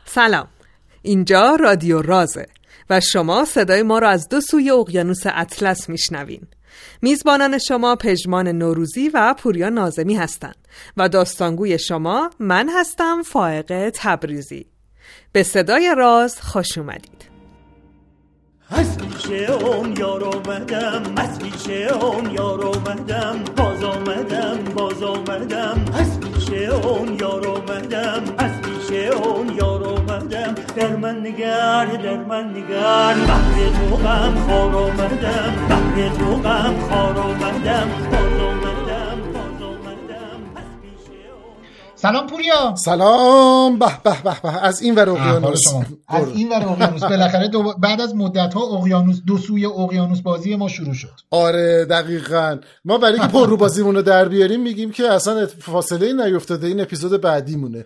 سلام، اینجا رادیو رازه و شما صدای ما را از دو سوی اقیانوس اطلس میشنوین. میزبانان شما پژمان نوروزی و پوریا ناظمی هستند و داستانگوی شما من هستم فائقه تبریزی. به صدای راز خوش اومدید. از پیش اون یار آمدم، از پیش اون یار آمدم، باز آمدم، از پیش اون یار آمدم، از پیش اون یار آمدم. در من نگر بحر تو غم خوار آمدم، بحر تو غم خوار آمدم، باز آمدم. سلام پوریا. سلام. به به به به. از این ور اقیانوس، از این ور اقیانوس بالاخره بعد از مدت ها اقیانوس، دو سوی اقیانوس بازی ما شروع شد. آره دقیقاً. ما برای اینکه پر رو بازیمون رو در بیاریم میگیم که اصلا فاصله نیفتاده، این اپیزود بعدی مونه.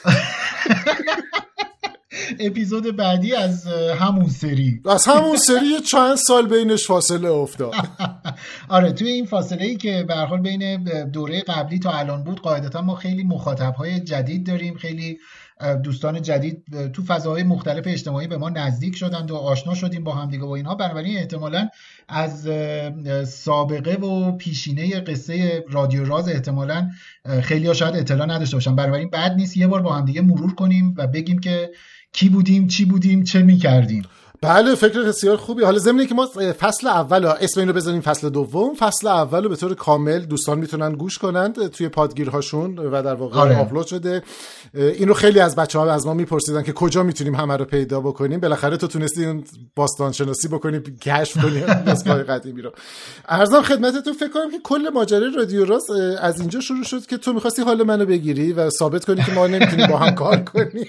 اپیزود بعدی از همون سری چند سال بینش فاصله افتاد. آره، توی این فاصله ای که به هر حال بین دوره قبلی تا الان بود، قاعدتا ما خیلی مخاطب‌های جدید داریم، خیلی دوستان جدید تو فضاهای مختلف اجتماعی به ما نزدیک شدند و آشنا شدیم با همدیگه و اینها. بنابراین احتمالاً از سابقه و پیشینه قصه رادیو راز احتمالاً خیلی‌ها شاید اطلاع نداشته باشن. بنابراین بد نیست یه بار با همدیگه مرور کنیم و بگیم که کی بودیم، چی بودیم، چه می‌کردیم. بله، فکر بسیار خوبی. حالا ضمن اینکه ما فصل اول، اسم اینو بذاریم فصل دوم، فصل اول رو به طور کامل دوستان میتونن گوش کنند توی پادگیرهاشون و در واقع آپلود شده. اینو خیلی از بچه‌ها از ما میپرسیدن که کجا میتونیم همه رو پیدا بکنیم. بالاخره تو تونستی اون باستان شناسی بکنی، کشف کنی نسخه‌های قدیمی رو. عرضم خدمتتون، فکر کنم که کل ماجرای رادیو راز از اینجا شروع شد که تو می‌خواستی حال منو بگیری و ثابت کنی که ما نمیتونیم با هم کار کنیم.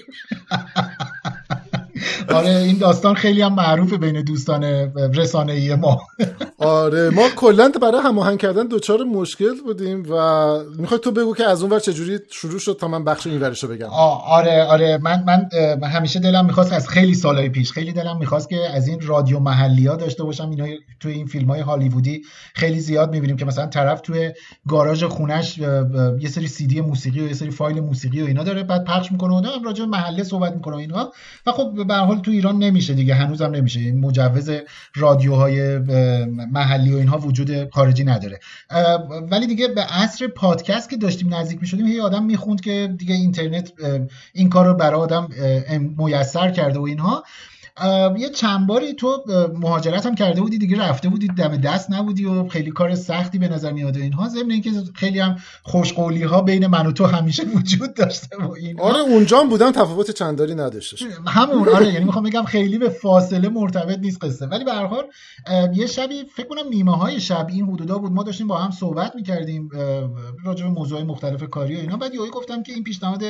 آره، این داستان خیلی هم معروفه بین دوستان رسانه‌ای ما. آره، ما کلاً برای هماهنگ کردن دوچار مشکل بودیم و میخوای تو بگو که از اون ور چجوری شروع شد تا من بخش این ورشو بگم. آره، من همیشه دلم میخواست، از خیلی سالهای پیش خیلی دلم میخواست که از این رادیو محلی‌ها داشته باشم. اینا توی این فیلم‌های هالیوودی خیلی زیاد می‌بینیم که مثلا طرف توی گاراژ خونش یه سری CD موسیقی و یه سری فایل موسیقی و اینا داره، بعد پخش میکنه و هم راجع به محله صحبت میکنه اینا. و خب به هر حال تو ایران نمیشه دیگه، هنوزم نمیشه، این مجوز رادیوهای محلی و اینها وجود خارجی نداره. ولی دیگه به عصر پادکست که داشتیم نزدیک میشدیم، هی آدم میخوند که دیگه اینترنت این کار رو برای آدم میسر کرده و اینها. یه چند باری تو مهاجرت هم کرده بودی دیگه، رفته بودی دم دست نبودی و خیلی کار سختی به نظر میاد اینها، ضمن اینکه خیلی هم خوشقولی ها بین من و تو همیشه وجود داشته و اینها. آره اونجا هم بودم، تفاوت چندانی نداشتش همون. آره یعنی میخوام بگم خیلی به فاصله مرتبط نیست قصه. ولی به هر حال یه شبی فکر کنم نیمه های شب این حدودا بود، ما داشتیم با هم صحبت میکردیم راجع به موضوعات مختلف کاری و اینا. بعد یهو گفتم که این پیشنهاد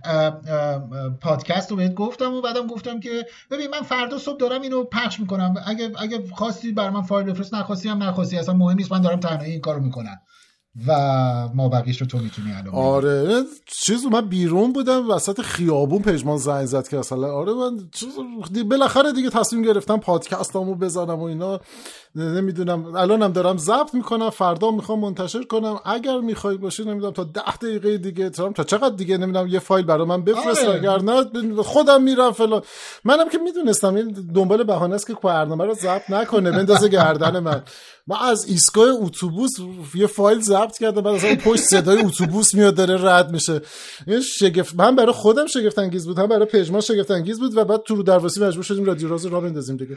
پادکست رو بهت گفتم و بعدم گفتم که ببین من فردا صبح دارم اینو پخش میکنم، اگه خواستی برای من فایل بفرست، نخواستی هم نخواستی، اصلا مهم نیست، من دارم تنهایی این کارو میکنم و ما بقیش رو تو میتونی الان. آره من بیرون بودم وسط خیابون، پژمان زنگ زد که اصلا آره من بالاخره دیگه تصمیم گرفتم پادکستامو بزنم و اینا. نمیدونم الانم دارم ضبط میکنم، فردا میخوام منتشر کنم، اگر میخوای باشی نمیدونم تا 10 دقیقه دیگه تا چقدر دیگه نمیدونم یه فایل برای من بفرست. آره. اگر نه خودم میرم فلان. منم که میدونستم این دنبال بهانه است که برنامه رو ضبط نکنه، بندازه گردن من. ما از ایستگاه اتوبوس یه فایل ضبط کردم، بعد اصلا پشت صدای اتوبوس میاد داره رد میشه. این شگفت، من برای خودم شگفت انگیز بود، هم برای پژمان شگفت انگیز بود و بعد تو رو درواسی مجبور شدیم رادیو راز رو بندازیم دیگه.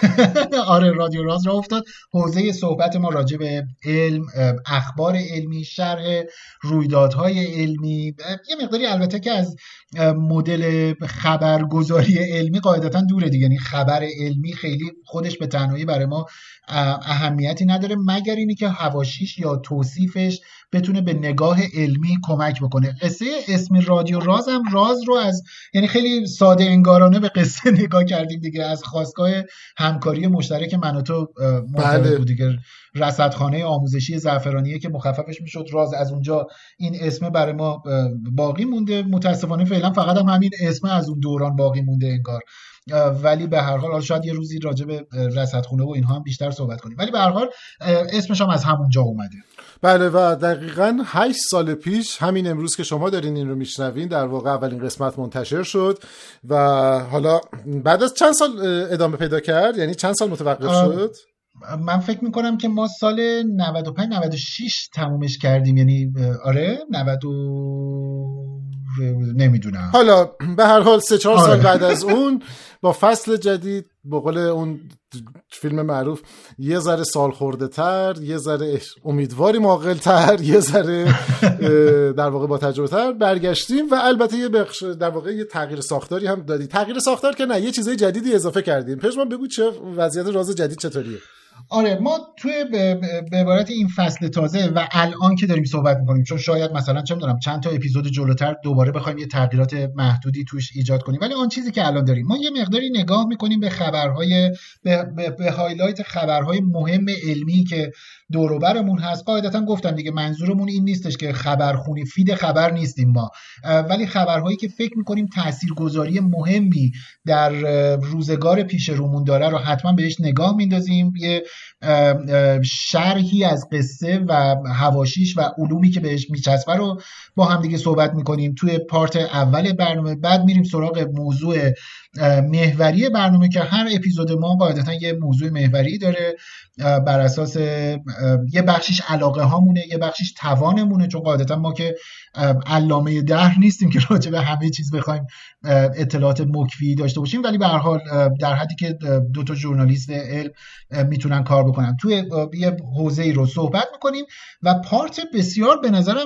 آره رادیو راز راه افتاد. حوزه صحبت ما راجع به علم، اخبار علمی، شرح رویدادهای علمی، یه مقداری البته که از مدل خبرگزاری علمی قاعدتا دوره دیگه. یعنی خبر علمی خیلی خودش به تنهایی برای ما اهمیتی نداره، مگر اینی که حواشیش یا توصیفش بتونه به نگاه علمی کمک بکنه. قصه اسم رادیو راز هم راز رو از یعنی خیلی ساده انگارانه به قصه نگاه کردیم دیگه، از خواستگاه همکاری مشترک من و تو مرتبط بود دیگه، رصدخانه آموزشی زعفرانیه که مخففش میشد راز. از اونجا این اسم برای ما باقی مونده، متاسفانه فعلا فقط هم همین اسم از اون دوران باقی مونده انگار. ولی به هر حال شاید یه روزی راجع به رصدخونه و اینها هم بیشتر صحبت کنیم، ولی به هر حال اسمش هم از همونجا اومده. بله و دقیقاً 8 سال پیش، همین امروز که شما دارین این رو میشنوین، در واقع اولین قسمت منتشر شد و حالا بعد از چند سال ادامه پیدا کرد؟ یعنی چند سال متوقف شد؟ من فکر میکنم که ما سال 95-96 تمومش کردیم، یعنی آره 90 نمیدونم. حالا به هر حال 3-4 سال بعد از اون با فصل جدید، به قول اون فیلم معروف، یه ذره سال خورده تر، یه ذره امیدواری معقل تر، یه ذره در واقع با تجربه تر برگشتیم و البته یه بخش در واقع یه تغییر ساختاری هم دادی. تغییر ساختار که نه، یه چیزای جدیدی اضافه کردیم. پژمان بگو چه وضعیت راز جدید چطوریه؟ آره، ما توی به عبارت این فصل تازه و الان که داریم صحبت میکنیم، چون شاید مثلا چه میدونم چند تا اپیزود جلوتر دوباره بخوایم یه تغییرات محدودی توش ایجاد کنیم، ولی آن چیزی که الان داریم، ما یه مقداری نگاه میکنیم به خبرهای به هایلایت خبرهای مهم علمی که دور و برمون هست. قاعدتا گفتم دیگه، منظورمون این نیستش که خبرخونی فید خبر نیستیم ما، ولی خبرهایی که فکر میکنیم تاثیرگذاری مهمی در روزگار پیش رومون داره رو حتما بهش نگاه میندازیم. یه شرحی از قصه و حواشیش و علومی که بهش میچسبه رو با هم دیگه صحبت میکنیم توی پارت اول برنامه. بعد میریم سراغ موضوع محوری برنامه که هر اپیزود ما قاعدتا یه موضوع محوری داره، بر اساس یه بخشیش علاقه هامونه، یه بخشیش توانمونه، چون قاعدتا ما که علامه دهر نیستیم که راجع به همه چیز بخوایم اطلاعات مکفی داشته باشیم، ولی به هر حال در حدی که دو تا ژورنالیست علم میتونن کار بکنن توی یه حوزه‌ای رو صحبت میکنیم. و پارت بسیار به نظرم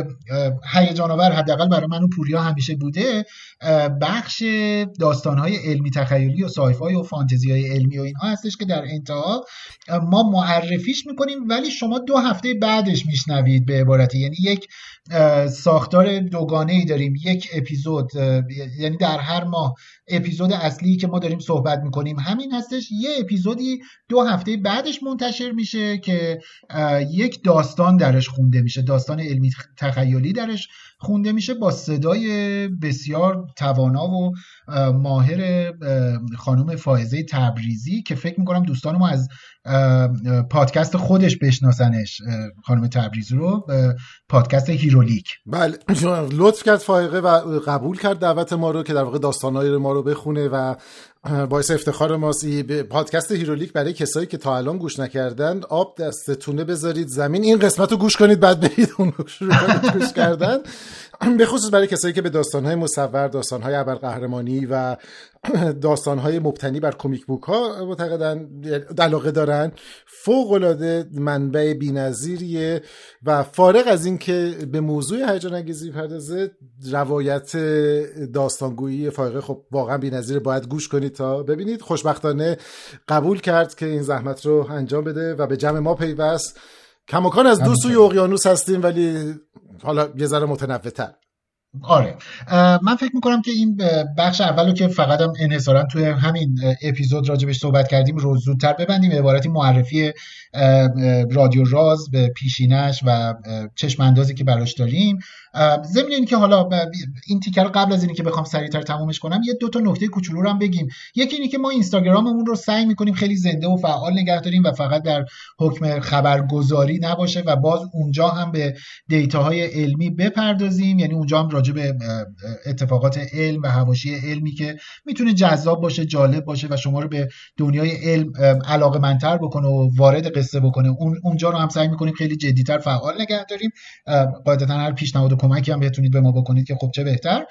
هیجان آور، حداقل برای من و پوریا همیشه بوده، بخش داستان‌های علمی تخیلی و سایفای و فانتزی‌های علمی و اینها هستش که در انتها ما معرفیش میکنیم، ولی شما 2 هفته بعدش میشنوید. به عبارتی یعنی یک ساختار دوگانه‌ای داریم، یک اپیزود، یعنی در هر ماه اپیزود اصلی که ما داریم صحبت میکنیم همین هستش، یه اپیزودی 2 هفته بعدش منتشر میشه که یک داستان درش خونده میشه، داستان علمی تخیلی درش خونده میشه با صدای بسیار توانا و ماهر خانم فائزه تبریزی که فکر میکنم دوستان ما از پادکست خودش بشناسنش، خانم تبریزی رو، پادکست هیرولیک. بله، لطف کرد فائقه و قبول کرد دعوت ما رو که در واقع داستان‌های ما رو بخونه و باعث افتخار ماست. پادکست هیرولیک برای کسایی که تا الان گوش نکردن، آب دستتونه بذارید زمین، این قسمت رو گوش کنید، بعد برید اون رو شروع کنید گوش کردن. به خصوص برای کسایی که به داستان‌های مصور، داستان‌های ابرقهرمانی و داستان‌های مبتنی بر کمیک بوک ها معتقدن، علاقه دارن، فوق‌العاده منبع بی‌نظیریه و فارغ از این که به موضوع هیجان انگیزی پردازه، روایت داستانگویی فائقه خب واقعا بی‌نظیره، باید گوش کنید تا ببینید. خوشبختانه قبول کرد که این زحمت رو انجام بده و به جمع ما پیوست. کماکان از دو سوی اقیانوس هستیم ولی حالا یه ذره متنوع‌تر. آره، من فکر میکنم که این بخش اولو که فقط هم انحصاراً توی همین اپیزود راجبش صحبت کردیم رو زودتر ببندیم، به عبارتی معرفی رادیو راز به پیشینش و چشم اندازی که براش داریم. ضمن این که حالا این تیکر رو قبل از اینی که بخوام سریعتر تمومش کنم، یه 2 تا نکته کوچولو رو هم بگیم. یکی اینی که ما اینستاگراممون رو سعی میکنیم خیلی زنده و فعال نگه داریم و فقط در حکم خبرگزاری نباشه و باز اونجا هم به دیتاهای علمی بپردازیم، یعنی اونجا هم راجع به اتفاقات علم و حواشی علمی که میتونه جذاب باشه، جالب باشه و شما رو به دنیای علم علاقه‌مندتر بکنه و وارد قصه بکنه، اونجا رو هم سعی میکنیم خیلی جدی‌تر فعال نگه داریم. قاعدتاً هر پیشنهاد و کمکی هم بتونید به ما بکنید که خب چه بهتر.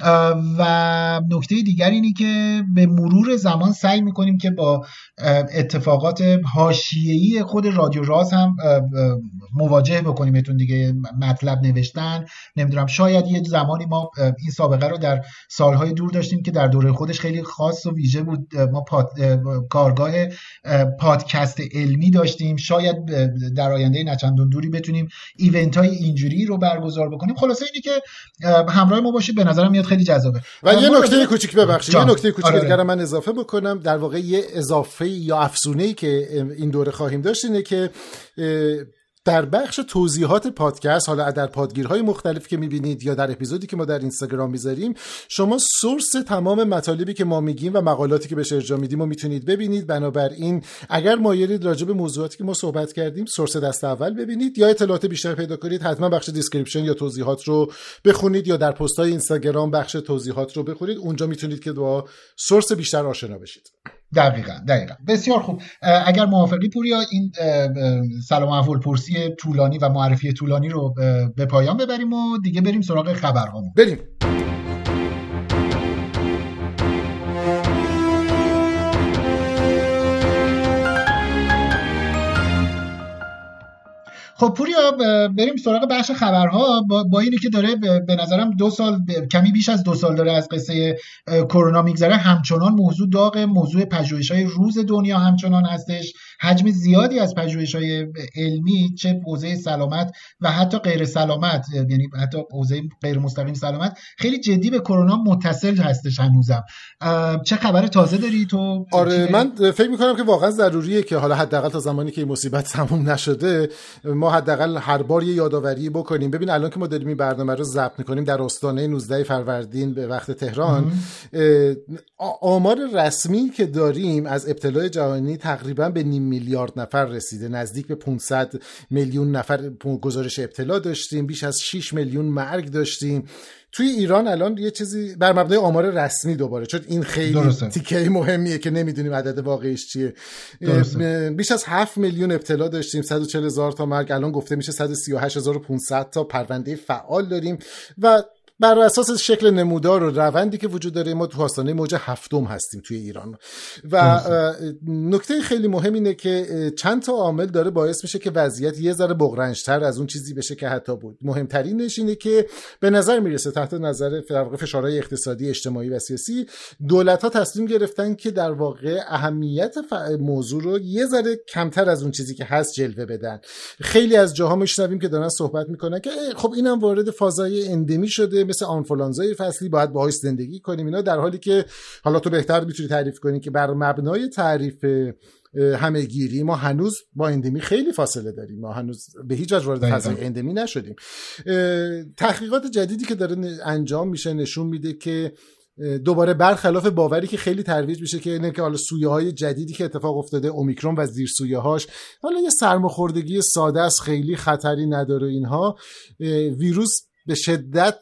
و نکته دیگر اینی که به مرور زمان سعی میکنیم که با اتفاقات حاشیه‌ای خود رادیو راز هم مواجه بکنیم بهتون دیگه. مطلب نوشتن، نمیدونم، شاید یه زمانی ما این سابقه رو در سالهای دور داشتیم که در دوره خودش خیلی خاص و ویژه بود، ما کارگاه پادکست علمی داشتیم، شاید در آینده نچندان دوری بتونیم ایونت های اینجوری رو برگزار بکنیم. خلاصه اینی که همراه ما باشید، به نظرم میاد خیلی جذابه. و یه نکته کوچیک ببخشید، یه نکته کوچیک دیگه من اضافه بکنم، در واقع یه اضافه یا افزونه‌ای که این دوره خواهیم داشت اینه که در بخش توضیحات پادکست، حالا در پادگیرهای مختلف که میبینید یا در اپیزودی که ما در اینستاگرام میذاریم، شما سورس تمام مطالبی که ما میگیم و مقالاتی که بهش ارجاع میدیم رو میتونید ببینید. بنابراین اگر مایلید راجع به موضوعاتی که ما صحبت کردیم سورس دست اول ببینید یا اطلاعات بیشتر پیدا کنید، حتما بخش دیسکریپشن یا توضیحات رو بخونید یا در پست‌های اینستاگرام بخش توضیحات رو بخونید. اونجا میتونید که با سورس بیشتر آشنا بشید. دقیقاً. بسیار خوب. اگر موافقی پوریا، این سلام و احوالپرسی طولانی و معرفی طولانی رو به پایان ببریم و دیگه بریم سراغ خبرهامون. بریم. خب پوریا، بریم سراغ بخش خبرها. با اینی که داره به نظرم 2 سال، کمی بیش از 2 سال داره از قصه کرونا میگذره، همچنان موضوع داغ، موضوع پژوهش‌های روز دنیا همچنان هستش. حجم زیادی از پژوهش‌های علمی، چه حوزه سلامت و حتی غیر سلامت، یعنی حتی حوزه غیر مستقیم سلامت، خیلی جدی به کرونا متصل هستش هنوزم. چه خبر تازه داری تو؟ آره، من فکر می‌کنم که واقعا ضروریه که حالا حداقل تا زمانی که این مصیبت تموم نشده ما حداقل هر بار یه یادآوری بکنیم. ببین الان که ما داریم این برنامه رو ضبط می‌کنیم در آستانه 19 فروردین به وقت تهران، آمار رسمی که داریم از ابتلای جهانی تقریبا به 500 میلیارد نفر رسیده، نزدیک به 500 میلیون نفر گزارش ابتلا داشتیم، بیش از 6 میلیون مرگ داشتیم. توی ایران الان یه چیزی بر مبنای آمار رسمی، دوباره چون این خیلی تیکه مهمیه که نمیدونیم عدد واقعیش چیه، بیش از 7 میلیون ابتلا داشتیم، 140,000 تا مرگ، الان گفته میشه 138,500 تا پرونده فعال داریم و بر اساس شکل نمودار و روندی که وجود داره ما تو آستانه موج 7 هستیم توی ایران. و نکته خیلی مهم اینه که چند تا عامل داره باعث میشه که وضعیت یه ذره بغرنج‌تر از اون چیزی بشه که حتی بود. مهمترینش اینه که به نظر میرسه تحت نظر در واقع فشارهای اقتصادی، اجتماعی و سیاسی، دولت‌ها تصمیم گرفتن که در واقع اهمیت موضوع رو یه ذره کمتر از اون چیزی که هست جلوه بدن. خیلی از جاها میشنویم که دارن صحبت میکنن که خب اینم وارد فازای اندمی شده، مثل آنفولانزای فصلی، باید باهاش زندگی کنیم اینا، در حالی که حالا تو بهتر میتونی تعریف کنی که بر مبنای تعریف همه‌گیری ما هنوز با اندمی خیلی فاصله داریم، ما هنوز به هیچ وجه وارد فضای اندمی نشدیم. تحقیقات جدیدی که داره انجام میشه نشون میده که دوباره برخلاف باوری که خیلی ترویج میشه که اینه که حالا سویه‌های جدیدی که اتفاق افتاده، اومیکرون و زیر سویه‌هاش، حالا یه سرماخوردگی ساده است، خیلی خطری نداره، اینها ویروس به شدت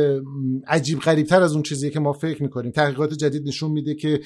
عجیب غریبتر از اون چیزیه که ما فکر میکنیم. تحقیقات جدید نشون میده که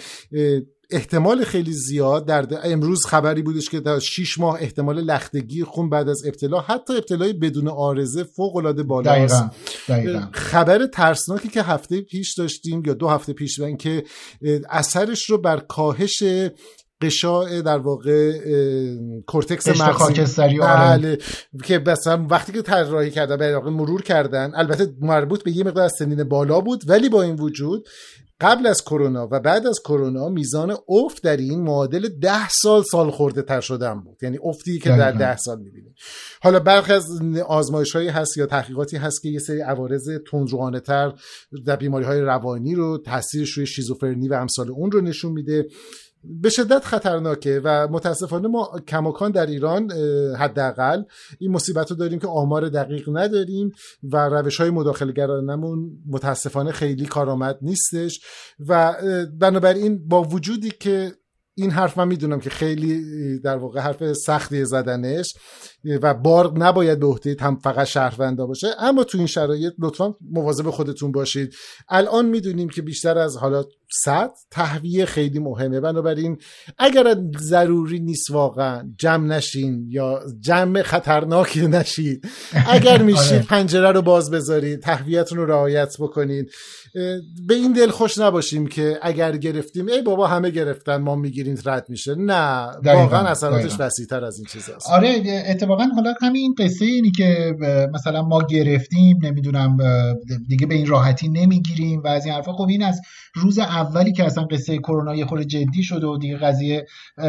احتمال خیلی زیاد امروز خبری بودش که در 6 ماه احتمال لختگی خون بعد از ابتلا، حتی ابتلای بدون عارضه، فوق العاده بالاست. دقیقاً. خبر ترسناکی که هفته پیش داشتیم یا 2 هفته پیش این که اثرش رو بر کاهش قشاع در واقع کورتکس مغزی خاکستری، بله، که مثلا وقتی که طراحی کردن به واقع مرور کردن، البته مربوط به یه مقدار از سنین بالا بود، ولی با این وجود قبل از کرونا و بعد از کرونا میزان افت در این معادل 10 سال خورده تر شدن بود، یعنی افتی که در 10 سال میبینیم. حالا برخی از آزمایش‌هایی هست یا تحقیقاتی هست که یه سری عوارض تندروانه تر در بیماری‌های روانی رو، تاثیرش روی شیزوفرنی و امثال اون رو نشون میده. به شدت خطرناکه و متاسفانه ما کماکان در ایران حداقل این مصیبت رو داریم که آمار دقیق نداریم و روش‌های مداخله‌گرانمون متاسفانه خیلی کارآمد نیستش و بنابراین با وجودی که این حرف من میدونم که خیلی در واقع حرف سختی زدنش و بار نباید به عهده فقط شهروندا باشه، اما تو این شرایط لطفاً مواظب خودتون باشید. الان میدونیم که بیشتر از حالا تهویه خیلی مهمه، بنابراین اگر ضروری نیست واقعا جمع نشین یا جمع خطرناکی نشید. اگر میشید پنجره رو باز بذارید، تهویه‌تون رو رعایت بکنید. به این دل خوش نباشیم که اگر گرفتیم ای بابا همه گرفتن ما میگیریم رد میشه. نه، واقعا اثراتش وسیع‌تر از این چیزاست. آره، اتفاقا حالا همین قصه اینی که مثلا ما گرفتیم نمیدونم دیگه به این راحتی نمیگیریم و از این حرفا، خب این از روز اولی که اصلا قصه کرونا یه خورده جدی شده و دیگه قضیه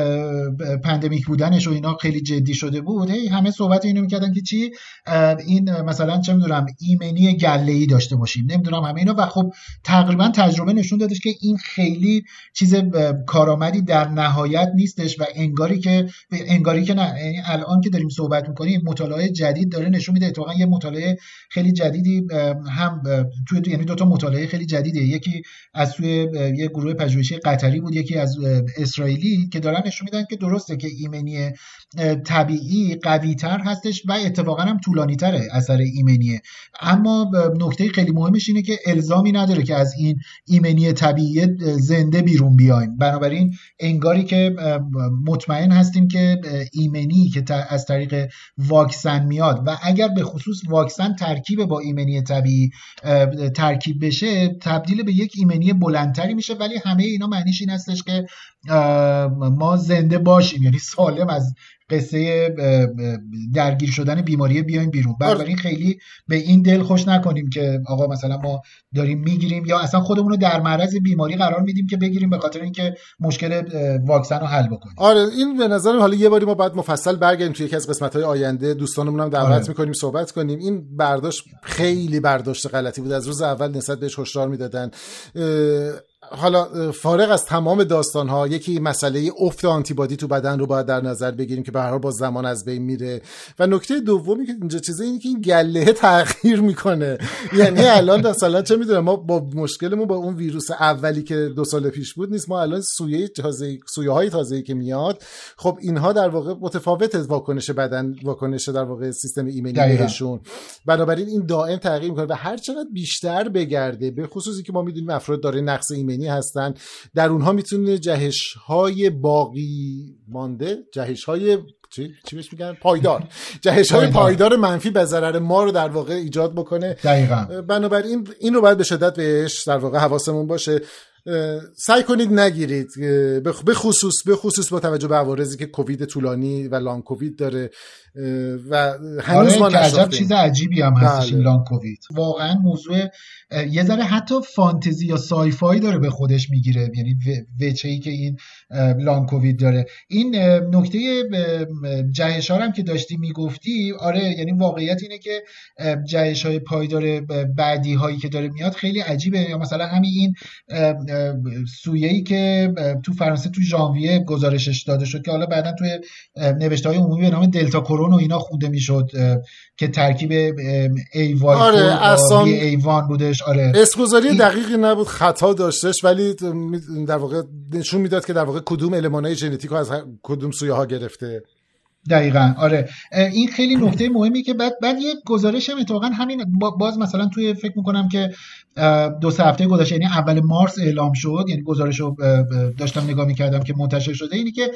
پندمیک بودنش و اینا خیلی جدی شده بود، همه صحبت اینو میکردن که چی این مثلا چه میدونم ایمنی گله‌ای داشته باشیم، نمیدونم همه اینا، و خب تقریبا تجربه نشون دادش که این خیلی چیز کارآمدی در در نهایت نیستش و انگاری که نه، یعنی الان که داریم صحبت میکنیم مطالعه جدید داره نشون میده، اتفاقا یه مطالعه خیلی جدیدی هم یعنی دو تا مطالعه خیلی جدیده، یکی از سوی یه گروه پژوهشی قطری بود، یکی از اسرائیلی، که دارن نشون میدن که درسته که ایمنی طبیعی قوی‌تر هستش و اتفاقا هم طولانی‌تره اثر ایمنیه، اما نکته خیلی مهمش اینه که الزامی نداره که از این ایمنی طبیعی زنده بیرون بیایم. بنابراین انگاری که مطمئن هستیم که ایمنی که از طریق واکسن میاد و اگر به خصوص واکسن ترکیب با ایمنی طبیعی ترکیب بشه تبدیل به یک ایمنی بلندتری میشه، ولی همه اینا معنیش این هستش که ما زنده باشیم، یعنی سالم از قصه درگیر شدن بیماری بیایم بیرون. بنابراین خیلی به این دل خوش نکنیم که آقا مثلا ما داریم میگیریم یا اصلا خودمون رو در معرض بیماری قرار میدیم که بگیریم به خاطر اینکه مشکل واکسن رو حل بکنیم. آره این به نظرم حالا یه باری ما باید مفصل برگردیم توی یکی از قسمت‌های آینده، دوستانمون هم دعوت می‌کنیم صحبت کنیم. این برداشت خیلی برداشت غلطی بود، از روز اول نسبت بهش هشدار میدادن. حالا فارغ از تمام داستان‌ها، یکی مسئله افت آنتیبادی تو بدن رو باید در نظر بگیریم که به هر حال با زمان از بین میره، و نکته دومی که اینجا چیزه اینه که این گله تغییر میکنه. یعنی الان مثلا چه میدونم ما با مشکلمون با اون ویروس اولی که 2 سال پیش بود نیست، ما الان سویه‌های تازه‌ای که میاد، خب اینها در واقع متفاوت واکنش بدن، واکنش در واقع سیستم ایمنی بهشون، بنابراین این دائم تغییر میکنه و هر چقدر بیشتر بگرده، به خصوصی که ما میدونیم افراد داره نقص ایمنی هستن، در اونها میتونه جهش‌های باقی مانده، جهش‌های چی بهش میگن؟ پایدار، جهش‌های پایدار منفی به ضرر ما رو در واقع ایجاد بکنه. دقیقاً. بنابراین این رو باید به شدت بهش در واقع حواسمون باشه. سعی کنید نگیرید، به خصوص با توجه به عوارضی که کووید طولانی و لانگ کووید داره و هنوز ما عجب چیز عجیبی هم هستش این لانگ کووید. واقعا موضوع یه ذره حتی فانتزی یا سایفای داره به خودش میگیره، یعنی وچه‌ای که این لانگ کووید داره. این نکته جهش‌ها هم که داشتی میگفتی، آره یعنی واقعیت اینه که جهش‌های پایدار بعدی هایی که داره میاد خیلی عجیبه. یا مثلا همین این سویه‌ای که تو فرانسه تو ژانویه گزارشش داده شد که حالا بعداً توی نوشته‌های عمومی به نام دلتا کرونا و اینا خونده میشد که ترکیب ایوای و ایوان بودش. آره اسمگذاری دقیقی نبود، خطا داشتش، ولی در واقع نشون میداد که در واقع کدوم المان‌های ژنتیک رو از کدوم سویه ها گرفته. دقیقاً آره این خیلی نکته مهمی که بعد یه گزارش هم اتفاقا همین باز مثلا توی فکر میکنم که 2-3 هفته گذشته، یعنی اول مارس اعلام شد، یعنی گزارش رو داشتم نگاه میکردم که منتشر شده، اینی که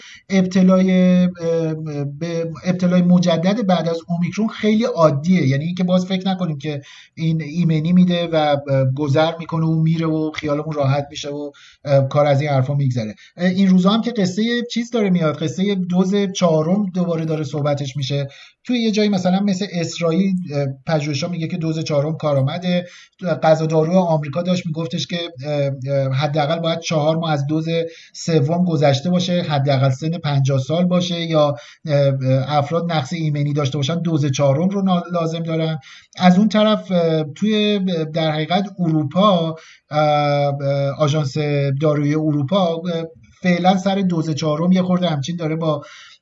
ابتلای مجدد بعد از اومیکرون خیلی عادیه. یعنی اینکه باز فکر نکنیم که این ایمنی میده و گذر میکنه و میره و خیالمون راحت میشه و کار از این حرفا میگذره. این روزا هم که قصه چیز داره میاد، قصه دوز 4 دوباره داره صحبتش میشه. توی یه جایی مثلا مثل اسرائیل پژوهشا میگه که دوز 4 کارآمده. غذا دارو آمریکا داشت میگفتش که حداقل باید 4 ماه از دوز 3 گذشته باشه، حداقل سن 50 سال باشه یا افراد نقص ایمنی داشته باشن دوز 4 رو لازم دارن. از اون طرف توی در حقیقت اروپا آژانس دارویی اروپا فعلا سر دوز 4 یه خورده همچین داره با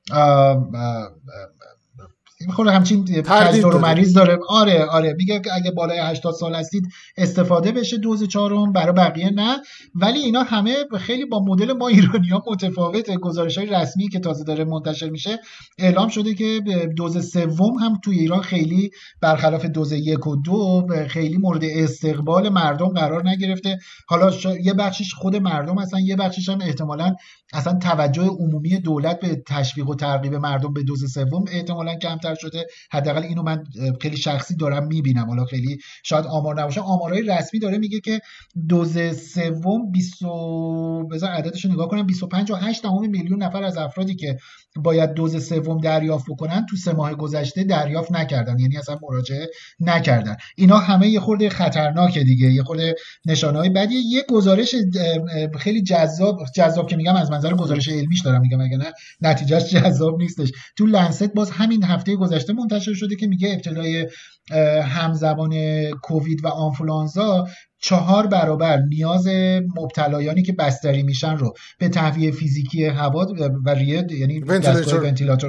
میخوره همچین تجدید و مریض داره. آره میگه که اگه بالای 80 سال هستید استفاده بشه دوز 4، برای بقیه نه. ولی اینا همه خیلی با مدل ما ایرانی‌ها متفاوته. گزارش‌های رسمی که تازه داره منتشر میشه اعلام شده که دوز 3 هم توی ایران خیلی برخلاف دوز 1 و 2 خیلی مورد استقبال مردم قرار نگرفته. حالا یه بخشش خود مردم هستن، یه بخشش هم احتمالاً اصلا توجه عمومی دولت به تشویق و ترغیب مردم به دوز 3 احتمالاً کمتر شده. حداقل اینو من خیلی شخصی دارم میبینم، حالا خیلی شاید آمار نباشه. آمارهای رسمی داره میگه که دوز 3 بذار عددشو نگاه کنم 25.8 میلیون نفر از افرادی که باید دوز 3 دریافت بکنن تو 3 ماه گذشته دریافت نکردن، یعنی اصلا مراجعه نکردن. اینا همه یه خورده خطرناکه دیگه، یه خورده نشانه‌های بدیه. یه گزارش خیلی جذاب که میگم از منظر گزارش علمیش دارم میگم، اگه نه نتیجهش جذاب نیستش. تو لنست باز همین هفته گذشته منتشر شده که میگه ابتلای همزمان کووید و آنفولانزا 4 برابر نیاز مبتلایانی که بستری میشن رو به تهویه فیزیکی هوا و ریه، یعنی دستگاه ونتیلاتور،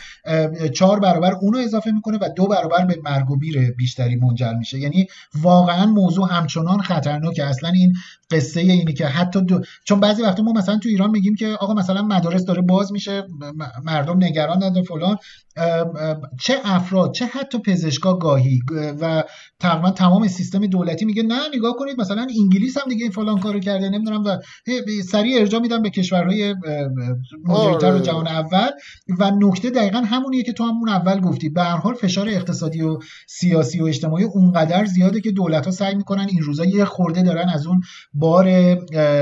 4 برابر اونو اضافه میکنه و 2 برابر به مرگ و میر بیشتری منجر میشه. یعنی واقعا موضوع همچنان خطرناکه. اصلا این قصه اینی که حتی چون بعضی وقتا ما مثلا تو ایران میگیم که آقا مثلا مدارس داره باز میشه، مردم نگرانند و فلان، چه افراد چه حتی پزشکا گاهی و تقریبا تمام سیستم دولتی میگه نه نگاه کنید مثلا انگلیس هم دیگه این فلان کارو کرده نمیدونم و سریع ارجاع میدن به کشورهای مدیریتر و جهان اول. و نکته دقیقاً همونیه که تو همون اول گفتی، به هر حال فشار اقتصادی و سیاسی و اجتماعی اونقدر زیاده که دولت‌ها سعی میکنن این روزا یه خورده دارن از اون بار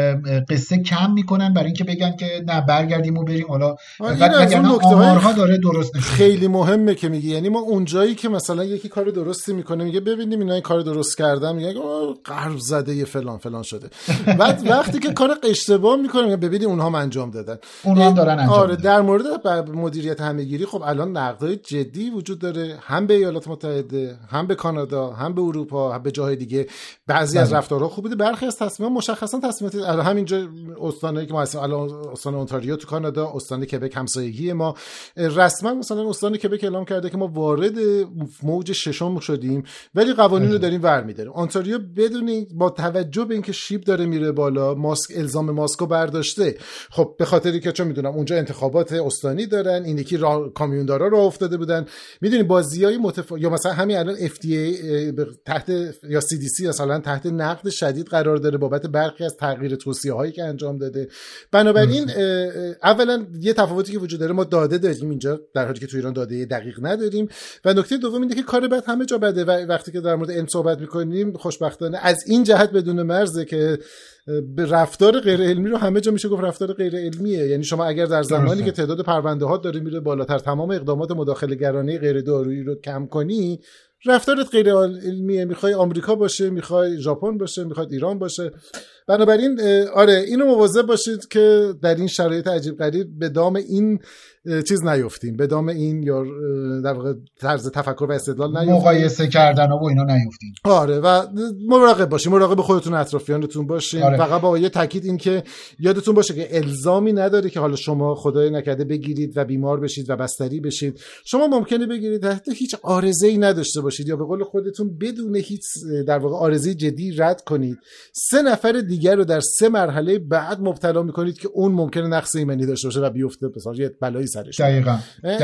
قصه کم میکنن برای اینکه بگن که نه برگردیم و بریم حالا. وگرنه آمارها داره درست نشه. خیلی مهمه که میگی، یعنی ما اونجایی که مثلا یکی کار درستی میکنه میگه ببینیم اینا این کار درست کردن، میگه غرب زده فلان فلان شده. بعد وقتی که کار اشتباه میکنه میگه ببینید اونها هم انجام دادن، اونها هم دارن انجام میدن. در مورد مدیریت همه‌گیری خب الان نقدهای جدی وجود داره، هم به ایالات متحده، هم به کانادا، هم به اروپا، هم به جاهای دیگه. بعضی از رفتارها خوب بوده، برخی از تصمیمات مشخصا تصمیمات الان همینجا استانایی که ما هستیم، الان استان اونتاریو تو کانادا، استان کبک همسایگی ما، رسما مثلا استان کبک اعلام کرده که ما وارد موج ششم شدیم ولی قوانین رو داریم برمی‌داریم. اونتاریو بدون با توجه به اینکه شیب داره میره بالا، ماسک الزام ماسکو برداشته. خب به خاطری که چون میدونم اونجا انتخابات استانی دارن، این یکی کامیوندارا رو افتاده بودن، میدونی بازیای یا مثلا همین الان FDA تحت یا CDC مثلا تحت نقد شدید قرار داره بابت برخی از تغییر توصیه‌هایی که انجام داده. بنابراین اولا یه تفاوتی که وجود داره، ما داده داریم اینجا در حالی که تو ایران داده دقیق نداریم، و نکته دوم اینه که کار بد همه جا بده. و وقتی که در مورد علم صحبت می‌کنیم خوشبختانه از این جهت بدون مرزه که به رفتار غیر علمی رو همه جا میشه گفت رفتار غیر علمیه. یعنی شما اگر در زمانی که تعداد پرونده ها داره میره بالاتر، تمام اقدامات مداخله گرانه غیر دارویی رو کم کنی، رفتارت غیر علمیه. میخوای آمریکا باشه، میخوای ژاپن باشه، میخواد ایران باشه. بنابراین اینو مواظب باشید که در این شرایط عجیب غریب به دام این چیز نیفتیم، به دام این یا در واقع طرز تفکر و استدلال نیفتیم، مقایسه کردن و اینا نیفتیم. و مراقب باشین، مراقب خودتون و اطرافیانتون باشین. فقط با یه تاکید این که یادتون باشه که الزامی نداره که حالا شما خدای نکرده بگیرید و بیمار بشید و بستری بشید. شما ممکنه بگیرید تحت هیچ عارضه‌ای نداشته باشید یا به قول خودتون بدون هیچ در واقع عارضه جدی رد کنید. 3 نفر دیگر رو در 3 مرحله بعد مبتلا می‌کنید که اون ممکنه نقص ایمنی داشته باشه و بیفته مثلا یه بلایی سرش. دقیقاً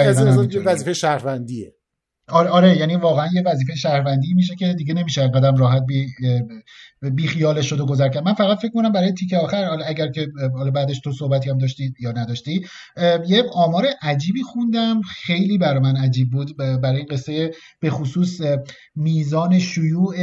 وظیفه شهروندیه. آره یعنی واقعا یه وظیفه شهروندی میشه که دیگه نمیشه قدم راحت بی خیالش شده گذر کرد. من فقط فکر کنم برای تیکه آخر، اگر که بعدش تو صحبتی هم داشتی یا نداشتی، یه آمار عجیبی خوندم خیلی برای من عجیب بود برای این قصه، به خصوص میزان شیوع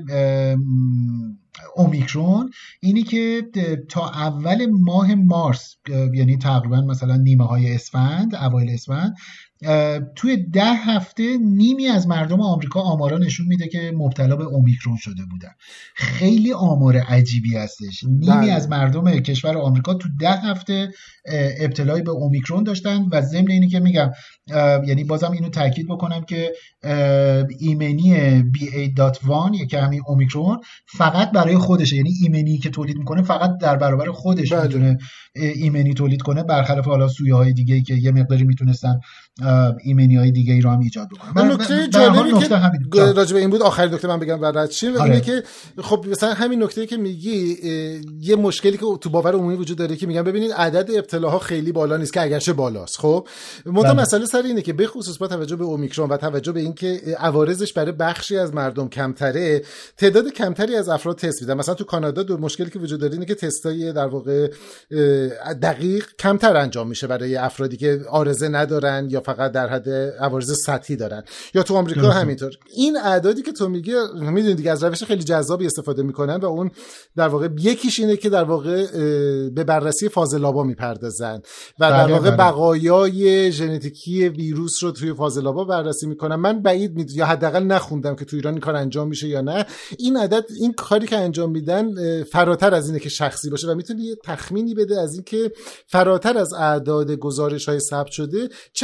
اومیکرون. اینی که تا اول ماه مارس، یعنی تقریبا مثلا نیمه های اسفند، اوایل اسفند، توی 10 هفته نیمی از مردم آمریکا آمارا نشون میده که مبتلا به اومیکرون شده بودن. خیلی آمار عجیبی هستش. نیمی از مردم کشور آمریکا تو 10 هفته ابتلای به اومیکرون داشتن. و ضمن اینی که میگم، یعنی بازم اینو تاکید بکنم که ایمنی BA.1 که همین اومیکرون فقط برای خودشه، یعنی ایمنی که تولید میکنه فقط در برابر خودش میتونه ایمنی تولید کنه، برخلاف حالا سویه های دیگه که یه مقداری میتونستن ایمنی های دیگه ای رو هم ایجاد بکنن. نکته جالبی که راجع به این بود، آخرین نکته من بگم و رد شیم، اینه که خب مثلا همین نکته‌ای که میگی، یه مشکلی که تو باور عمومی وجود داره که میگن ببینید عدد ابتلاها خیلی بالا نیست، که اگرچه بالاست. خب مسئله سر اینه که به خصوص با توجه به اومیکرون و توجه به اینکه عوارضش برای بخشی از مردم کمتره، تعداد کمتری از افراد تست میدن. مثلا تو کانادا دو مشکلی که وجود داره اینه که تستای در واقع دقیق کمتر انجام میشه برای افرادی که عارضه ندارن یا فقط در حد عوارض سطحی دارن، یا تو آمریکا همینطور. این اعدادی که تو میگی میدونید دیگه از روش خیلی جذابی استفاده میکنن و اون در واقع یکیش اینه که در واقع به بررسی فاضلابا میپردازن و در واقع بقایای ژنتیکی ویروس رو توی فاضلابا بررسی میکنن. من بعید یا حداقل نخوندم که تو ایران این کار انجام میشه یا نه. این عدد، این کاری که انجام میدن فراتر از اینه که شخصی باشه و میتونه یه تخمینی بده از اینکه فراتر از اعداد گزارش‌های ثبت شده چقدر ویروس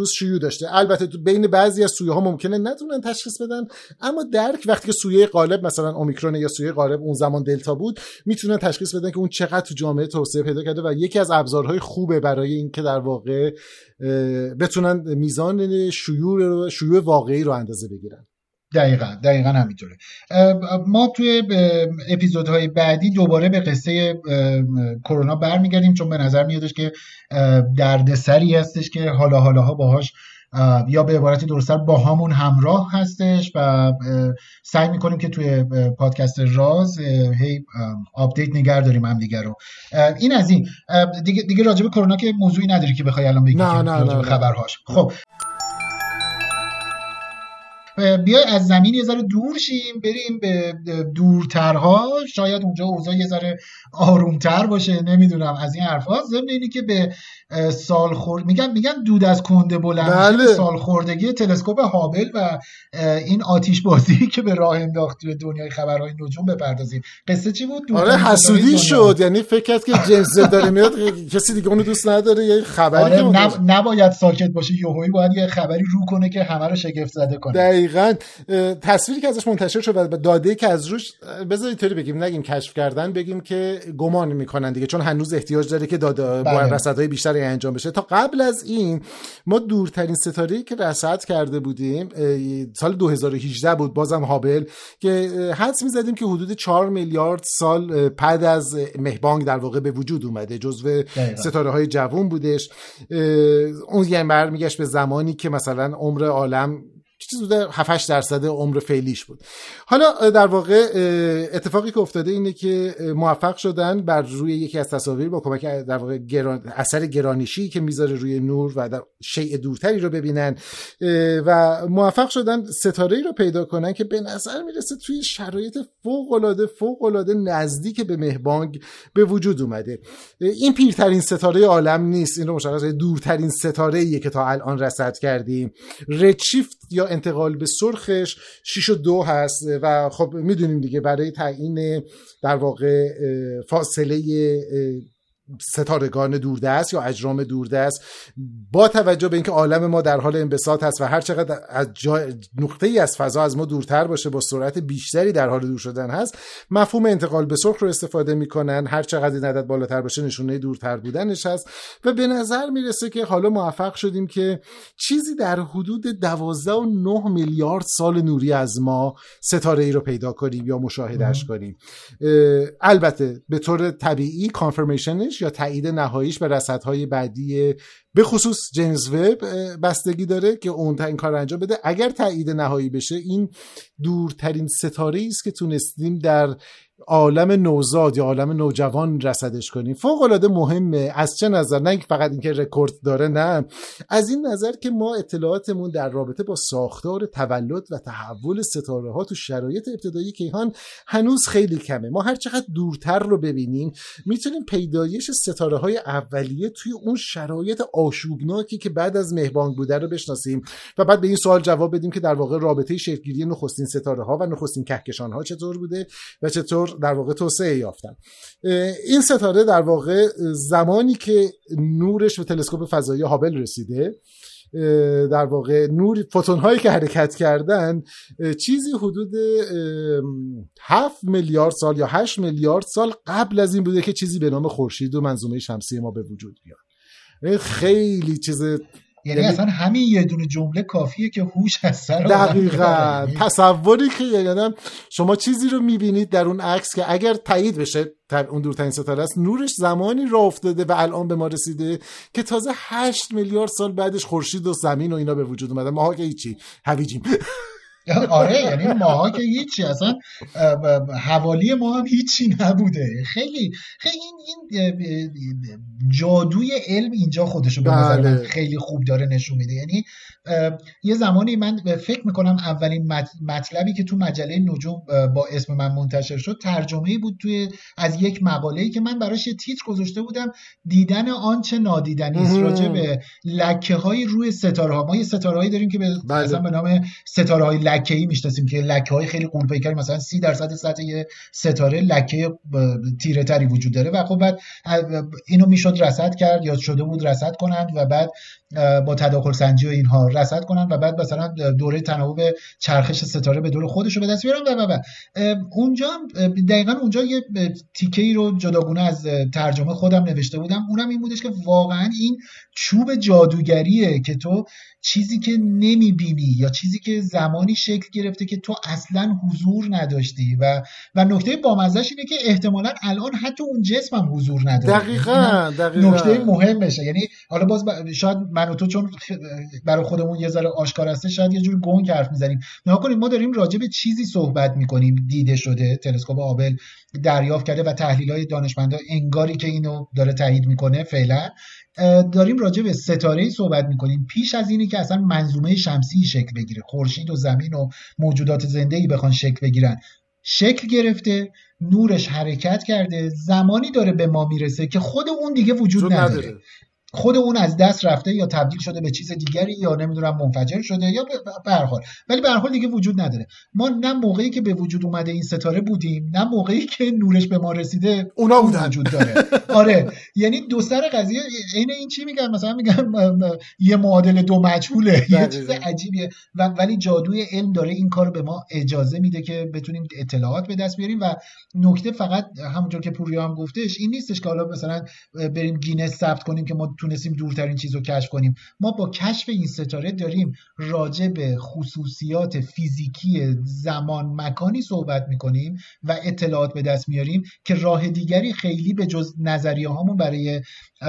ویروس شیوع داشته. البته تو بین بعضی از سویه ها ممکنه نتونن تشخیص بدن، اما درک وقتی که سویه غالب مثلا اومیکرون یا سویه غالب اون زمان دلتا بود میتونن تشخیص بدن که اون چقدر تو جامعه توسعه پیدا کرده و یکی از ابزارهای خوبه برای اینکه در واقع بتونن میزان شیوع واقعی رو اندازه بگیرن. دقیقاً همینطوره. ما توی اپیزودهای بعدی دوباره به قصه کرونا برمیگردیم، چون به نظر میادش که دردسری هستش که حالاها باهاش یا به عبارت درست‌تر با همون همراه هستش و سعی میکنیم که توی پادکست راز هی آپدیت نگه داریم هم دیگه رو. این از این دیگه راجع به کرونا که موضوعی نداری که بخوای الان بگی راجع به خبرهاش. خب بیای از زمین یه ذره دور شیم، بریم به دورترها، شاید اونجا اوضاع یه ذره آرومتر باشه، نمیدونم از این حرفا. ضمن اینی که به سالخورد میگن دود از کنده بلند، بله. سالخوردگی تلسکوپ هابل و این آتش بازی که به راه انداخت توی دنیای خبرهای نجوم بپردازیم. قصه چی بود؟ آره حسودی شد، یعنی فکر کرد که جیمز داره میاد کسی دیگه اونو دوست نداره، یه خبری که نباید ساکت باشه، یهویی باید یه خبری رو کنه که همه رو شگفت زده کنه. دقیقاً تصویری که ازش منتشر شد و داده‌ای که از روش، بذارید اینطوری بگیم، نگیم کشف کردن، بگیم که گمان میکنن دیگه، چون هنوز احتیاج داره که داده با رصدهای بیشتری انجام بشه. تا قبل از این ما دورترین ستاره‌ای که رصد کرده بودیم سال 2018 بود، بازم هابل، که حدس می‌زدیم که حدود 4 میلیارد سال بعد از مهبانگ در واقع به وجود اومده، جزو ستاره‌های جوان بودش. اون یعنی برمیگشت به زمانی که مثلا عمر عالم چیز بوده 7-8% عمر فعلیش بود. حالا در واقع اتفاقی که افتاده اینه که موفق شدن بر روی یکی از تصاویر با کمک در واقع اثر گرانشی که میذاره روی نور و در شیء دورتری رو ببینن و موفق شدن ستاره‌ای رو پیدا کنن که به نظر میرسه توی شرایط فوق‌العاده نزدیک به مهبانگ به وجود اومده. این پیرترین ستاره عالم نیست، این رو مشخصه دورترین ستاره‌ایه که تا الان رصد کردیم. ردشیفت یا انتقال به سرخش 6.2 هست و خب میدونیم دیگه برای تعیین در واقع فاصله ستارگان دوردست یا اجرام دوردست، با توجه به اینکه عالم ما در حال انبساط هست و هر چقدر از نقطه‌ای از فضا از ما دورتر باشه با سرعت بیشتری در حال دور شدن هست، مفهوم انتقال به سرخ رو استفاده میکنن. هر چقدر این عدد بالاتر باشه نشونه دورتر بودنش هست و به نظر میرسه که حالا موفق شدیم که چیزی در حدود 12.9 میلیارد سال نوری از ما ستاره ای رو پیدا کنیم یا مشاهدهش کنیم. البته به طور طبیعی کانفرمیشنش یا تایید نهاییش به رصدهای بعدی به خصوص جیمز وب بستگی داره که اون این کار رو انجام بده. اگر تایید نهایی بشه این دورترین ستاره‌ای است که تونستیم در عالم نوزاد یا عالم نوجوان رصدش کنیم. فوق العاده مهمه. از چه نظر؟ نه فقط اینکه رکورد داره، نه، از این نظر که ما اطلاعاتمون در رابطه با ساختار تولد و تحول ستاره ها تو شرایط ابتدایی کیهان هنوز خیلی کمه. ما هر چقدر دورتر رو ببینیم میتونیم پیدایش ستاره های اولیه توی اون شرایط آشوبناکی که بعد از مهبانگ بوده رو بشناسیم و بعد به این سوال جواب بدیم که در واقع رابطه شکل‌گیری نخستین ستاره ها و نخستین کهکشان ها چطور بوده و چطور در واقع توسعه یافتن. این ستاره در واقع زمانی که نورش به تلسکوپ فضایی هابل رسیده، در واقع نور فوتون هایی که حرکت کردن چیزی حدود 7 میلیارد سال یا 8 میلیارد سال قبل از این بوده که چیزی به نام خورشید و منظومه شمسی ما به وجود بیاد. خیلی چیز، یعنی اصلا همین یه دونه جمله کافیه که هوش از سر دقیقاً تصوری که یعنی شما چیزی رو میبینید در اون عکس که اگر تایید بشه اون دورترین ستاره است، نورش زمانی راه افتاده و الان به ما رسیده که تازه 8 میلیارد سال بعدش خورشید و زمین و اینا به وجود اومده. ماها که هیچی، هویجیم. آره یعنی ماها که هیچی، اصلا حوالی ما هم هیچی نبوده. خیلی این جادوی علم اینجا خودشو به نظر من خیلی خوب داره نشون میده. یعنی یه زمانی من فکر میکنم اولین مطلبی که تو مجله نجوم با اسم من منتشر شد ترجمه‌ای بود توی از یک مقاله‌ای که من براش یه تیتر گذاشته بودم، دیدن آنچه نادیدنی است، راجع به لکه‌های روی ستاره‌ها. ما یه ستاره‌ای داریم که مثلا به نام ستاره‌های لکه‌ای میشناسیم که لکه‌های خیلی غول‌پیکر، مثلا 30% سطح یه ستاره لکه تیره تری وجود داره و خب بعد اینو میشد رصد کرد یا شده بود رصد کنند و بعد با تداخل سنجی و اینها رصد کنن و بعد مثلا دوره تناوب چرخش ستاره به دور خودش رو به دست بیارن و اونجا دقیقاً اونجا یه تیکه‌ای رو جداگونه از ترجمه خودم نوشته بودم. اونم این بودش که واقعاً این چوب جادوگریه که تو چیزی که نمیبینی یا چیزی که زمانی شکل گرفته که تو اصلا حضور نداشتی و نکته بامزه‌اش اینه که احتمالاً الان حتی اون جسم هم حضور نداره. دقیقاً نکته مهمشه. یعنی حالا باز شاید من و تو چون برای خودمون یه ذره آشکار هسته شاید یه جور گنگ حرف میزنیم. نگاه کنید ما داریم راجع به چیزی صحبت میکنیم دیده شده، تلسکوپ آبل دریافت کرده و تحلیل‌های دانشمندا انگاری که اینو داره تایید میکنه. فعلا داریم راجع به ستاره‌ای صحبت میکنیم پیش از اینی که اصلا منظومه شمسی شکل بگیره، خورشید و زمین و موجودات زنده‌ای بخوان شکل بگیرن. شکل گرفته، نورش حرکت کرده، زمانی داره به ما میرسه که خود اون دیگه وجود نداره. خود اون از دست رفته یا تبدیل شده به چیز دیگری یا نمیدونم منفجر شده یا به هر حال، ولی به هر حال دیگه وجود نداره. ما نه موقعی که به وجود اومده این ستاره بودیم، نه موقعی که نورش به ما رسیده اونا بودن. وجود داره. آره، یعنی دو سر قضیه عین این چی میگن، مثلا میگن یه معادل دو مجهوله، یه چیز عجیبیه ولی جادوی علم داره این کارو به ما اجازه میده که بتونیم اطلاعات به دست بیاریم. و نکته فقط همونجور که پوریا هم گفتش این نیستش که حالا مثلا بریم گینس ثبت کنیم که ما تونستیم دورترین چیز رو کشف کنیم. ما با کشف این ستاره داریم راجع به خصوصیات فیزیکی زمان مکانی صحبت میکنیم و اطلاعات به دست میاریم که راه دیگری خیلی به جز نظریه هامون برای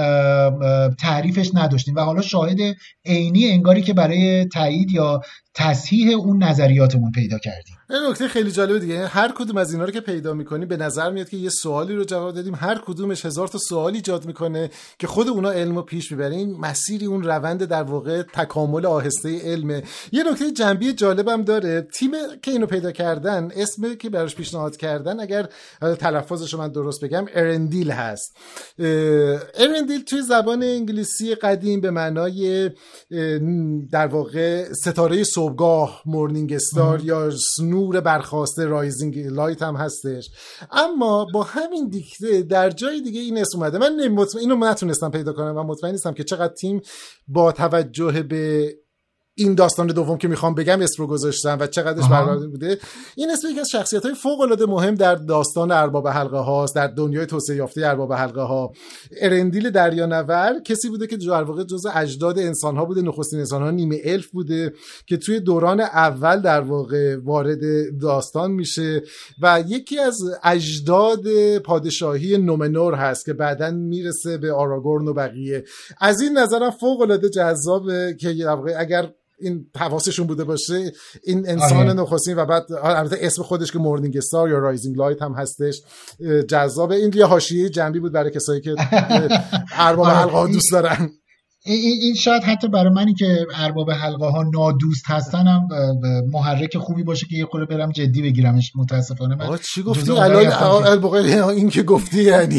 تعریفش نداشتیم و حالا شاهد عینی انگاری که برای تایید یا تصحیح اون نظریاتمون پیدا کردیم. این نکته خیلی جالبه دیگه. هر کدوم از اینا رو که پیدا می‌کنی به نظر میاد که یه سوالی رو جواب دادیم، هر کدومش هزار تا سوال ایجاد میکنه که خود اونا علمو پیش میبره. این مسیری اون روند در واقع تکامل آهسته علمه. یه نکته جنبی جالبم داره. تیم که اینو پیدا کردن، اسمی که براش پیشنهاد کردن اگر تلفظش رو من درست بگم ارندیل هست. ارندیل توی زبان انگلیسی قدیم به معنای در واقع ستاره صبحگاه، مورنینگ استار یا نور برخاسته، رایزینگ لایت هم هستش. اما با همین دیکته در جای دیگه این اسم اومده. من اینو نتونستم پیدا کنم و مطمئن نیستم که چقدر تیم با توجه به این داستان دوم که میخوام بگم اسم رو گذاشتم و چقدرش برآورده بوده. این اسم یکی از شخصیت‌های فوق‌العاده مهم در داستان ارباب حلقه هاست، در دنیای توسعه یافته ارباب حلقه ها. ارندیل دریانورد کسی بوده که در واقع جزء اجداد انسان‌ها بوده، نخستین انسان‌ها نیمه الف بوده که توی دوران اول در واقع وارد داستان میشه و یکی از اجداد پادشاهی نومنور هست که بعداً میرسه به آراگورن و بقیه. از این نظرم فوق‌العاده جذابه که در واقع اگر این حواسشون بوده باشه این انسان نخستین و بعد البته اسم خودش که مورنینگ استار یا رایزینگ لایت هم هستش جذابه. این یه حاشیه جنبی بود برای کسایی که ارباب حلقه ها دوست دارن. این شاید حتی برای منی که ارباب حلقه ها نادوست هستنم محرک خوبی باشه که یه خورده برم جدی بگیرمش. متاسفانه من چی گفتی الان این که گفتی یعنی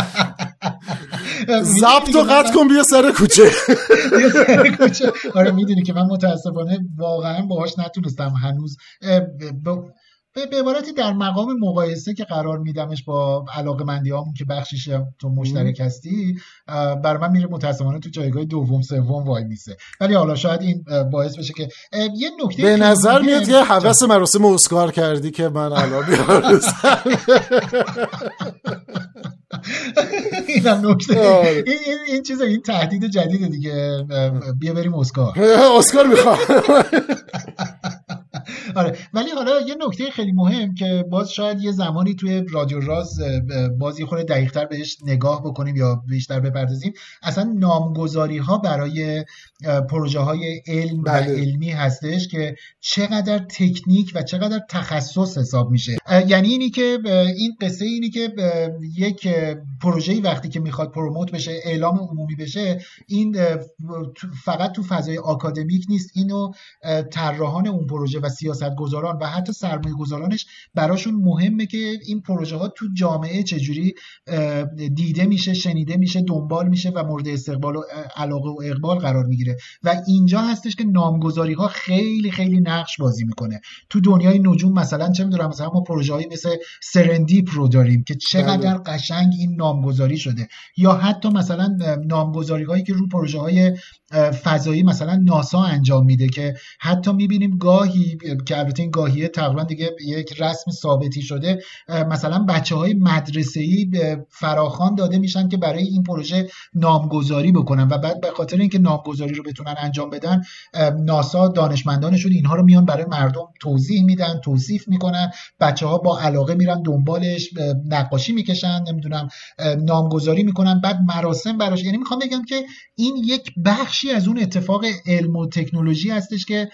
ضبط و قطع کن بیا سر کوچه. آره میدونی که من متاسفانه واقعا باهاش نتونستم هنوز به عبارتی در مقام مقایسه که قرار میدمش با علاقه‌مندیامون که بخشش تو مشترک هستی، برای من میره متاسفانه تو جایگاه دوم سوم وای میسه. ولی حالا شاید این باعث بشه که یه نکته به نظر میاد که هوس مراسم اسکار کردی که من الان بیارم. اینم نکته. این چیزا، این تهدید جدید دیگه. بیا بریم اسکار میخوام. آره، ولی حالا یه نکته خیلی مهم که باز شاید یه زمانی توی رادیو راز باز یه خورده دقیق‌تر بهش نگاه بکنیم یا بیشتر بپردازیم، اصلا نامگذاری ها برای پروژه های علم و علمی هستش که چقدر تکنیک و چقدر تخصص حساب میشه. یعنی اینی که این قصه اینی که یک پروژه‌ای وقتی که میخواد پروموت بشه، اعلام عمومی بشه، این فقط تو فضای آکادمیک نیست. اینو طراحان اون پروژه و سیاستگزاران و حتی سرمایه‌گذارانش براشون مهمه که این پروژه ها تو جامعه چجوری دیده میشه، شنیده میشه، دنبال میشه و مورد استقبال و علاقه و اقبال قرار میگیره. و اینجا هستش که نامگذاری ها خیلی خیلی نقش بازی میکنه. تو دنیای نجوم مثلا چه میدونم، مثلا ما پروژه هایی مثل سرندیپ رو داریم که چقدر قشنگ این نامگذاری شده، یا حتی مثلا نامگذاری هایی که رو پروژه های فضایی مثلا ناسا انجام میده که حتی میبینیم گاهی که البته این گاهیه تقریبا دیگه یک رسم ثابتی شده، مثلا بچه‌های مدرسه‌ای فراخوان داده میشن که برای این پروژه نامگذاری بکنن و بعد به خاطر اینکه نامگذاری رو بتونن انجام بدن، ناسا دانشمندانشون اینها رو میان برای مردم توضیح میدن، توصیف میکنن، بچه‌ها با علاقه میرن دنبالش، نقاشی میکشن، نمیدونم نامگذاری میکنن، بعد مراسم براش. یعنی میخوام بگم که این یک بخشی از اون اتفاق علم و تکنولوژی هستش که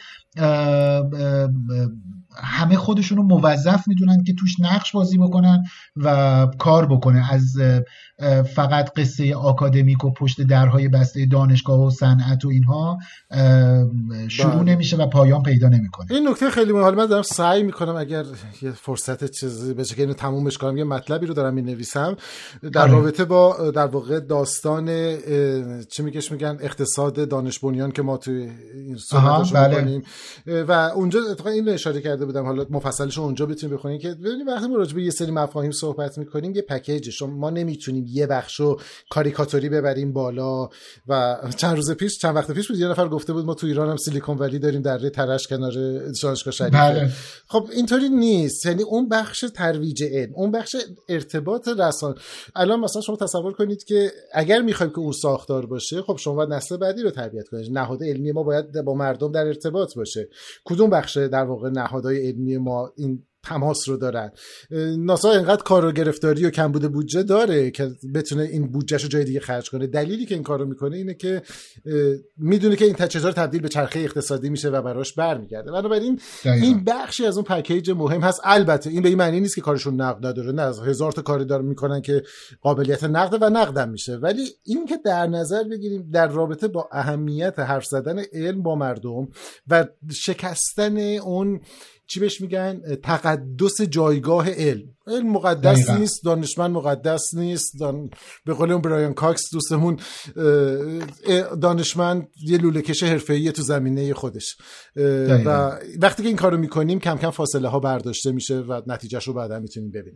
همه خودشونو موظف میدونن که توش نقش بازی بکنن و کار بکنه. از فقط قصه آکادمیک و پشت درهای بسته دانشگاه و صنعت و اینها شروع نمیشه و پایان پیدا نمیکنه. این نکته خیلی مهمه. من دارم سعی میکنم اگر یه فرصت چیزی بشه که اینو تمومش کنم، یه مطلبی رو دارم مینویسم در رابطه با در واقع داستان چی میگن اقتصاد دانش بنیان که ما توی این صحبتاشو می‌کنیم و اونجا اتفاقا این رو اشاره کرده بودم، حالا مفصلش رو اونجا بتونیم بخونیم که ببینید وقتی ما راجع به یه سری مفاهیم صحبت می‌کنیم یه پکیج، ما نمیتونیم یه بخشو کاریکاتوری ببریم بالا. و چند وقت پیش بود یه نفر گفته بود ما تو ایران هم سیلیکون ولی داریم در ترش کنار دانشگاه شریف. بله. خب اینطوری نیست. یعنی اون بخش ترویج علم، اون بخش ارتباط رسانه. الان مثلا شما تصور کنید که اگر می‌خوایم که اون ساختار باشه، خب شما باید نسل بعدی رو تربیت کنید. نهاد علمی ما باید با مردم در ارتباط باشه. کدوم بخش در واقع نهادهای علمی ما این تماس رو دارن؟ ناسا اینقدر کار و گرفتاری و کمبود بودجه داره که بتونه این بودجهشو جای دیگه خرج کنه. دلیلی که این کارو میکنه اینه که میدونه که این چطور تبدیل به چرخه اقتصادی میشه و براش برمیگرده. بنابراین این بخشی از اون پکیج مهم هست. البته این به این معنی نیست که کارشون نقد نداره، نه، هزار تا کاری دارن میکنن که قابلیت نقد و نقدم میشه، ولی این که در نظر بگیریم در رابطه با اهمیت حرف زدن علم با مردم و شکستن اون چی بهش میگن تقدس جایگاه علم مقدس نیست، دانشمند مقدس نیست. به قول اون برایان کاکس دوستمون، دانشمند یه لوله کش حرفه‌ای تو زمینه خودش. و وقتی که این کارو میکنیم کم کم فاصله ها برداشته میشه و نتیجهش رو بعدا میتونیم ببینیم.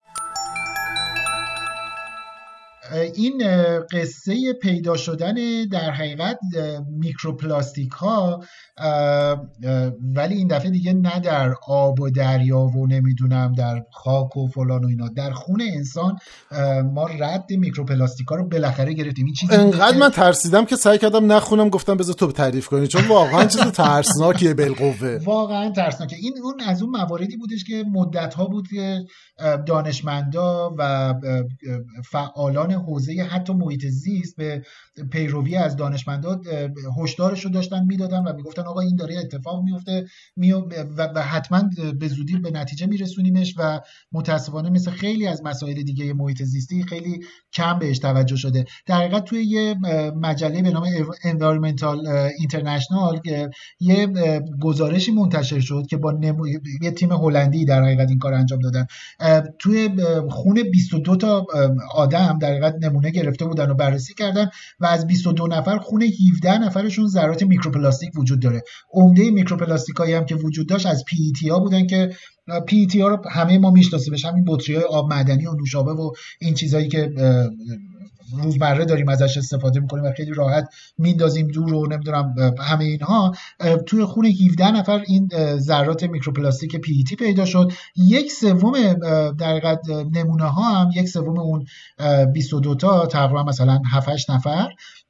این قصه پیدا شدن در حقیقت میکروپلاستیک ها، ولی این دفعه دیگه نه در آب و دریا و نمیدونم در خاک و فلان و اینا، در خون انسان ما رد میکروپلاستیک ها رو بالاخره گرفتیم. این چیزی انقدر من ترسیدم که سعی کردم نخونم، گفتم بذار تو تعریف کنی، چون واقعا چیز ترسناکیه بالقوه. واقعا ترسناکه. این اون از اون مواردی بودش که مدت ها بود که دانشمندا و فعالان حوزه حتی محیط زیست به پیروی از دانشمندا هشدارش رو داشتن میدادن و میگفتن آقا این داره اتفاق میفته و حتما به زودی به نتیجه میرسونیمش. و متاسفانه مثل خیلی از مسائل دیگه محیط زیستی خیلی کم بهش توجه شده. در حقیقت توی یه مجله به نام Environmental International یه گزارشی منتشر شد که با یه تیم هلندی در حقیقت این کار انجام دادن. توی خون 22 تا آدم در حقیقت نمونه گرفته بودن و بررسی کردن و از 22 نفر خون 17 نفرشون ذرات میکروپلاستیک وجود داره. عمده میکروپلاستیکایی هم که وجود داشت از PET ها بودن که PET ها رو همه ما میشناسیم، همین بطری‌های آب معدنی و نوشابه و این چیزایی که روزمره داریم ازش استفاده میکنیم و خیلی راحت میندازیم دور و نمیدونم همه اینها. توی خون 17 نفر این ذرات میکروپلاستیک PET پیدا شد. 1/3 در حقیقت نمونه ها هم 1/3 اون 22 تا تقریبا مثلا 7-8 نفر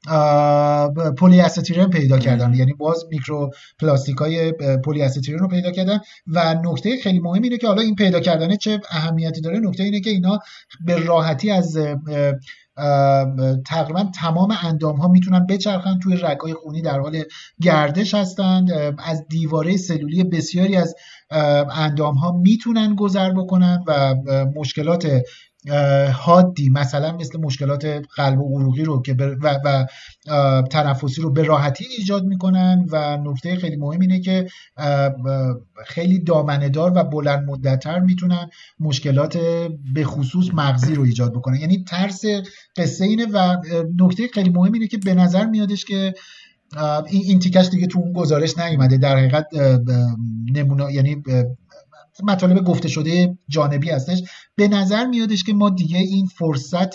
پلی استیرن پیدا کردن، یعنی باز میکروپلاستیکای پلی استیرن رو پیدا کردن. و نکته خیلی مهم اینه که حالا این پیدا کردن چه اهمیتی داره، نکته اینه که اینا به راحتی از تقریبا تمام اندام ها میتونن بچرخن، توی رگ‌های خونی در حال گردش هستند، از دیواره سلولی بسیاری از اندام ها میتونن گذر بکنن و مشکلات حادی مثلا مثل مشکلات قلب و عروقی رو که و تنفسی رو به راحتی ایجاد میکنن و نکته خیلی مهم اینه که خیلی دامنه‌دار و بلند مدت‌تر میتونن مشکلات به خصوص مغزی رو ایجاد بکنن. یعنی ترس قصه اینه و نکته خیلی مهم اینه که به نظر میادش که این تیکش دیگه تو اون گزارش نیومده، در حقیقت نمونه یعنی مطالب گفته شده جانبی هستش. به نظر میادش که ما دیگه این فرصت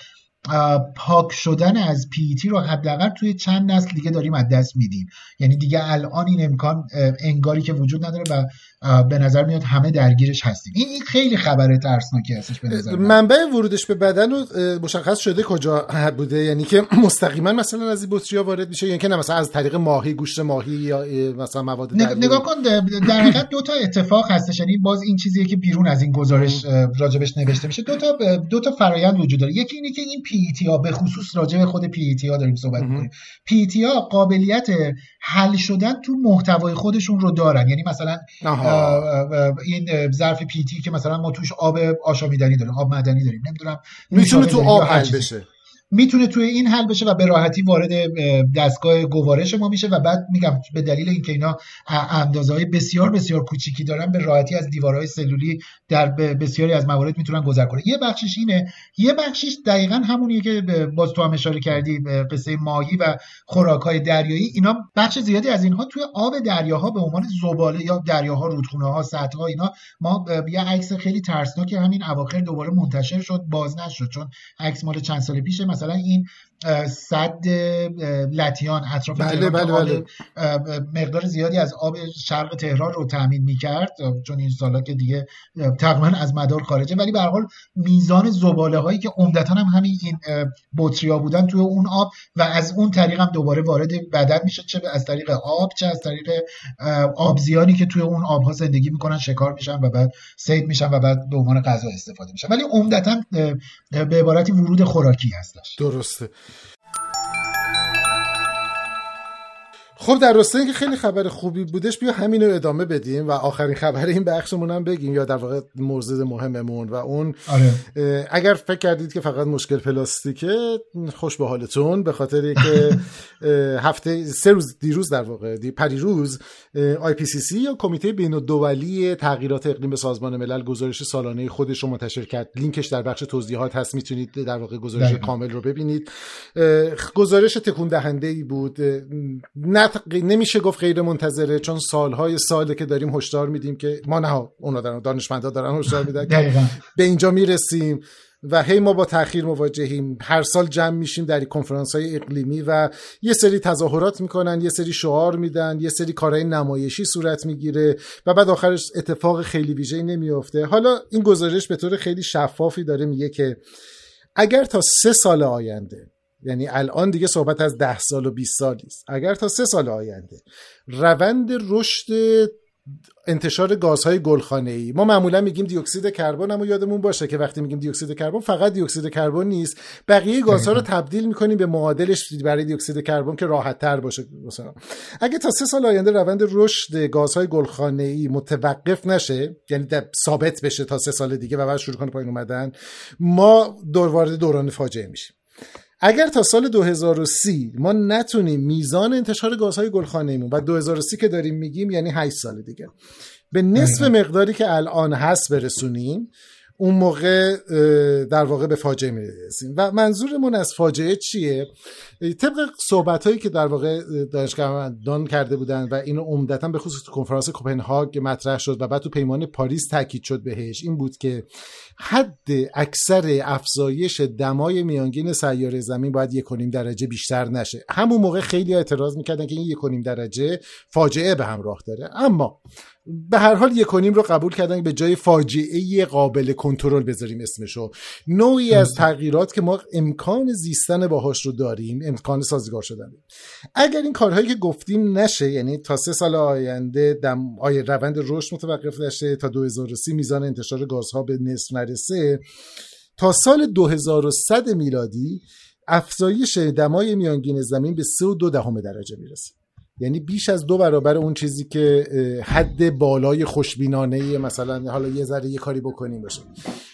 پاک شدن از PET رو حداقل توی چند نسل دیگه داریم از دست میدیم. یعنی دیگه الان این امکان انگاری که وجود نداره و به نظر میاد همه درگیرش هستیم. این خیلی خبر ترسناکی هستش به نظر من. منبع ورودش به بدن رو مشخص شده کجا بوده؟ یعنی که مستقیما مثلا از این بطری‌ها وارد میشه، یعنی که نه مثلا از طریق ماهی، گوشت ماهی یا مثلا مواد دریایی؟ نگاه کن در حقیقت دو تا اتفاق هستش. یعنی باز این چیزیه که بیرون از این گزارش راجبش نوشته میشه. دو تا فرآیند وجود داره. یکی اینه که این PET ها، به خصوص راجب خود PET ها داریم صحبت می‌کنیم، PET ها قابلیت حل شدن تو محتوای خودشون رو دارن. یعنی مثلا این ظرف PET که مثلا ما توش آب آشامیدنی داریم، آب معدنی داریم، نمیدونم میتونه تو آب حل بشه، میتونه توی این حل بشه و به راحتی وارد دستگاه گوارش ما میشه و بعد میگم به دلیل اینکه اینا اندازه‌های بسیار بسیار کوچیکی دارن به راحتی از دیوارهای سلولی در بسیاری از موارد میتونن گذر کنن. یه بخشش اینه، یه بخشش دقیقاً همونیه که باز تو هم اشاره کردی، قصه ماهی و خوراک‌های دریایی. اینا بخش زیادی از اینها توی آب دریاها به عنوان زباله یا دریاها، رودخونه‌ها، سدها، اینا ما یه عکس خیلی ترسناک همین اواخر دوباره منتشر شد، باز نشد چون عکس مال چند سال پیشه. مثلا این سد لطیان اطراف تهران مقدار زیادی از آب شرق تهران رو تامین می‌کرد، چون این سالا که دیگه تقریبا از مدار خارجه، ولی به هر حال میزان زباله هایی که عمدتاً هم همین این بطری‌ها بودن توی اون آب و از اون طریق هم دوباره وارد بدن میشه، چه از طریق آب چه از طریق آبزیانی که توی اون آبها زندگی میکنن، شکار میشن و بعد صید میشن و بعد به عنوان غذا استفاده میشن، ولی عمدتاً به عبارتی ورود خوراکی هستش. درسته. خب در راستای اینکه خیلی خبر خوبی بودش، بیا همین رو ادامه بدیم و آخرین خبر این بخشمون هم بگیم، یا در واقع موضوع مهممون و اون اگر فکر کردید که فقط مشکل پلاستیکه، خوش به حالتون، به خاطر اینکه هفته 3 روز دیروز در واقع پریروز IPCC یا کمیته بین‌الدولی تغییرات اقلیم سازمان ملل گزارش سالانه خودش رو منتشر کرد. لینکش در بخش توضیحات هست، میتونید در واقع گزارش کامل رو ببینید. گزارش تکون دهنده‌ای بود، نمیشه گفت غیر منتظره، چون سالهای ساله که داریم هشدار میدیم که ما نه اونا دانشمندا دارن هشدار میدن که به اینجا میرسیم و هی ما با تأخیر مواجهیم. هر سال جمع میشیم در کنفرانس‌های اقلیمی و یه سری تظاهرات میکنن، یه سری شعار میدن، یه سری کارهای نمایشی صورت میگیره و بعد آخرش اتفاق خیلی ویژه‌ای نمیافته. حالا این گزارش به طور خیلی شفافی داره میگه که اگر تا 3 سال آینده، یعنی الان دیگه صحبت از 10 سال و 20 سال نیست، اگر تا 3 سال آینده روند رشد انتشار گازهای گلخانه‌ای، ما معمولا میگیم دی اکسید کربن، اما یادمون باشه که وقتی میگیم دی اکسید کربن فقط دی اکسید کربن نیست، بقیه گازها رو تبدیل میکنیم به معادلش برای دی اکسید کربن که راحت تر باشه. مثلا اگه تا 3 سال آینده روند رشد گازهای گلخانه‌ای متوقف نشه، یعنی ثابت بشه تا 3 سال دیگه و بعد شروع کنه پایین اومدن، ما وارد دوران فاجعه میشیم. اگر تا سال 2030 ما نتونیم میزان انتشار گازهای گلخانه‌ایمون و 2030 که داریم میگیم یعنی 8 سال دیگه به نصف مقداری که الان هست برسونیم، اون موقع در واقع به فاجعه میرسیم. و منظورمون از فاجعه چیه؟ طبق صحبت‌هایی که در واقع دانشمندان کرده بودن و اینو عمدتاً به خصوص تو کنفرانس کوپنهاگ مطرح شد و بعد تو پیمان پاریس تاکید شد بهش، این بود که حد اکثر افزایش دمای میانگین سیاره زمین باید 1.5 درجه بیشتر نشه. همون موقع خیلی اعتراض میکردن که این 1.5 درجه فاجعه به همراه داره، اما به هر حال 1.5 رو قبول کردن که به جای فاجعه قابل کنترل بذاریم اسمشو. نوعی از تغییرات که ما امکان زیستن باهاش رو داریم، امکان سازگار شدن. اگر این کارهایی که گفتیم نشه، یعنی تا 3 سال آینده روند رشد متوقف نشه، تا 2030 میزان انتشار گازها به نصف نرسه، تا سال 2100 میلادی افزایش دمای میانگین زمین به 3.2 درجه میرسه. یعنی بیش از 2 برابر اون چیزی که حد بالای خوشبینانه مثلا حالا یه ذره یه کاری بکنیم باشه.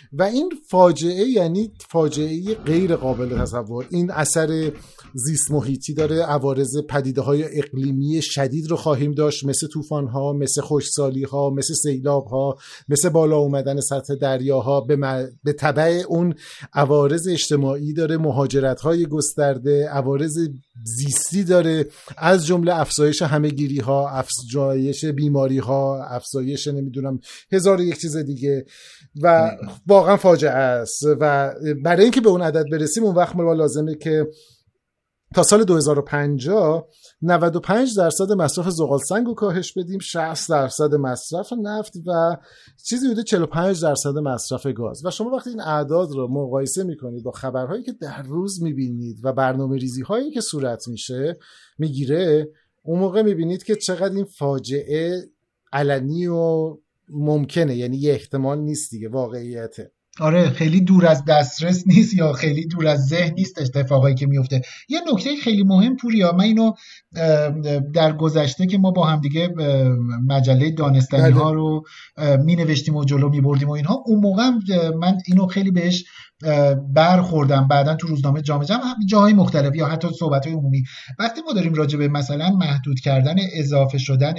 و این فاجعه یعنی فاجعه غیر قابل تصور. این اثر زیست محیطی داره، عوارض پدیده‌های اقلیمی شدید رو خواهیم داشت، مثل طوفان‌ها، مثل خشکسالی‌ها، مثل سیلاب‌ها، مثل بالا اومدن سطح دریاها. به تبع اون عوارض اجتماعی داره، مهاجرت‌های گسترده، عوارض زیستی داره، از جمله افزایش همه‌گیری‌ها، افزایش بیماری‌ها، افزایش نمیدونم هزار یک چیز دیگه و واقعا فاجعه است. و برای اینکه به اون عدد برسیم اون وقت ما لازمه که تا سال 2050 95% مصرف زغالسنگ رو کاهش بدیم، 60% مصرف نفت و چیزی حدود 45% مصرف گاز. و شما وقتی این اعداد رو مقایسه میکنید با خبرهایی که در روز میبینید و برنامه‌ریزی هایی که صورت میگیره، اون موقع میبینید که چقدر این فاجعه علنی و ممکنه، یعنی یه احتمال نیست دیگه، واقعیته. آره، خیلی دور از دسترس نیست یا خیلی دور از ذهن نیست اتفاقایی که میفته. یه نکته خیلی مهم پوریا، من اینو در گذشته که ما با هم دیگه مجله دانستنی ها رو می نوشتیم و جلو می بردیم و اینها، اون موقع من اینو خیلی بهش برخوردم بعدن تو روزنامه جامعه جاهای مختلف یا حتی صحبت‌های عمومی. وقتی ما داریم راجع به مثلا محدود کردن اضافه شدن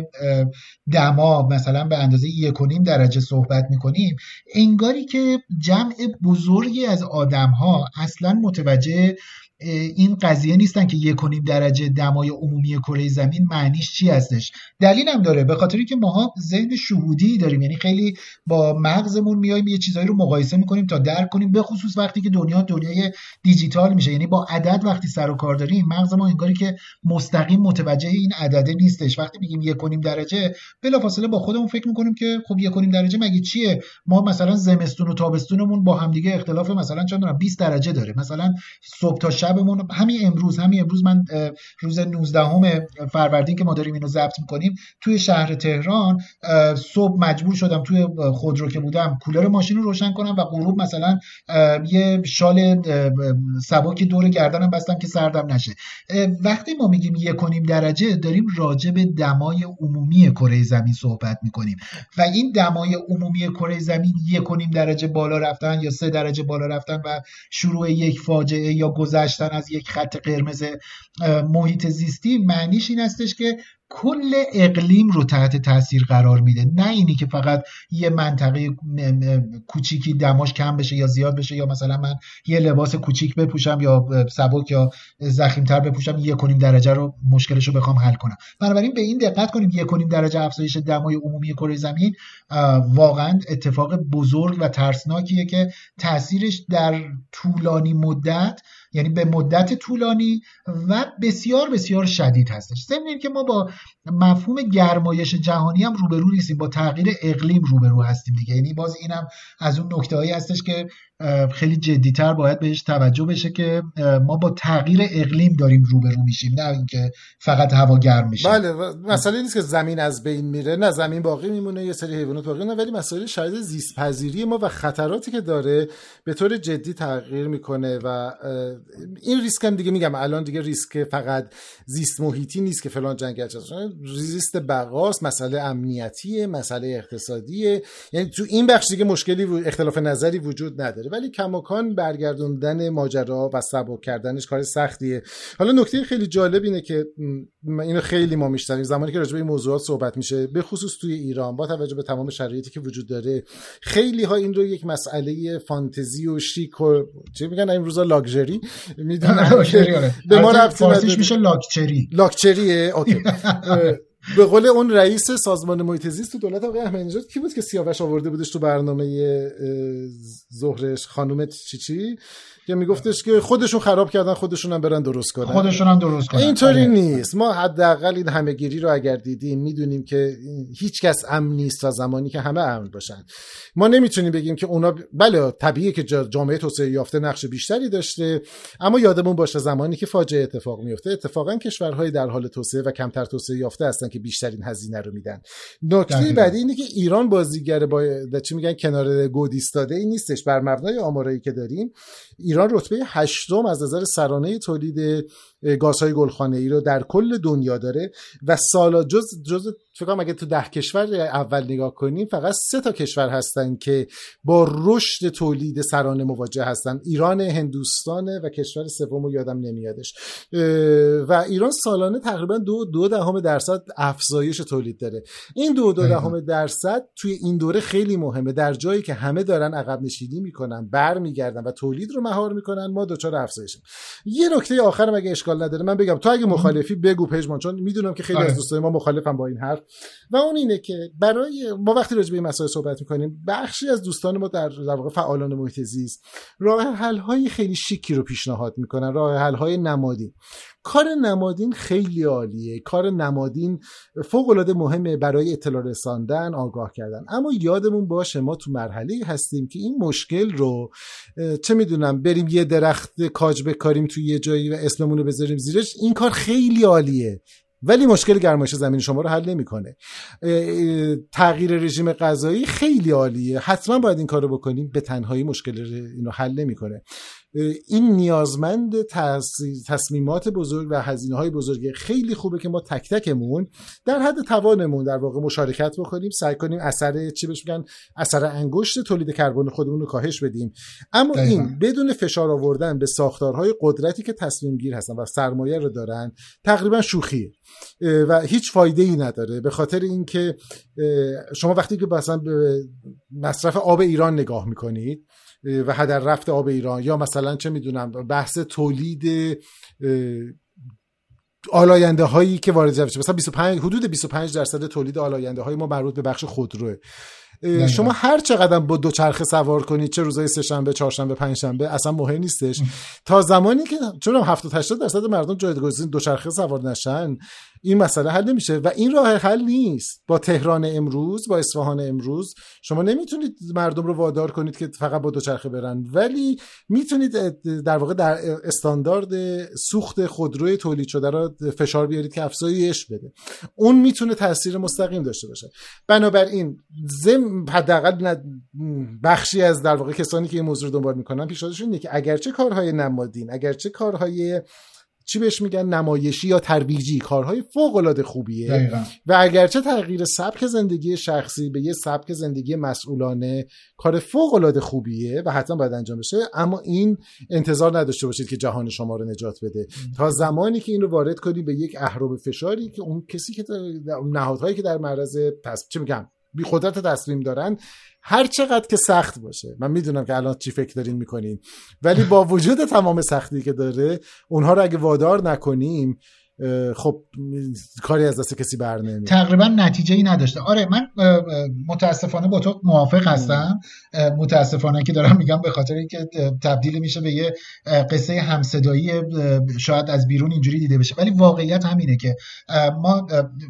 دما مثلا به اندازه 1.5 درجه صحبت می‌کنیم، انگاری که جمع بزرگی از آدم‌ها اصلاً متوجه این قضیه نیستن که 1.5 درجه دمای عمومی کره زمین معنیش چی هستش. دلیل هم داره، به خاطری که ماها ذهن شهودی داریم، یعنی خیلی با مغزمون میایم یه چیزایی رو مقایسه میکنیم تا درک کنیم، به خصوص وقتی که دنیای دیجیتال میشه، یعنی با عدد وقتی سر و کار داریم مغز ما انگاری که مستقیم متوجه این عدده نیستش. وقتی میگیم 1.5 درجه بلافاصله با خودمون فکر میکنیم که خب 1.5 درجه مگه چیه، ما مثلا زمستون و تابستونمون با هم دیگه اختلاف مثلا چند 20 درجه داره، مثلا صبح تا شبمون همین امروز من روز 19 فروردین که ما داریم اینو ضبط میکنیم توی شهر تهران صبح مجبور شدم توی خودرو که بودم کولر ماشین رو روشن کنم و غروب مثلا یه شال سبک دور گردنم بستم که سردم نشه. وقتی ما میگیم 1.5 درجه داریم راجع به دمای عمومی کره زمین صحبت میکنیم و این دمای عمومی کره زمین 1.5 درجه بالا رفتن یا 3 درجه بالا رفتن و شروع یک فاجعه یا گذشتن از یک خط قرمز محیط زیستی معنیش این هستش که کل اقلیم رو تحت تاثیر قرار میده، نه اینی که فقط یه منطقه کوچیکی دماش کم بشه یا زیاد بشه یا مثلا من یه لباس کوچیک بپوشم یا سبک یا ضخیم‌تر بپوشم 1.5 درجه رو مشکلش رو بخوام حل کنم. بنابراین به این دقت کنیم 1.5 درجه افزایش دمای عمومی کره زمین واقعا اتفاق بزرگ و ترسناکیه که تاثیرش در طولانی مدت، یعنی به مدت طولانی و بسیار بسیار شدید هستش. ضمن اینکه ما با مفهوم گرمایش جهانی هم روبرو نیستیم، با تغییر اقلیم روبرو هستیم دیگه. یعنی باز اینم از اون نکته‌هایی هستش که خیلی جدی‌تر باید بهش توجه بشه که ما با تغییر اقلیم داریم روبرو میشیم، نه اینکه فقط هوا گرم میشه. بله، مسئله نیست که زمین از بین میره، نه زمین باقی میمونه، یه سری حیوانات باقی میمونه، ولی مسئله شرایط زیست پذیری ما و خطراتی که داره به طور جدی تغییر میکنه و این ریسک هم دیگه میگم الان دیگه ریسک فقط زیست محیطی نیست که فلان جنگل هست، زیست بقاست، مسئله امنیتیه، مسئله اقتصادیه. یعنی تو این بخش دیگه مشکلی اختلاف نظری وجود نداره، ولی کماکان برگردوندن ماجرا و سبک کردنش کار سختیه. حالا نکته خیلی جالب اینه که اینو خیلی ما میشنویم زمانی که راجع به این موضوعات صحبت میشه، به خصوص توی ایران با توجه به تمام شرایطی که وجود داره، خیلی ها این رو یک مسئله فانتزی و شیک و چه میگن این روزا لاکچری میدونن. به ما رفتش میشه لاکچریه. اوکی. به قول اون رئیس سازمان محیط زیست تو دولت آقای احمدی نژاد کی بود که سیاوش آورده بودش تو برنامه ظهرش، خانم چی که میگفتش که خودشون خراب کردن خودشون هم برن درست کنن. اینطوری نیست. ما حداقل این همه‌گیری رو اگر دیدیم میدونیم که هیچ کس امن نیست تا زمانی که همه امن باشن. ما نمیتونیم بگیم که اونا بله طبیعیه که جامعه توسعه یافته نقش بیشتری داشته، اما یادمون باشه زمانی که فاجعه اتفاق میفته اتفاقا کشورهای در حال توسعه و کمتر توسعه یافته هستن که بیشترین هزینه رو میدن. نکته بعدی اینه که ایران بازیگر چی میگن کنار گود ایستاده ای نیستش. بر مبنای آمارایی که داریم ایران رتبه 8 از نظر سرانه تولید گازهای گلخانه‌ای رو در کل دنیا داره و جز فکر کنم اگه تو 10 کشور اول نگاه کنیم فقط 3 تا کشور هستن که با رشد تولید سرانه مواجه هستن، ایران، هندوستان و کشور سومو یادم نمیادش. و ایران سالانه تقریبا 2.2% افزایش تولید داره. این 2.2% توی این دوره خیلی مهمه. در جایی که همه دارن عقب نشینی میکنن، برمیگردن و تولید رو مهار میکنن، ما دچار افزایشیم. یه نکته آخرم اگه اشکال نداره من بگم، تو اگه مخالفی بگو پژمان، چون میدونم که خیلی از دوستای ما مخالفن با این حرف، و اون اینه که برای ما وقتی راجع به این مسائل صحبت میکنیم، بخشی از دوستان ما در واقع فعالان محیط زیست راه حل های خیلی شیکی رو پیشنهاد میکنن، راه حل های نمادین. کار نمادین خیلی عالیه، کار نمادین فوق العاده مهمه برای اطلاع رساندن، آگاه کردن، اما یادمون باشه ما تو مرحله‌ای هستیم که این مشکل رو چه میدونم بریم یه درخت کاج بکاریم توی یه جایی و اسممون رو بذاریم زیرش، این کار خیلی عالیه ولی مشکل گرمایش زمین شما رو حل نمیکنه. تغییر رژیم غذایی خیلی عالیه، حتما باید این کارو بکنیم، به تنهایی مشکل اینو حل نمیکنه. این نیازمند تصمیمات بزرگ و هزینه‌های بزرگه. خیلی خوبه که ما تک تکمون در حد توانمون در واقع مشارکت بکنیم، سعی کنیم اثر چی بهش میگن اثر انگشت تولید کربن خودمون رو کاهش بدیم، اما این بدون فشار آوردن به ساختارهای قدرتی که تصمیم گیر هستن و سرمایه رو دارن تقریبا شوخیه و هیچ فایده ای نداره. به خاطر اینکه شما وقتی که مثلا به مصرف آب ایران نگاه میکنید و هدر رفت آب ایران، یا مثلا چه میدونم بحث تولید آلاینده هایی که وارد جوشه، مثلا حدود 25% تولید آلاینده های ما مربوط به بخش خودروه. شما هر چقدر با دوچرخه سوار کنید، چه روزای سه‌شنبه، چهارشنبه، پنجشنبه، اصلا مهم نیستش، تا زمانی که چون 70-80% مردم جایگزین دوچرخه سوار نشن این مسئله حل نمیشه. و این راه حل نیست. با تهران امروز، با اصفهان امروز شما نمیتونید مردم رو وادار کنید که فقط با دوچرخه برن، ولی میتونید در واقع در استاندارد سوخت خودروی تولید شده را فشار بیارید که افزایش بده. اون میتونه تاثیر مستقیم داشته باشه. بنابراین حداقل بخشی از در واقع کسانی که این موضوع رو دنبال میکنن پیشنهادشون اینه که اگرچه کارهای نمادین، اگرچه کارهای چی بهش میگن نمایشی یا ترویجی کارهای فوق العاده خوبیه دقیقا. و اگرچه تغییر سبک زندگی شخصی به یه سبک زندگی مسئولانه کار فوق العاده خوبیه و حتما باید انجام بشه، اما این انتظار نداشته باشید که جهان شما رو نجات بده. تا زمانی که این رو وارد کنی به یک اهرم فشاری که اون کسی که نهادهایی که در معرض چی میگم بی قدرت تصمیم دارن، هر چقدر که سخت باشه، من میدونم که الان چی فکر دارین میکنین، ولی با وجود تمام سختی که داره اونها رو اگه وادار نکنیم خب کاری از دست کسی بر نمیاد، تقریبا نتیجه‌ای نداشته. آره من متاسفانه با تو موافق هستم، متاسفانه که دارم میگم به خاطر اینکه تبدیل میشه به یه قصه همصدایی شاید از بیرون اینجوری دیده بشه، ولی واقعیت همینه که ما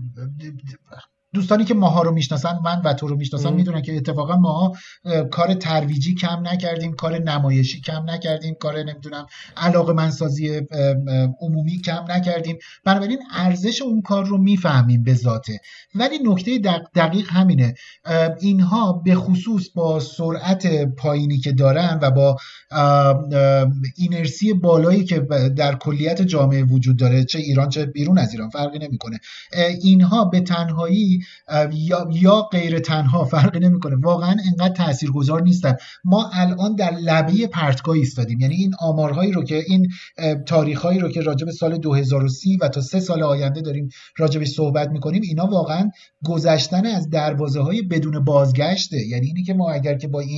دوستانی که ماها رو میشناسن، من و تو رو میشناسن، میدونن که اتفاقا ما کار ترویجی کم نکردیم، کار نمایشی کم نکردیم، کار نمیدونم علاقه‌مندسازی عمومی کم نکردیم. بنابراین ارزش اون کار رو میفهمیم به ذاته. ولی نکته دقیق همینه، اینها به خصوص با سرعت پایینی که دارن و با اینرسی بالایی که در کلیت جامعه وجود داره، چه ایران چه بیرون از ایران فرقی نمیکنه، اینها به تنهایی یا غیر تنها فرقی نمیکنه، واقعا اینقدر تاثیرگذار نیستن. ما الان در لبه پرتگاه ایستادیم، یعنی این آمارهایی رو که این تاریخهایی رو که راجع به سال 2030 و تا 3 سال آینده داریم راجع به صحبت میکنیم، اینا واقعا گذشتن از دروازه‌های بدون بازگشته. یعنی اینی که ما اگر که با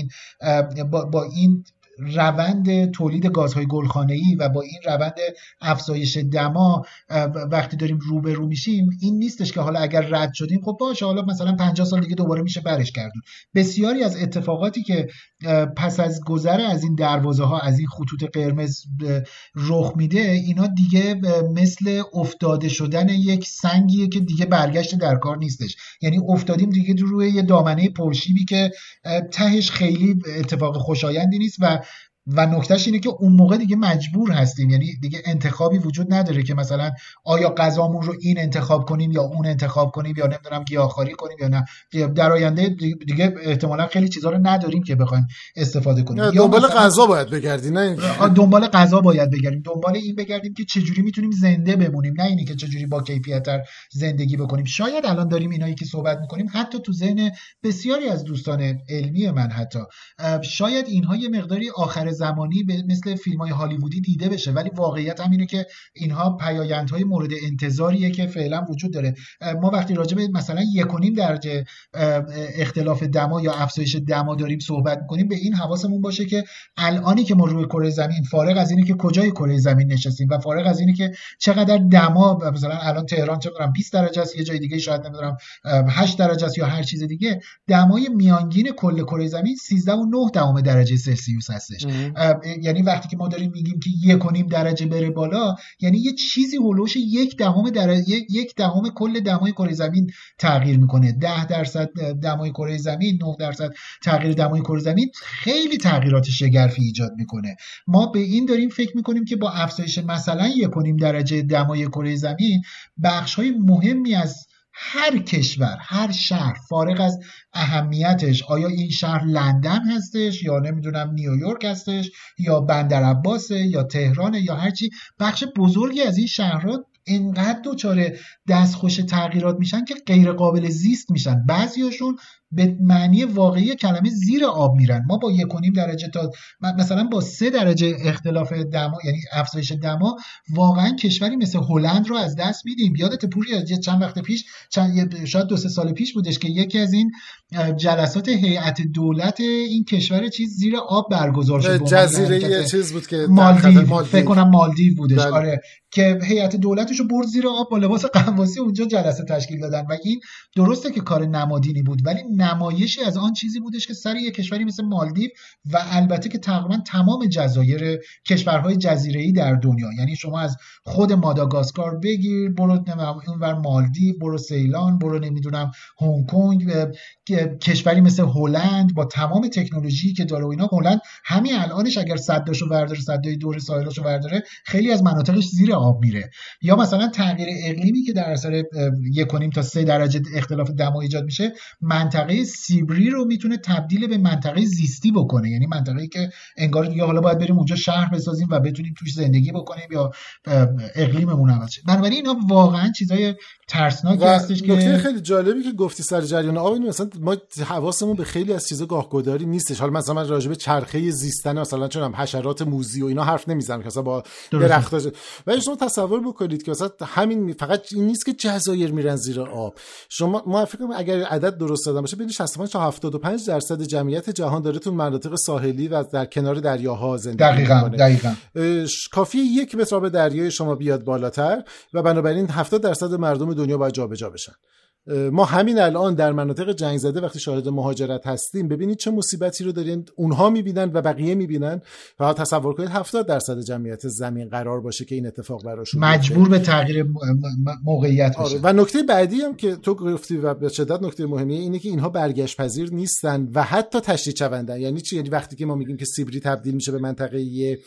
این روند تولید گازهای گلخانه‌ای و با این روند افزایش دما وقتی داریم روبرو میشیم، این نیستش که حالا اگر رد شدیم خب باشه حالا مثلا 50 سال دیگه دوباره میشه برش گردون. بسیاری از اتفاقاتی که پس از گذر از این دروازه‌ها، از این خطوط قرمز رخ میده، اینا دیگه مثل افتاده شدن یک سنگیه که دیگه برگشت در کار نیستش. یعنی افتادیم دیگه روی یه دامنه پرشیبی که تهش خیلی اتفاق خوشایندی نیست و و نکتهش اینه که اون موقع دیگه مجبور هستیم، یعنی دیگه انتخابی وجود نداره که مثلا آیا غذامون رو این انتخاب کنیم یا اون انتخاب کنیم یا نمیدونم گیاهخواری کنیم یا نه. در آینده دیگه احتمالاً خیلی چیزا رو نداریم که بخوایم استفاده کنیم. یا دنبال غذا باید بگردیم، نه دنبال غذا باید بگردیم، دنبال این بگردیم که چجوری میتونیم زنده بمونیم، نه اینی که چجوری با کیفیت‌تر زندگی بکنیم. شاید الان داریم اینایی که صحبت میکنیم حتی تو ذهن بسیاری از دوستان علمی من حتی شاید اینها یه مقداری آخر زمانی مثل فیلم‌های هالیوودی دیده بشه، ولی واقعیت هم اینه که اینها پیامدهای مورد انتظاریه که فعلا وجود داره. ما وقتی راجع به مثلا 1.5 درجه اختلاف دما یا افزایش دما داریم صحبت می‌کنیم، به این حواسمون باشه که الانی که ما روی کره زمین، فارغ از اینه که کجای کره زمین نشستیم و فارغ از اینه که چقدر دما، مثلا الان تهران چه می‌دونم 20 درجه است، یه جای دیگه شاید نمی‌دونم 8 درجه است یا هر چیز دیگه، دمای میانگین کل کره زمین 13.9 درجه سلسیوس هستش. یعنی وقتی که ما داریم میگیم که 1.5 درجه بره بالا، یعنی یه چیزی هولوش 1/10 درجه، 1/10 کل دمای کره زمین تغییر میکنه. 10% دمای کره زمین، 9% تغییر دمای کره زمین خیلی تغییرات شگرفی ایجاد میکنه. ما به این داریم فکر میکنیم که با افزایش مثلا 1.5 درجه دمای کره زمین، بخش‌های مهمی از هر کشور، هر شهر، فارغ از اهمیتش، آیا این شهر لندن هستش یا نمیدونم نیویورک هستش یا بندرعباسه یا تهرانه یا هرچی، بخش بزرگی از این شهرها اینقدر دچار دستخوش تغییرات میشن که غیر قابل زیست میشن. بعضیاشون به معنی واقعی کلمه زیر آب میرن. ما با 1.5 درجه تا مثلا با 3 درجه اختلاف دما، یعنی افزایش دما، واقعا کشوری مثل هلند رو از دست میدیم. یادت پوری چند وقت پیش، شاید 2-3 سال پیش بودش که یکی از این جلسات هیئت دولت این کشور چیز زیر آب برگزار شد. جزیره یه چیز بود که مالدیو، فکر کنم مالدیو بودش. آره، که هیئت دولتشو برد زیر آب با لباس غواصی اونجا جلسه تشکیل دادن و این درسته که کار نمادینی بود، ولی نمایشی از آن چیزی بودش که سر یک کشوری مثل مالدیو و البته که تقریبا تمام جزایر کشورهای جزیره‌ای در دنیا، یعنی شما از خود ماداگاسکار بگیر، برو اونور مالدیو، برو سیلان، برو نمیدونم هنگ کنگ، کشوری مثل هلند با تمام تکنولوژی که داره و اینا. هلند همین الانش اگر سداشو برداره، سدای دور ساحلاشو برداره، خیلی از مناطقش زیر آب میره. یا مثلا تغییر اقلیمی که در اثر 1.5 تا 3 درجه اختلاف دما ایجاد میشه، منطقه سیبری رو میتونه تبدیل به منطقه زیستی بکنه، یعنی منطقه‌ای که انگار دیگه حالا باید بریم اونجا شهر بسازیم و بتونیم توش زندگی بکنیم یا اقلیممون عوض شه. بنابراین اینا واقعا چیزای ترسناکی هستش. که نکته خیلی جالبی که گفتی سر جریان آب، این مثلا ما حواسمون به خیلی از چیزا گاهگداری نیستش. حالا مثلا من راجع به چرخه زیستن مثلا چون حشرات موذی و اینا حرف نمیزنم که مثلا با درخت‌ها، ولی شما تصور بکنید که مثلا همین فقط این نیست که جزایر میرن زیر آب. شما ما فکر کنم اگر عدد درست دادم باشه بین 65 تا 75% جمعیت جهان داره تو مناطق ساحلی و در کنار دریاها زندگی می‌کنه. دقیقاً. کافیه 1 متر آب دریای شما بیاد بالاتر و بنابراین 70% مردم دنیا باید جابجا بشن. ما همین الان در مناطق جنگ زده وقتی شاهد مهاجرت هستیم، ببینید چه مصیبتی رو دارین اونها میبینن و بقیه میبینن. و تصور کنید 70% جمعیت زمین قرار باشه که این اتفاق براشون مجبور به تغییر موقعیت بشه. و نکته بعدی هم که تو گفتی و به شدت نکته مهمیه اینه که اینها برگشت پذیر نیستن و حتی تشدید شوندن. یعنی چی؟ یعنی وقتی که ما میگیم که سیبری تبدیل میشه به منطقه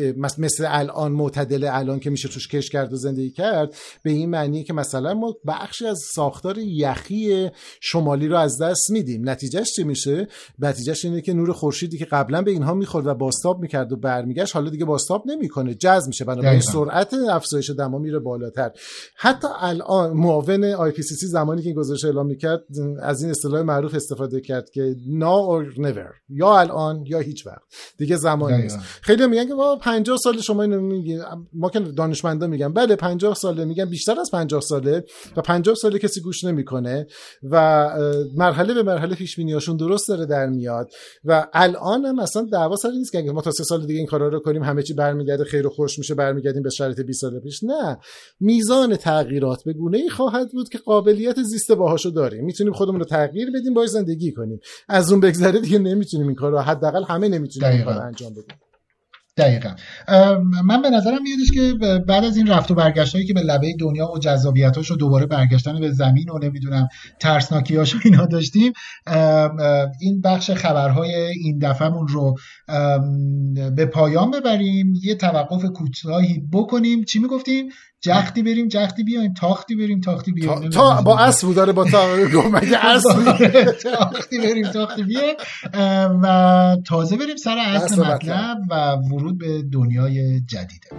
مثل الان معتدل الان که میشه توش کش کرد و زندگی کرد، به این معنیه که مثلا ما بخشی از ساختار یخی شمالی رو از دست میدیم. نتیجهش چی میشه؟ نتیجهش اینه که نور خورشیدی که قبلا به اینها میخورد و بازتاب میکرد و برمیگشت، حالا دیگه بازتاب نمیکنه، جذب میشه، بنابراین سرعت افزایش دما میره بالاتر. حتی الان معاون IPCC زمانی که این گزارش اعلام میکرد از این اصطلاح معروف استفاده کرد که now or never، یا الان یا هیچ وقت دیگه زمان نیست. خیلی میگن که ما 50 سال، شما اینو میگین، ما که دانشمندا میگن بله 50 ساله، میگن بیشتر از 50 ساله و 50 ساله کسی گوش نمیکنه و مرحله به مرحله پیش بینیاشون درست داره در میاد. و الان هم اصلا دعوا سر نیست که ما تا 3 سال دیگه این کارا رو کنیم همه چی برمیگرده خیر و خوش میشه، برمیگردیم به شرایط 20 سال پیش. نه، میزان تغییرات به گونه‌ای خواهد بود که قابلیت زیست باهاشو داریم، میتونیم خودمون رو تغییر بدیم، باهاش زندگی کنیم. از اون بگذره دیگه نمیتونیم این کارو، حداقل همه نمیتونیم این کارو انجام بدیم. دقیقا. من به نظرم میادش که بعد از این رفت و برگشتایی که به لبه دنیا و جذابیتاش و دوباره برگشتن به زمین و نمیدونم ترسناکیاش و اینا داشتیم، این بخش خبرهای این دفعهمون رو به پایان ببریم، یه توقف کوتاهی بکنیم. چی میگفتیم؟ جختی بریم جختی بیایم، تاختی بریم تاختی بیایم. تا با اسب داره با مگه اسب تاختی بریم تاختی بیایم و تازه بریم سر اصل مطلب و ورود به دنیای جدیده.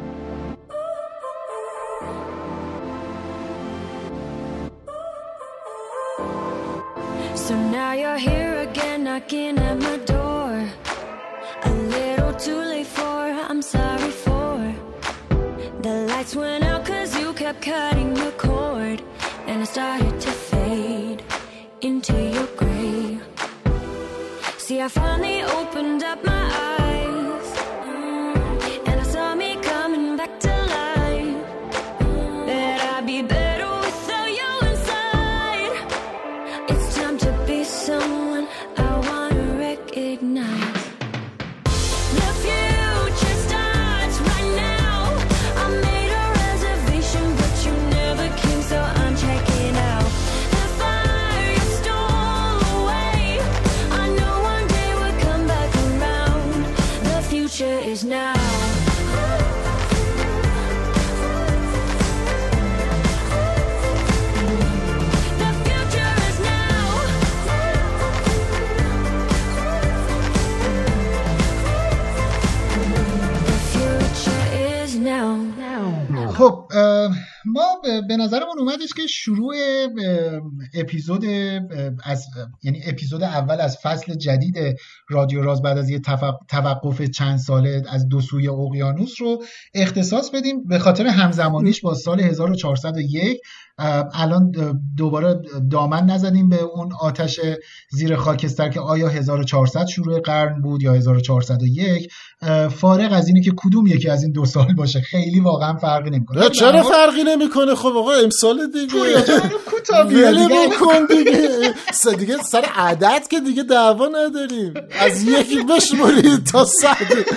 So now you're here again knocking at my door. A little too late for, I'm sorry for. The lights went out 'cause you kept cutting the cord, and I started to fade into your gray. See, I finally opened up my eyes, and I saw me coming back to life. That I'd be better without you inside. It's time to be someone I wanna recognize. The future starts right now. I made a reservation, but you never came, so I'm checking out. The fire you stole away, I know one day we'll come back around. The future is now. The future is now. The future is now. خب ما به نظرمون اومدش که شروع اپیزود یعنی اپیزود اول از فصل جدید رادیو راز بعد از یه توقف چند ساله از دو سوی اقیانوس رو اختصاص بدیم به خاطر همزمانیش با سال 1401. الان دوباره دامن نزدیم به اون آتش زیر خاکستر که آیا 1400 شروع قرن بود یا 1401. فارغ از اینه که کدوم یکی از این دو سال باشه خیلی واقعا فرقی نمیکنه. چرا فرقی نمیکنه؟ خب آقا امسال دیگه دیگه سر عدد که دیگه دعوا نداریم، از یکی بشمارید تا 100.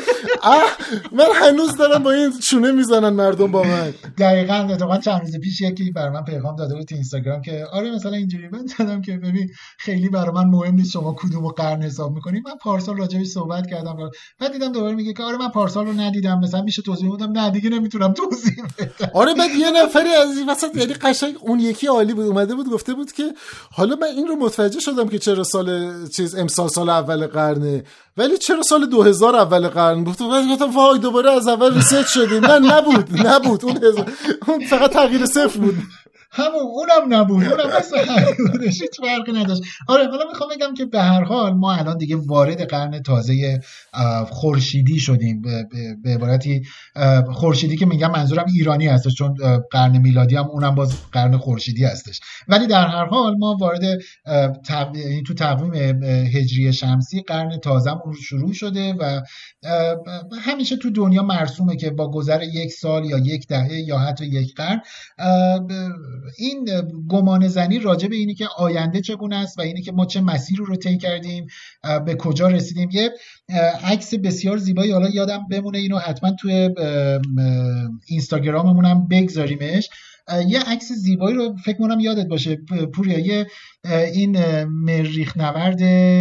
من هنوز دارم با این چونه میزنن مردم با من. دقیقاً چند روز پیش یکی برای من پیغام داده بود تو اینستاگرام که آره مثلا اینجوری من زدم که ببین خیلی برای من مهم نیست شما کدومو قرن حساب میکنید، من پارسال راجعش صحبت کردم، بعد دیدم دوباره میگه که آره من پارسال رو ندیدم، مثلا میشه توضیح بدم؟ نه دیگه نمیتونم توضیح بدم. آره بعد یه نفری از این وسط یعنی قشنگ اون یکی عالی بود اومده بود گفته بود که حالا من این رو متوجه شدم که چرا سال امسال سال اول قرنه، ولی چرا سال 2000 اول قرن بود؟ گفتم وای دوباره از اول ریست شدیم. من نبود اون فقط تغییر صفر بود. اونم نبود، اونم اصلا هیچ فرقی نداشت. آره حالا میخوام بگم که به هر حال ما الان دیگه وارد قرن تازه خورشیدی شدیم، به عبارتی خورشیدی که میگم منظورم ایرانی هستش، چون قرن میلادی هم اونم باز قرن خورشیدی هستش، ولی در هر حال ما وارد تو تقویم هجری شمسی قرن تازه‌مون شروع شده و همیشه تو دنیا مرسومه که با گذر یک سال یا یک دهه یا حتی یک قرن این گمان زنی راجع به اینی که آینده چگونه است و اینی که ما چه مسیری رو طی کردیم به کجا رسیدیم. یه عکس بسیار زیبایی حالا یادم بمونه اینو حتما توی اینستاگراممون هم بگذاریمش. یه عکس زیبایی رو فکر کنم یادت باشه پوریا، یه این مریخ نورد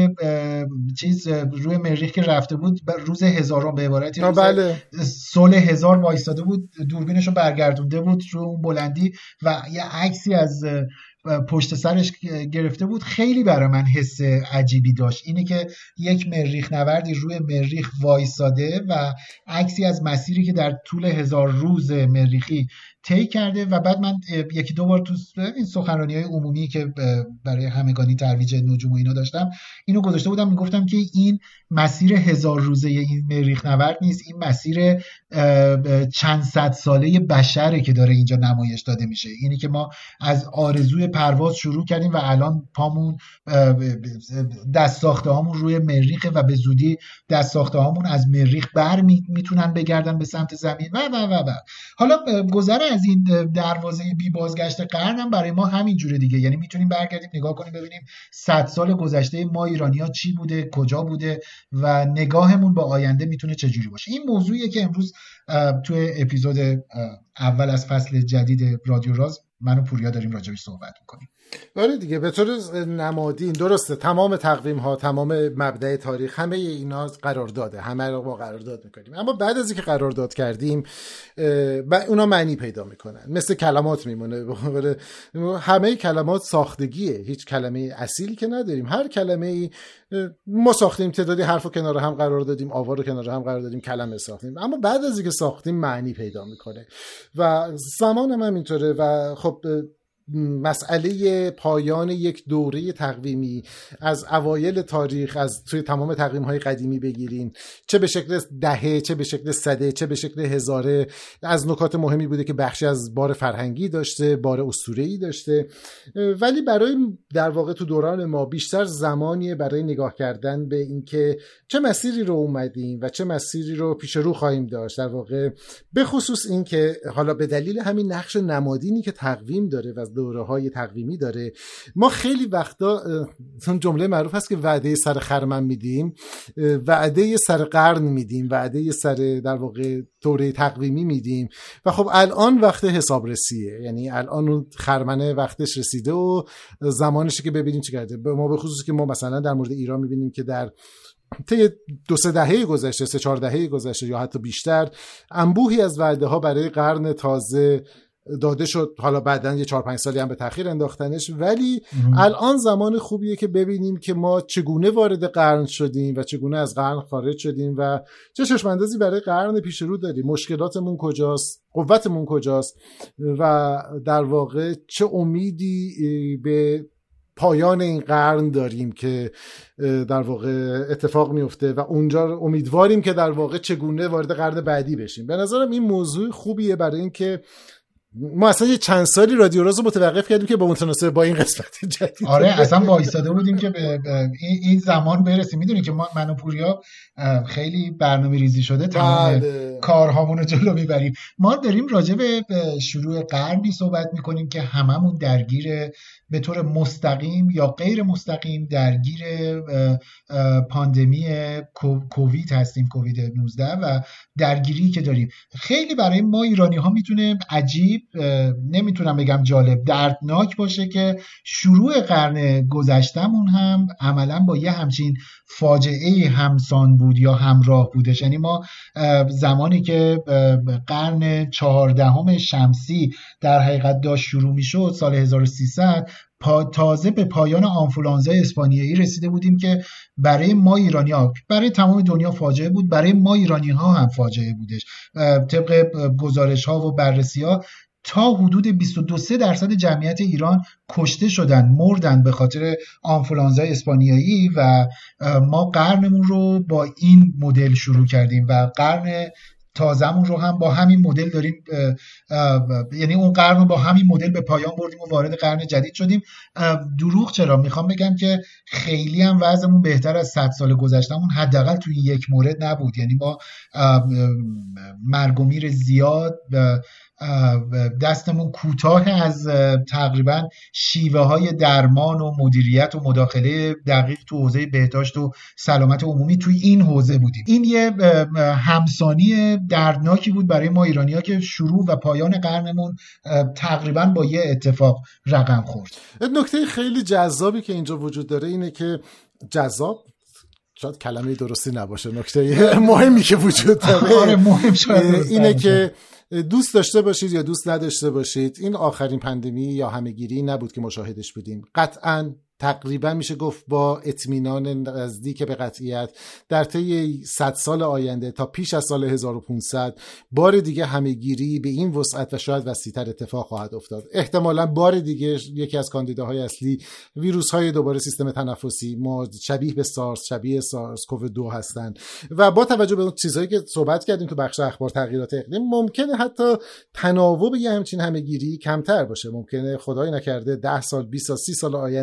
چیز روی مریخ که رفته بود روز هزارم، به عبارتی روز صلح 1000 وایستاده بود، دوربینش رو برگردونده بود رو اون بلندی و یه عکسی از پشت سرش گرفته بود. خیلی برای من حس عجیبی داشت اینه که یک مریخ نوردی روی مریخ وایستاده و عکسی از مسیری که در طول 1000 روز مریخی طی کرده و بعد من یکی دو بار تو این سخنرانی‌های عمومی که برای همگانی ترویج نجوم و اینا داشتم اینو گذاشته بودم، میگفتم که این مسیر 1000 روزه این مریخ نورد نیست، این مسیر چند صد ساله بشره که داره اینجا نمایش داده میشه. اینی که ما از آرزوی پرواز شروع کردیم و الان پامون دست ساخته هامون روی مریخه و به زودی دست ساخته هامون از مریخ بر میتونن بگردن به سمت زمین و حالا گذر از این دروازه بی بازگشت قرن هم برای ما همین جوره دیگه. یعنی میتونیم برگردیم نگاه کنیم ببینیم 100 سال گذشته ما ایرانی‌ها چی بوده، کجا بوده و نگاهمون به آینده میتونه چجوری باشه. این موضوعیه که امروز توی اپیزود اول از فصل جدید رادیو راز من و پوریا داریم راجعش صحبت میکنیم. آره دیگه، به طور نمادین درسته تمام تقویم ها، تمام مبدأ تاریخ، همه اینا قرارداده، همه رو با قرارداد میکنیم. اما بعد از اینکه قرارداد کردیم اونا معنی پیدا میکنن، مثل کلمات میمونه. همه کلمات ساختگیه، هیچ کلمه اصیلی که نداریم. هر کلمه ما ساختیم، تعدادی حرف رو کنار هم قرار دادیم، آوا رو کنار هم قرار دادیم، کلمه ساختیم. اما بعد از اینکه ساختیم معنی پیدا میکنه و زمان هم اینطوره. و خب مسئله پایان یک دوره تقویمی از اوایل تاریخ، از توی تمام تقویم‌های قدیمی بگیریم، چه به شکل دهه، چه به شکل صده، چه به شکل هزاره، از نکات مهمی بوده که بخشی از بار فرهنگی داشته، بار اسطوره‌ای داشته. ولی برای در واقع تو دوران ما بیشتر زمانیه برای نگاه کردن به اینکه چه مسیری رو اومدیم و چه مسیری رو پیش رو خواهیم داشت. در واقع به خصوص این که حالا به دلیل همین نقش نمادینی که تقویم داره و دوره‌های تقویمی داره، ما خیلی وقتا جمله معروف هست که وعده سر خرمن میدیم، وعده سر قرن میدیم، وعده سر در واقع دوره تقویمی میدیم. و خب الان وقت حسابرسیه، یعنی الان اون خرمنه وقتش رسیده و زمانشه که ببینیم چی کرده. ما به خصوص که ما مثلا در مورد ایران میبینیم که در طی 2-3 دهه گذشته، 3-4 دهه گذشته یا حتی بیشتر، انبوهی از وعده ها برای قرن تازه داده شد. حالا بعدن یه 4-5 سالی هم به تأخیر انداختنش، ولی الان زمان خوبیه که ببینیم که ما چگونه وارد قرن شدیم و چگونه از قرن خارج شدیم و چه چشم‌اندازی برای قرن پیش رو داریم، مشکلاتمون کجاست، قوتمون کجاست و در واقع چه امیدی به پایان این قرن داریم که در واقع اتفاق میفته و اونجا امیدواریم که در واقع چگونه وارد قرن بعدی بشیم. به نظرم این موضوع خوبیه برای اینکه ما اصلا یه چند سالی رادیو راز رو متوقف کردیم که با متناسب با این قسمت جدید اصلا وایساده بودیم که به این زمان برسیم. میدونی که من و پوریا خیلی برنامه ریزی شده تمام کارهامون رو جلو میبریم. ما داریم راجع به شروع قرنی صحبت میکنیم که هممون درگیر به طور مستقیم یا غیر مستقیم درگیر پاندمی کووید هستیم، کووید 19 و درگیری که داریم. خیلی برای ما ایرانی ها میتونه عجیب، نمیتونم بگم جالب، دردناک باشه که شروع قرن گذشتمون هم عملا با یه همچین فاجعه همسان بود یا همراه بودش. یعنی ما زمانی که قرن 14 شمسی در حقیقت داشت شروع میشد، سال 1300، تازه به پایان آنفولانزای اسپانیایی رسیده بودیم که برای ما ایرانی‌ها، برای تمام دنیا فاجعه بود، برای ما ایرانی‌ها هم فاجعه بودش. طبق گزارش‌ها و بررسی‌ها تا حدود 22-23% جمعیت ایران کشته شدن، مردن به خاطر آنفولانزای اسپانیایی و ما قرنمون رو با این مدل شروع کردیم و قرن تازمون رو هم با همین مدل داریم، یعنی اون قرن رو با همین مدل به پایان بردیم و وارد قرن جدید شدیم. دروغ چرا؟ میخوام بگم که خیلی هم وضعمون بهتر از 100 سال گذشتمون حداقل توی یک مورد نبود. یعنی ما مرگ و میر زیاد، دستمون کوتاه از تقریبا شیوه های درمان و مدیریت و مداخله دقیق تو حوزه بهداشت و سلامت عمومی توی این حوزه بودیم. این یه همسانی دردناکی بود برای ما ایرانی‌ها که شروع و پایان قرنمون تقریبا با یه اتفاق رقم خورد. نکته خیلی جذابی که اینجا وجود داره اینه که جذاب شاید کلمه درستی نباشه، نکته مهمی که وجود داره آره مهم شاید اینه که دوست داشته باشید یا دوست نداشته باشید، این آخرین پندمی یا همه‌گیری نبود که مشاهدش بودیم. قطعاً تقریبا میشه گفت با اطمینان نزدیک به قطعیت در طی 100 سال آینده تا پیش از سال 1500 بار دیگه همه‌گیری به این وسعت و شاید وسیع‌تر اتفاق خواهد افتاد. احتمالاً بار دیگه یکی از کاندیداهای اصلی ویروس‌های دوباره سیستم تنفسی ما شبیه به سارس، شبیه سارس کوو 2 هستن و با توجه به اون چیزایی که صحبت کردیم تو بخش اخبار، تغییرات اقلیم، ممکنه حتی تناوب یه همچین همه‌گیری کمتر باشه. ممکنه خدای نکرده 10 سال، 20 سال، 30 سال آینده تکرار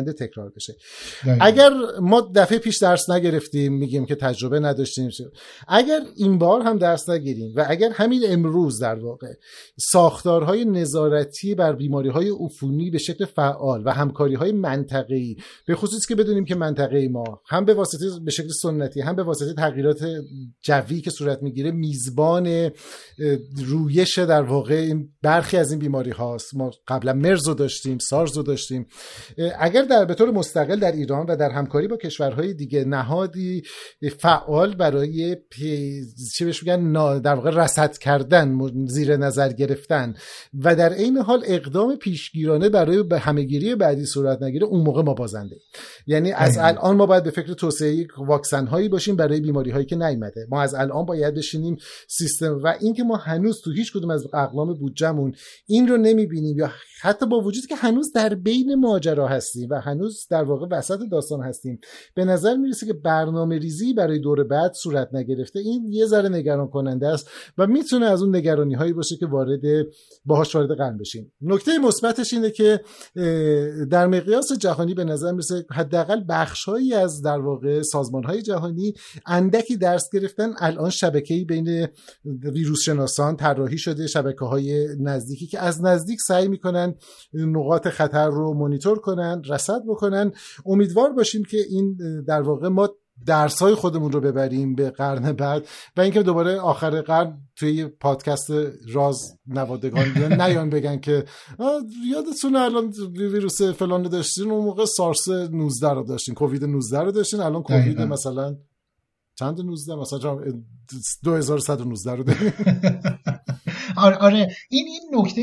برقرار بشه. اگر ما دفعه پیش درس نگرفتیم میگیم که تجربه نداشتیم، اگر این بار هم درس نگیریم و اگر همین امروز در واقع ساختارهای نظارتی بر بیماری‌های عفونی به شکل فعال و همکاری‌های منطقه‌ای، به خصوص که بدونیم که منطقه ما هم به واسطه به شکل سنتی هم به واسطه تغییرات جوی که صورت میگیره میزبان رویش در واقع این برخی از این بیماری هاست. ما قبلا مرز رو داشتیم، سارز رو داشتیم. اگر به طور مستقل در ایران و در همکاری با کشورهای دیگه نهادی فعال برای چی بهش میگن در واقع رصد کردن، زیر نظر گرفتن و در عین حال اقدام پیشگیرانه برای به همه‌گیری بعدی صورت نگیره، اون موقع ما بازنده. یعنی از الان ما باید به فکر توسعه واکسن هایی باشیم برای بیماری هایی که نیامده. ما از الان باید بشینیم سیستم و اینکه ما هنوز تو هیچ کدوم از اقلام بودجه‌مون این رو نمیبینیم، یا حتی با وجودی که هنوز در بین ماجرا هستیم و هنوز در واقع وسط داستان هستیم، به نظر میرسه که برنامه‌ریزی برای دور بعد صورت نگرفته. این یه ذره نگران کننده است و میتونه از اون نگرانی هایی باشه که باهاش وارد قرن بشیم. نکته مثبتش اینه که در مقیاس جهانی به نظر میرسه حداقل بخش‌هایی از در واقع سازمان‌های جهانی اندکی درس گرفتن. الان شبکه‌ای بین ویروس شناسان طراحی شده، شبکه‌های نزدیکی که از نزدیک سعی میکنن نقاط خطر رو مانیتور کنن، رصد بکنن. امیدوار باشیم که این در واقع ما درس‌های خودمون رو ببریم به قرن بعد و اینکه دوباره آخر قرن توی پادکست راز نوادگان بیان نیان بگن که یادتونه الان ویروس فلان رو داشتین، اون موقع سارس 19 رو داشتین، کووید 19 رو داشتین، الان کووید مثلا چند 19 مثلا 2119 رو داریم. آره این نکته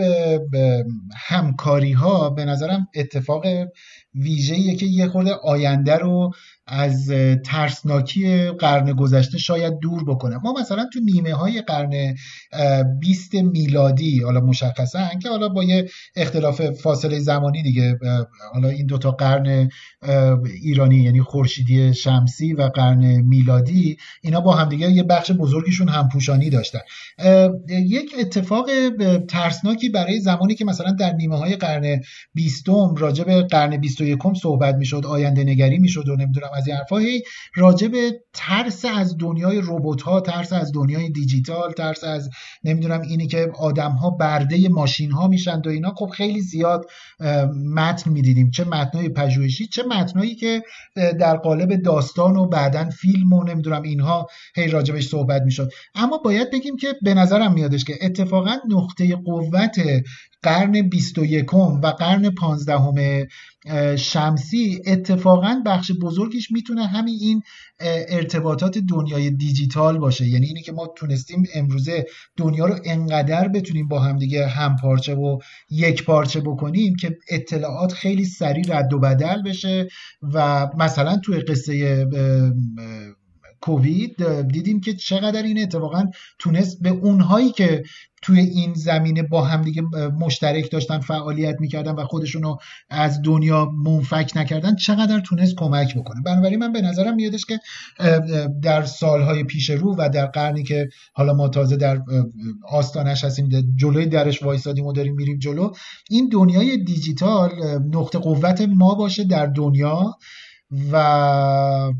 همکاری ها به نظرم اتفاق ویژه‌ایه که یه خورده آینده رو از ترسناکی قرن گذشته شاید دور بکنه. ما مثلا تو نیمه های قرن 20 میلادی، حالا مشخصا که حالا با یه اختلاف فاصله زمانی دیگه، حالا این دوتا قرن ایرانی یعنی خورشیدی شمسی و قرن میلادی، اینا با هم دیگه یه بخش بزرگیشون همپوشانی داشتن. یک اتفاق ترسناکی برای زمانی که مثلا در نیمه های قرن 20 راجع به قرن 21 صحبت میشد، آینده نگری میشد و نمیدونم از این حرفا، راجع به ترس از دنیای ربات ها، ترس از دنیای دیجیتال، ترس از نمیدونم اینی که آدم ها برده ماشین ها میشن و اینا، خب خیلی زیاد متن میدیدیم، چه متنای پژوهشی چه متنایی که در قالب داستان و بعدن فیلم و نمیدونم اینها راجبش صحبت میشد. اما باید بگیم که به نظرم میادش که اتفاقا نقطه قوت قرن 21 و قرن 15 شمسی اتفاقا بخش بزرگیش میتونه همین این ارتباطات دنیای دیجیتال باشه. یعنی اینی که ما تونستیم امروزه دنیا رو انقدر بتونیم با هم دیگه هم پارچه و یک پارچه بکنیم که اطلاعات خیلی سریع رد و بدل بشه. و مثلا توی قصه کووید دیدیم که چقدر این اتفاقا تونست به اونهایی که توی این زمینه با هم دیگه مشترک داشتن فعالیت میکردن و خودشونو از دنیا منفک نکردن، چقدر تونست کمک بکنه. بنابراین من به نظرم میادش که در سالهای پیش رو و در قرنی که حالا ما تازه در آستانش هستیم، جلوی درش وایسادیم و داریم میریم جلو، این دنیای دیجیتال نقطه قوت ما باشه در دنیا. و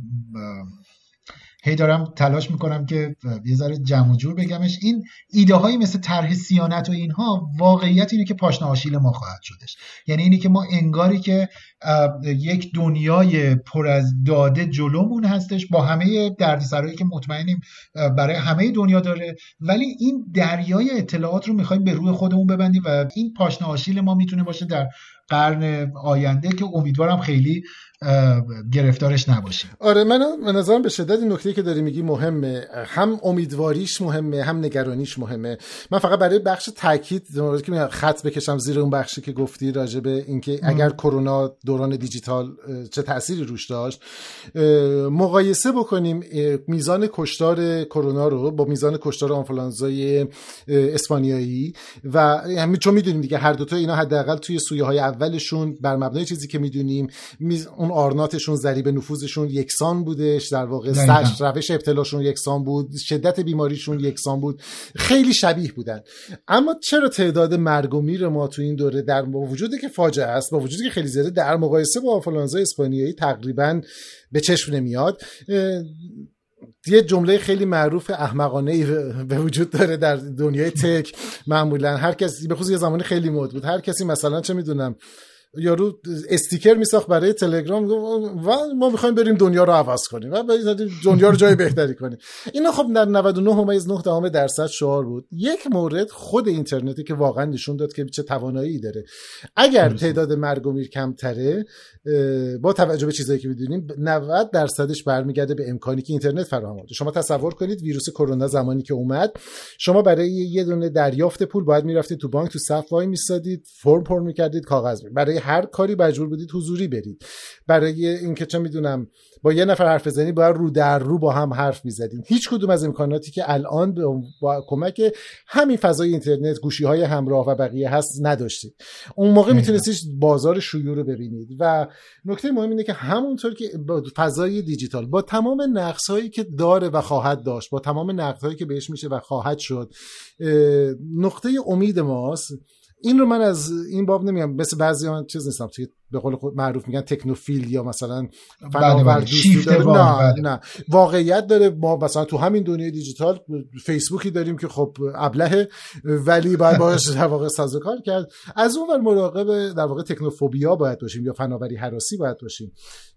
هی دارم تلاش میکنم که یه ذره جمع و جور بگمش. این ایده هایی مثل طرح صیانت و اینها، واقعیت اینه که پاشنه آشیل ما خواهد شدش. یعنی اینی که ما انگاری که یک دنیای پر از داده جلومون هستش با همه دردسرایی که مطمئنیم برای همه دنیا داره، ولی این دریای اطلاعات رو میخوایم به روی خودمون ببندیم و این پاشنه آشیل ما میتونه باشه در قرن آینده که امیدوارم خیلی گرفتارش نباشیم. آره من به نظرم به شدت این نکته که داری میگی مهمه، هم امیدواریش مهمه هم نگرانیش مهمه. من فقط برای بخش تاکید که خط بکشم زیر اون بخشی که گفتی راجع به اینکه اگر کرونا دوران دیجیتال چه تأثیری روش داشت، مقایسه بکنیم میزان کشتار کرونا رو با میزان کشتار آنفولانزای اسپانیایی و همین، چون میدونیم دیگه هر دو تا اینا حداقل توی سویه‌های اولشون بر مبنای چیزی که میدونیم اون آرناتشون، ضریب نفوذشون یکسان بودش، در واقع روش ابتلاشون یکسان بود، شدت بیماریشون یکسان بود، خیلی شبیه بودن. اما چرا تعداد مرگ و میر ما تو این دوره در وجودی که فاجعه است، با وجودی که خیلی زیاده، در مقایسه با آنفولانزای اسپانیایی تقریبا به چشم نمیاد؟ یه جمله خیلی معروف احمقانه به وجود داره در دنیای تک. معمولا هر کسی، به خصوص یه زمانی خیلی مد بود، هر کسی مثلا چه میدونم یارو استیکر میساخت برای تلگرام و ما میخوایم بریم دنیا رو عوض کنیم و دنیا رو جای بهتری کنیم. اینا خب در 99.9% شعار بود. یک مورد خود اینترنتی که واقعا نشون داد که چه توانایی داره. اگر تعداد مرگ و میر کمتره، با توجه به چیزایی که میدونیم 90%ش برمیگرده به امکانی که اینترنت فراهم آورده. شما تصور کنید ویروس کرونا زمانی که اومد، شما برای یه دونه دریافت پول باید میرفتید تو بانک، تو صف وای میسادید، فرم پر میکردید، کاغذ برای هر کاری مجبور بودید حضوری برید. برای اینکه چه میدونم با یه نفر حرف بزنید باید رو در رو با هم حرف میزدید. هیچ کدوم از امکاناتی که الان با کمک همین فضای اینترنت، گوشی‌های همراه و بقیه هست نداشتید. اون موقع میتونستید بازار شیوع رو ببینید. و نکته مهم اینه که همونطور که با فضای دیجیتال با تمام نقص‌هایی که داره و خواهد داشت، با تمام نقدهایی که بهش میشه و خواهد شد، نقطه امید ماست. این رو من از این باب نمیگم، مثل بعضی‌ها چیز نیستم که به قول خود معروف میگن تکنوفیل یا مثلا فناور دوستی داره. نه واقعیت داره. ما مثلا تو همین دنیای دیجیتال فیسبوکی داریم که خب ابلهه، ولی باید باهاش در واقع سازوکار کرد. از اون ور مراقب در واقع تکنوفوبیا باید باشیم یا فناوری هراسی باید باشیم.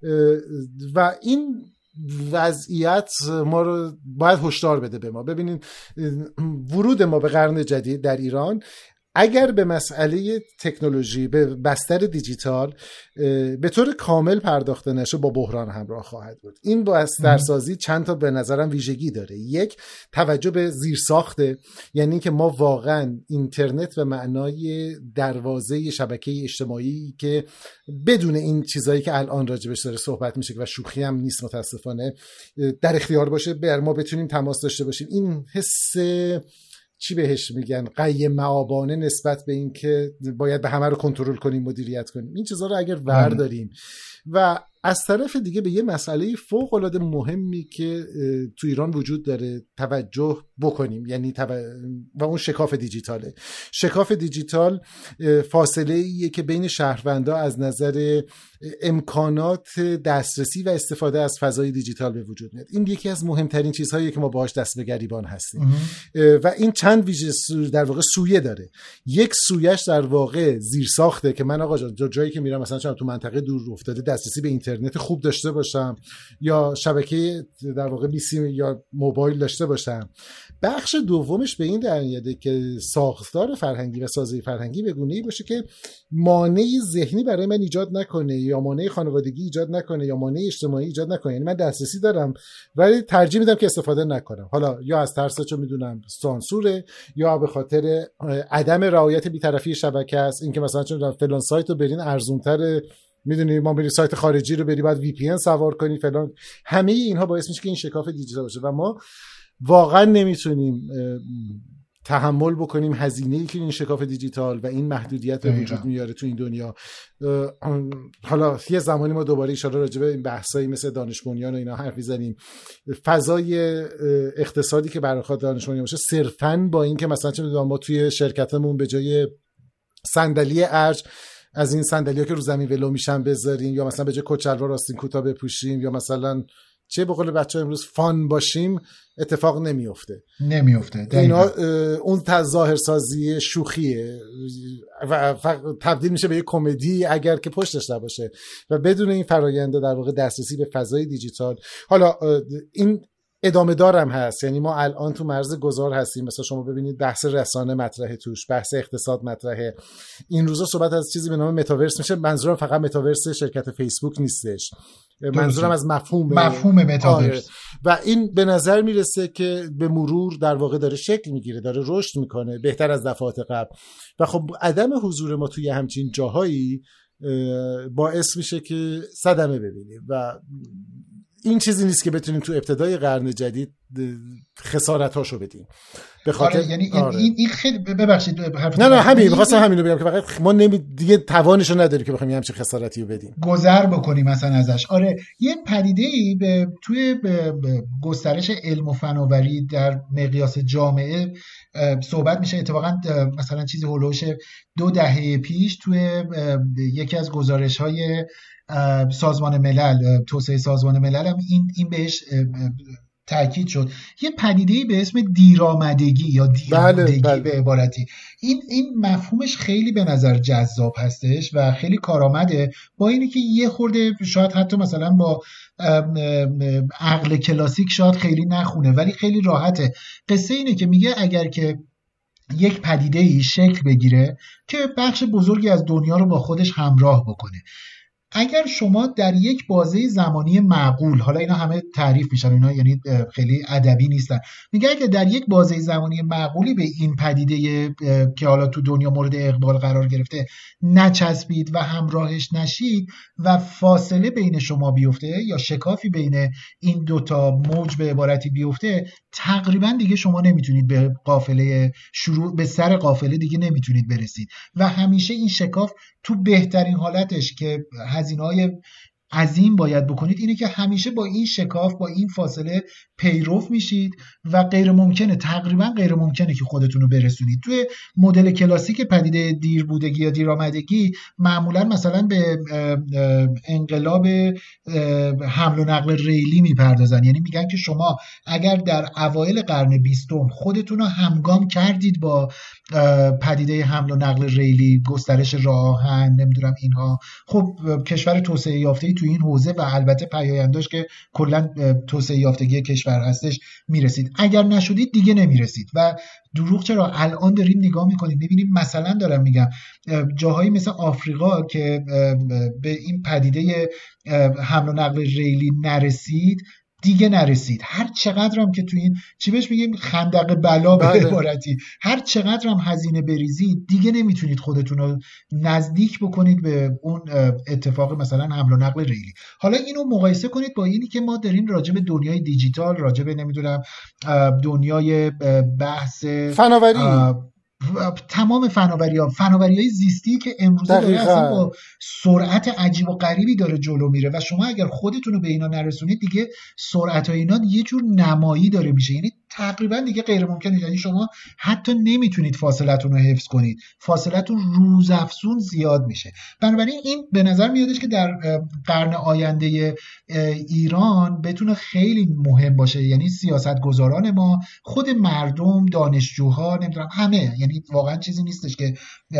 و این وضعیت ما رو باید هشدار بده به ما. ببینین ورود ما به قرن جدید در ایران اگر به مسئله تکنولوژی، به بستر دیجیتال به طور کامل پرداخته نشه با بحران همراه خواهد بود. این بسترسازی چند تا به نظرم ویژگی داره. یک، توجه به زیرساخته، یعنی که ما واقعا اینترنت و معنای دروازه شبکه اجتماعی که بدون این چیزایی که الان راجبش داره صحبت میشه و شوخی هم نیست متاسفانه در اختیار باشه، بر ما بتونیم تماس داشته باشیم. این حس چی بهش میگن، قیم معابانه نسبت به این که باید به همه رو کنترل کنیم، مدیریت کنیم، این چیزها رو اگر ورداریم و از طرف دیگه به یه مسئله فوق العاده مهمی که تو ایران وجود داره توجه بکنیم، یعنی و اون شکاف دیجیتاله. شکاف دیجیتال فاصله ایه که بین شهروندا از نظر امکانات دسترسی و استفاده از فضای دیجیتال به وجود میاد. این یکی از مهمترین چیزهاییه که ما باهاش دست به گریبان هستیم و این چند ویژه در واقع سویه داره. یک سویش در واقع زیرساخته که من آقا جایی که میرم مثلا تو منطقه دور افتاده دسترسی به اینترنت خوب داشته باشم یا شبکه در واقع بیسی یا موبایل داشته باشم. بخش دومش به این در میاد که ساختار فرهنگی و سازه فرهنگی به گونه‌ای باشه که مانعی ذهنی برای من ایجاد نکنه یا مانع خانوادگی ایجاد نکنه یا مانع اجتماعی ایجاد نکنه. یعنی من دسترسی دارم ولی ترجیح میدم که استفاده نکنم، حالا یا از ترس چه میدونم سانسوره یا به خاطر عدم رعایت بی‌طرفی شبکه است، اینکه مثلا چون فلان سایت رو برین ارزان‌تر، میدونی ما بریم سایت خارجی رو بری بعد وی پی ان سوار کنی فلان. همه اینها باعث میشه که این شکاف دیجیتال باشه و ما واقعا نمیتونیم تحمل بکنیم هزینه‌ای که این شکاف دیجیتال و این محدودیت به وجود میاره تو این دنیا. حالا یه زمانی ما دوباره اشاره راجع به این بحثایی مثل دانش بنیان و اینا حرف می‌زنیم. فضای اقتصادی که برخواد دانش بنیان باشه صرفاً با این که مثلا چه می‌دونم ما توی شرکتمون به جای صندلی ارج از این صندلی‌ها که رو زمین ولو میشن بذاریم، یا مثلا به جای کت شلوار آستین کوتاه بپوشیم، یا مثلا چه به قول بچه‌ها امروز فان باشیم، اتفاق نمیفته. اینا اون ظاهرسازی شوخیه و تبدیل میشه به یک کمدی اگر که پشتش نباشه و بدون این فراینده در واقع دسترسی به فضای دیجیتال. حالا این ادامه دارم هست، یعنی ما الان تو مرز گذار هستیم. مثلا شما ببینید بحث رسانه مطرحه، توش بحث اقتصاد مطرحه. این روزا صحبت از چیزی به نام متاورس میشه. منظورم فقط متاورس شرکت فیسبوک نیستش، منظورم از مفهوم متاورس. و این به نظر میرسه که به مرور در واقع داره شکل میگیره، داره رشد میکنه بهتر از دفعات قبل و خب عدم حضور ما توی همچین جاهایی باعث میشه که صدمه ببینیم و این چیزی نیست که بتونیم تو ابتدای قرن جدید خسارتاشو بدیم. به خاطر یعنی این خیلی ببخشید نه همین می‌خواستم همینو بگم که فقط ما دیگه توانشو نداریم که بخوایم همچین خسارتی رو بدیم، گذر بکنیم مثلا ازش. یه پدیده‌ای توی گسترش علم و فناوری در مقیاس جامعه صحبت میشه. اتفاقا مثلا چیزی هولوش 2 دهه پیش توی یکی از گزارش‌های سازمان ملل، توسعه سازمان ملل هم این بهش تاکید شد. یه پدیده‌ای به اسم دیرآمدگی یا دیربودگی به عبارتی، این مفهومش خیلی به نظر جذاب هستش و خیلی کارآمده، با اینی که یه خورده شاید حتی مثلا با عقل کلاسیک شاید خیلی نخونه، ولی خیلی راحته. قصه اینه که میگه اگر که یک پدیده‌ای شکل بگیره که بخش بزرگی از دنیا رو با خودش همراه بکنه، اگر شما در یک بازه زمانی معقول، حالا اینا همه تعریف میشن، اینا یعنی خیلی ادبی نیستن، میگه اگر در یک بازه زمانی معقولی به این پدیده که حالا تو دنیا مورد اقبال قرار گرفته نچسبید و همراهش نشید و فاصله بین شما بیفته یا شکافی بین این دوتا موج به عبارتی بیفته، تقریبا دیگه شما نمیتونید به قافله به سر قافله دیگه نمیتونید برسید و همیشه این شکاف تو بهترین حالتش که هزینه‌های عظیم باید بکنید اینه که همیشه با این شکاف، با این فاصله پیرو میشید و غیر ممکنه، تقریبا غیر ممکنه که خودتون رو برسونید. توی مدل کلاسیک پدیده دیربودگی یا دیرآمدگی معمولا مثلا به انقلاب حمل و نقل ریلی میپردازن، یعنی میگن که شما اگر در اوایل قرن 20 خودتون رو همگام کردید با پدیده حمل و نقل ریلی، گسترش راه آهن، نمیدونم اینها، خب کشور توسعه یافته‌ای تو این حوزه و البته پیاینداش که کلا توسعه یافتگی کشور هستش میرسید. اگر نشدید دیگه نمیرسید. و دروغ چرا؟ الان داریم نگاه میکنیم میبینیم، مثلا دارم میگم جاهایی مثل آفریقا که به این پدیده حمل و نقل ریلی نرسید، دیگه نرسید. هر چقدر هم که تو این چی بهش میگیم خندق بلا به عبارتی، هر چقدر هم هزینه بریزید دیگه نمیتونید خودتون رو نزدیک بکنید به اون اتفاق مثلا حمل و نقل ریلی. حالا اینو مقایسه کنید با اینی که ما داریم راجع به دنیای دیجیتال، راجع به نمیدونم دنیای بحث فناوری، تمام فناوری‌های زیستی که امروزه داره اصلا با سرعت عجیب و غریبی داره جلو میره و شما اگر خودتون رو به اینا نرسونید دیگه سرعت‌های اینا یه جور نمایی داره میشه، یعنی تقریبا دیگه غیر ممکنه، یعنی شما حتی نمیتونید فاصلتون رو حفظ کنید، فاصلتون روزافزون زیاد میشه. بنابراین این به نظر میادش که در قرن آینده ایران بتونه خیلی مهم باشه، یعنی سیاستگزاران ما، خود مردم، دانشجوها، نمیدونم همه، یعنی واقعا چیزی نیستش که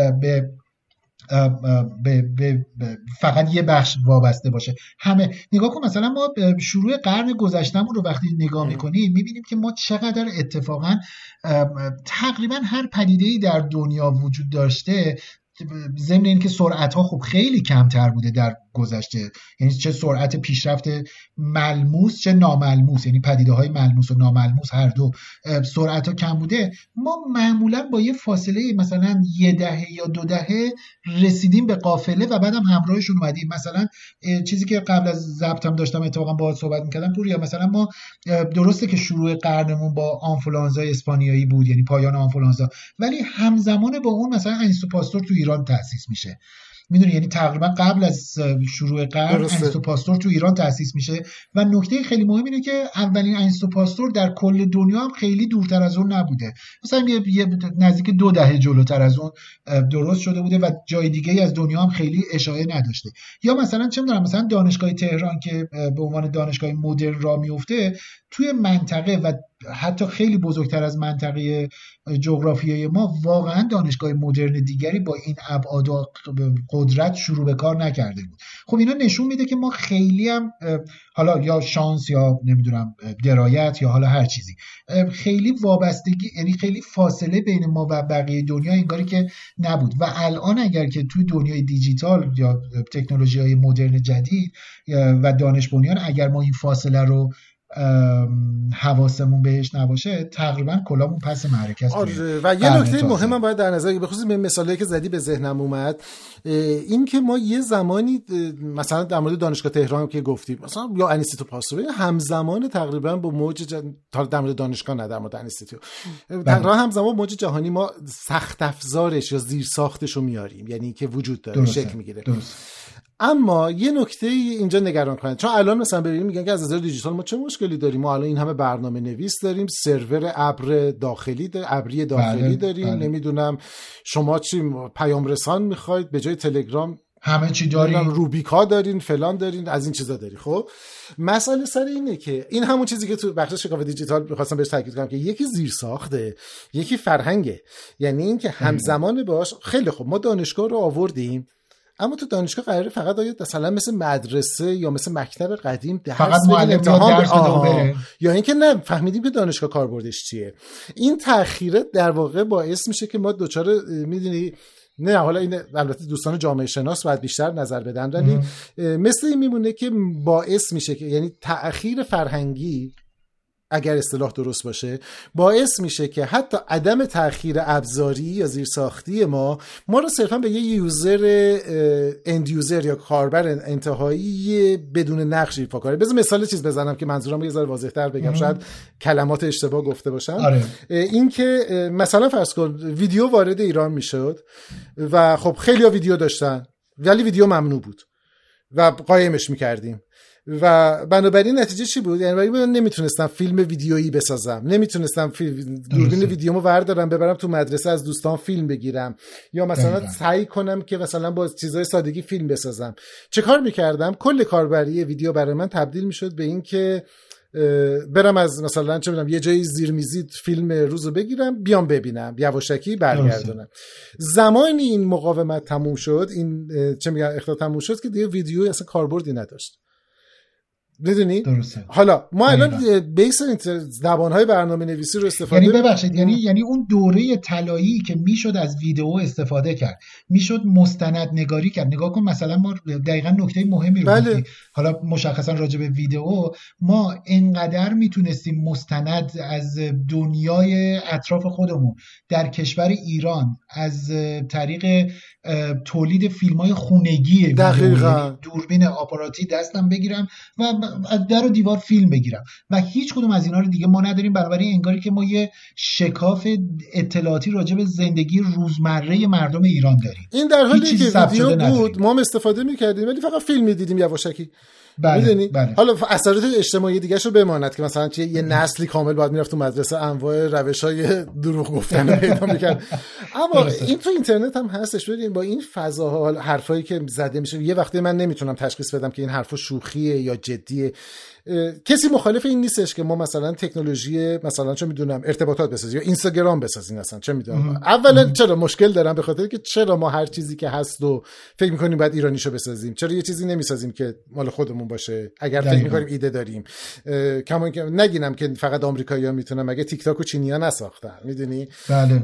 به فقط یه بخش وابسته باشه، همه. نگاه کن مثلا ما شروع قرن گذشته‌مون رو وقتی نگاه می‌کنیم می‌بینیم که ما چقدر اتفاقا تقریبا هر پدیده‌ای در دنیا وجود داشته، ضمن این که سرعت‌ها خب خیلی کمتر بوده در گذشته، یعنی چه سرعت پیشرفت ملموس چه ناملموس، یعنی پدیده‌های ملموس و ناملموس هر دو سرعت‌ها کم بوده، ما معمولاً با یه فاصله مثلا 10 دهه یا 2 دهه رسیدیم به قافله و بعدم همراهشون اومدیم. مثلا چیزی که قبل از ضبطم داشتم اتفاقا باهات صحبت می‌کردم پوریا، مثلا ما درسته که شروع قرنمون با آنفولانزای اسپانیایی بود، یعنی پایان آنفولانزا، ولی همزمان با اون مثلا انسو پاستور تو ایران تأسیس میشه، میدونی، یعنی تقریبا قبل از شروع قرن انسو پاستور تو ایران تأسیس میشه و نکته خیلی مهم اینه که اولین انسو پاستور در کل دنیا هم خیلی دورتر از اون نبوده، مثلا یه نزدیک 2 دهه جلوتر از اون درست شده بوده و جای دیگه از دنیا هم خیلی اشاعه نداشته. یا مثلا چه می‌دونم مثلا دانشگاه تهران که به عنوان دانشگاه مدرن راه میفته توی منطقه و حتی خیلی بزرگتر از منطقه جغرافیایی ما، واقعا دانشگاه مدرن دیگری با این ابعاد و قدرت شروع به کار نکرده بود. خب اینا نشون میده که ما خیلی هم حالا یا شانس یا نمیدونم درایت یا حالا هر چیزی، خیلی وابستگی، یعنی خیلی فاصله بین ما و بقیه دنیا انگاری که نبود. و الان اگر که توی دنیای دیجیتال یا تکنولوژی‌های مدرن جدید و دانش بنیان اگر ما این فاصله رو حواسمون بهش نباشه تقریبا کلامون پس معرکه است. و یه نکته مهمم باید در نظر بگیریم، بخصوص مثالی که زدی به ذهنم اومد، این که ما یه زمانی مثلا در مورد دانشگاه تهران که گفتیم مثلا یا انیستیتو پاستور همزمان تقریبا با موج در مورد دانشگاه نه در مورد انیستیتو تقریبا همزمان موج جهانی ما سخت افزارش یا زیر ساختش رو میاریم، یعنی که وجود داره شکل میگیره. اما یه نکته اینجا نگران کننده، چون الان مثلا ببینیم میگن که از نظر دیجیتال ما چه مشکلی داریم، ما الان این همه برنامه نویس داریم، سرور ابر داخلی ابری داخلی داریم، نمیدونم شما چی پیام رسان میخواید به جای تلگرام همه چی داریم، روبیکا دارین، فلان دارین، از این چیزا داری. خب مسئله سر اینه که این همون چیزی که تو بخش شکاف دیجیتال می‌خواستم بهش تاکید کنم که یکی زیر ساخته، یکی فرهنگه. یعنی این که همزمان باش خیلی خوب ما دانشگاه رو آوردیم، اما تو دانشگاه قراره فقط مثلا مثل مدرسه یا مثل مکتب قدیم فقط معلم درس بده، یا اینکه نه فهمیدیم که دانشگاه کاربردش چیه. این تأخیره در واقع باعث میشه که ما دوچار میدونی نه حالا این البته دوستان جامعه شناس باید بیشتر نظر بدن، ولی مثل این میمونه که باعث میشه که یعنی تأخیر فرهنگی اگر اصطلاح درست باشه باعث میشه که حتی عدم تأخیر ابزاری یا زیرساختی ما رو صرفا به یه یوزر اند یوزر یا کاربر انتهایی بدون نقش ایفا کنه. بذار مثال چیز بزنم که منظورم یه ذره واضح‌تر بگم، شاید کلمات اشتباه گفته باشم. این که مثلا فرض کن ویدیو وارد ایران میشد و خب خیلی‌ها ویدیو داشتن ولی ویدیو ممنوع بود و قایمش میکردیم و بنابراین نتیجه چی بود؟ یعنی من نمیتونستم فیلم ویدیویی بسازم، نمیتونستم دوربین ویدیومو بردارم ببرم تو مدرسه از دوستان فیلم بگیرم یا مثلا سعی کنم که مثلا با چیزای سادگی فیلم بسازم. چه کار میکردم؟ کل کاربری ویدیو برای من تبدیل میشد به این که برم از مثلا چه میدونم یه جایی زیرمیزی فیلم روزو بگیرم بیام ببینم یواشکی برگردونم. زمانی این مقاومت تموم شد، این چه میگن اختلاف تموم شد که دیگه ویدیو اصلا کاربردی نداشت. میدونی؟ حالا ما الان بیس زبان‌های برنامه نویسی رو استفاده یعنی ببخشید یعنی اون دوره طلایی که میشد از ویدیو استفاده کرد، میشد مستند نگاری کرد. نگاه کن مثلا ما دقیقاً نکته مهمی رو گفتیم، حالا مشخصا راجع به ویدیو ما اینقدر میتونستیم مستند از دنیای اطراف خودمون در کشور ایران از طریق تولید فیلم‌های خونگی دوربین آپاراتی دستم بگیرم و از در و دیوار فیلم بگیرم و هیچ کدوم از اینا رو دیگه ما نداریم. بنابراین انگاری که ما یه شکاف اطلاعاتی راجع به زندگی روزمره مردم ایران داریم. این در حالی که ویدیو بود ما هم استفاده می‌کردیم ولی فقط فیلم می‌دیدیم یواشکی. بله. حالا اثرات اجتماعی دیگه شو بماند که مثلا یه نسلی کامل باید میرفت تو مدرسه انواع روش‌های دروغ گفتن پیدا می‌کرد. اما این تو اینترنت هم هستش. ببین با این فضاها حرفایی که زده میشه یه وقتی من نمیتونم تشخیص بدم که این حرفا شوخیه یا جدیه. کسی مخالف این نیستش که ما مثلا تکنولوژی مثلا چه میدونم ارتباطات بسازیم یا اینستاگرام بسازیم مثلا چه میدونم. اولا چرا مشکل دارم؟ به خاطر که چرا ما هر چیزی که هست و فکر می‌کنیم باید ایرانیشو بسازیم، چرا یه چیزی نمیسازیم که مال خودمون باشه اگر فکر می‌کنیم ایده داریم. کما اینکه نگینم که فقط آمریکایی‌ها میتونن، مگه تیک تاک و چینی‌ها نساختن، میدونی؟ بله.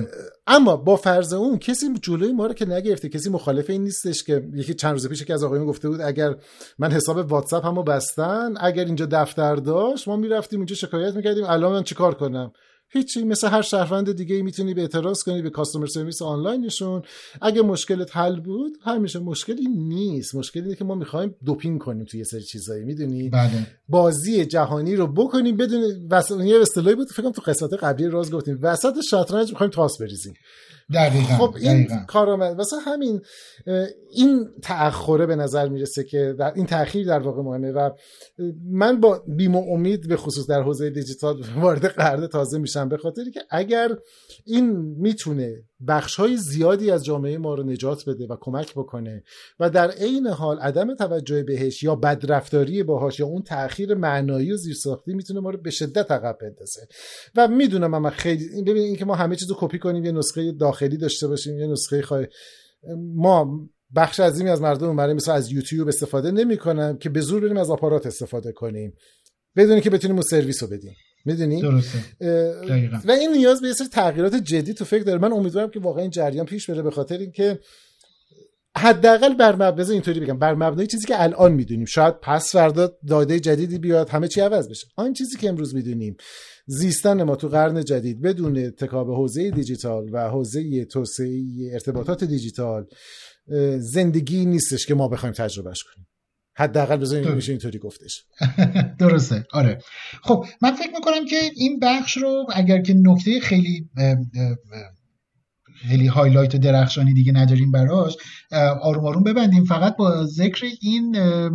اما با فرض اون کسی جلوی ما رو که نگرفته، کسی مخالف این نیستش که یکی چند روز پیش که از آقایون گفته بود اگر من حساب واتساپ همو بستن، اگر اینجا دفتر داشت ما میرفتیم اونجا شکایت میکردیم، الان من چیکار کنم؟ هیچی، مثل هر شهروند دیگه میتونی به اعتراض کنی به کاستومر سرویس آنلاینشون. اگه مشکلت حل بود همیشه مشکلی نیست، مشکلی اینه که ما میخوایم دوپینگ کنیم توی یه سری چیزایی، میدونی؟ بله. بازی جهانی رو بکنیم بدون یه اصطلاحی بود فکر کنم تو قسمت قبلی راز گفتیم وسط شطرنج میخوایم تاس بریزیم. دقیقاً. خب این کارآمد واسه همین این تأخره به نظر میرسه که در این تأخیر در واقع مهمه و من با بیم و امید به خصوص در حوزه دیجیتال وارد قرن تازه میشم، به خاطری که اگر این میتونه بخش‌های زیادی از جامعه ما رو نجات بده و کمک بکنه و در عین حال عدم توجه بهش یا بدرفتاری باهاش یا اون تأخیر معنایی و زیرساختی میتونه ما رو به شدت عقب بندازه. و میدونم من خیلی ببین این که ما همه چیزو کپی کنیم یه نسخه داخلی داشته باشیم یه نسخه ما بخش عظیمی از مردم برای مثلا از یوتیوب استفاده نمی‌کنن که به زور بریم از آپارات استفاده کنیم بدون که بتونیم اون سرویس رو بدیم، میدونی؟ درسته. و این نیاز به یه سری تغییرات جدی تو فکر داره. من امیدوارم که واقعا این جریان پیش بره، به خاطر اینکه حداقل بر مبنای اینطوری بگم، بر مبنای چیزی که الان میدونیم، شاید پس فردا داده جدیدی بیاد همه چی عوض بشه. آن چیزی که امروز میدونیم، زیستن ما تو قرن جدید بدون اتکا به حوزه دیجیتال و حوزه توسعه ارتباطات دیجیتال زندگی نیستش که ما بخوایم تجربهش کنیم. حداقل بذاریم میشه اینطوری گفتش. درسته. آره. خب من فکر میکنم که این بخش رو اگر که نکته خیلی هایلایت و درخشانی دیگه نداریم براش، آروم آروم ببندیم. فقط با ذکر این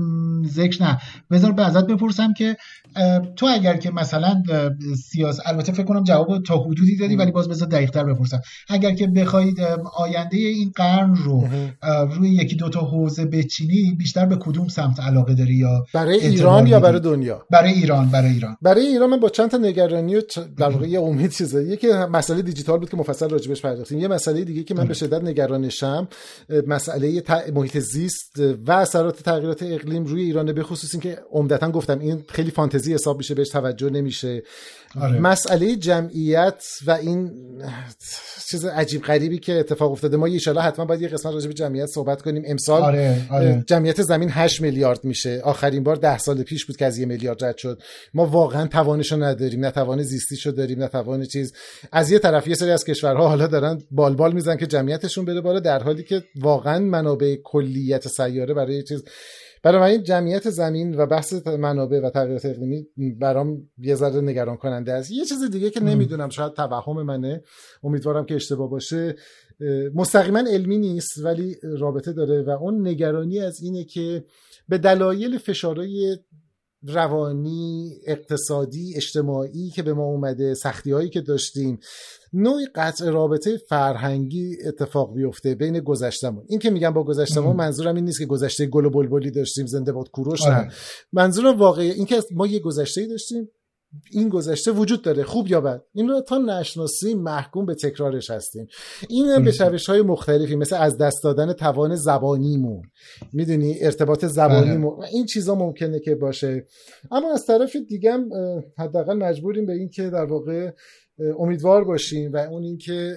بذار ازت بپرسم که تو اگر که مثلا البته فکر کنم جواب تا حدودی دادی ولی باز بذار دقیق‌تر بپرسم، اگر که بخواید آینده این قرن رو روی یکی دو تا حوزه بچینی، بیشتر به کدوم سمت علاقه داری؟ یا برای ایران یا برای دنیا؟ برای ایران من با چند تا نگرانی و در واقع یه امید چیزه. یکی مسئله دیجیتال بود که مفصل راجبش پرداختیم. یه مسئله دیگه که من به شدت نگرانشم مسئله محیط زیست و اثرات تغییرات اقلیم روی ایران، به خصوص این که عمدتاً گفتم این خیلی فانتزی حساب میشه، بهش توجه نمیشه. آره. مسئله جمعیت و این چیز عجیب غریبی که اتفاق افتاده، ما ان شاءالله حتما باید یه قسمت راجع به جمعیت صحبت کنیم. امسال آره. جمعیت زمین 8 میلیارد میشه. آخرین بار 10 سال پیش بود که از 1 میلیارد رد شد. ما واقعا توانشو نداریم، نه توان زیستیشو داریم، نه توان چیز. از یه طرف یه سری از کشورها حالا دارن بالبال میزنن که جمعیتشون بره بالا، در حالی که واقعا منابع کلیت سیاره برای چیز. برای من جمعیت زمین و بحث منابع و تغییرات اقلیمی برام یه ذره نگران کننده است. یه چیز دیگه که نمیدونم، شاید توهم منه، امیدوارم که اشتباه باشه، مستقیما علمی نیست ولی رابطه داره و اون نگرانی از اینه که به دلایل فشارهای روانی، اقتصادی، اجتماعی که به ما اومده، سختی‌هایی که داشتیم، نوعی قطع رابطه فرهنگی اتفاق بیفته بین گذشتمون. این که میگم با گذشتمون منظورم این نیست که گذشته گل و بلبلی داشتیم، زنده باد کوروش، نه. منظورم واقعی این که ما یه گذشته‌ای داشتیم، این گذشته وجود داره، خوب یا بد، این رو تا نشناسیم محکوم به تکرارش هستیم. این به روش‌های مختلفی مثل از دست دادن توان زبانیمون، میدونی، ارتباط زبانیمون، این چیزا ممکنه که باشه. اما از طرف دیگه هم حداقل مجبوریم به این که در واقع امیدوار باشیم و اون این که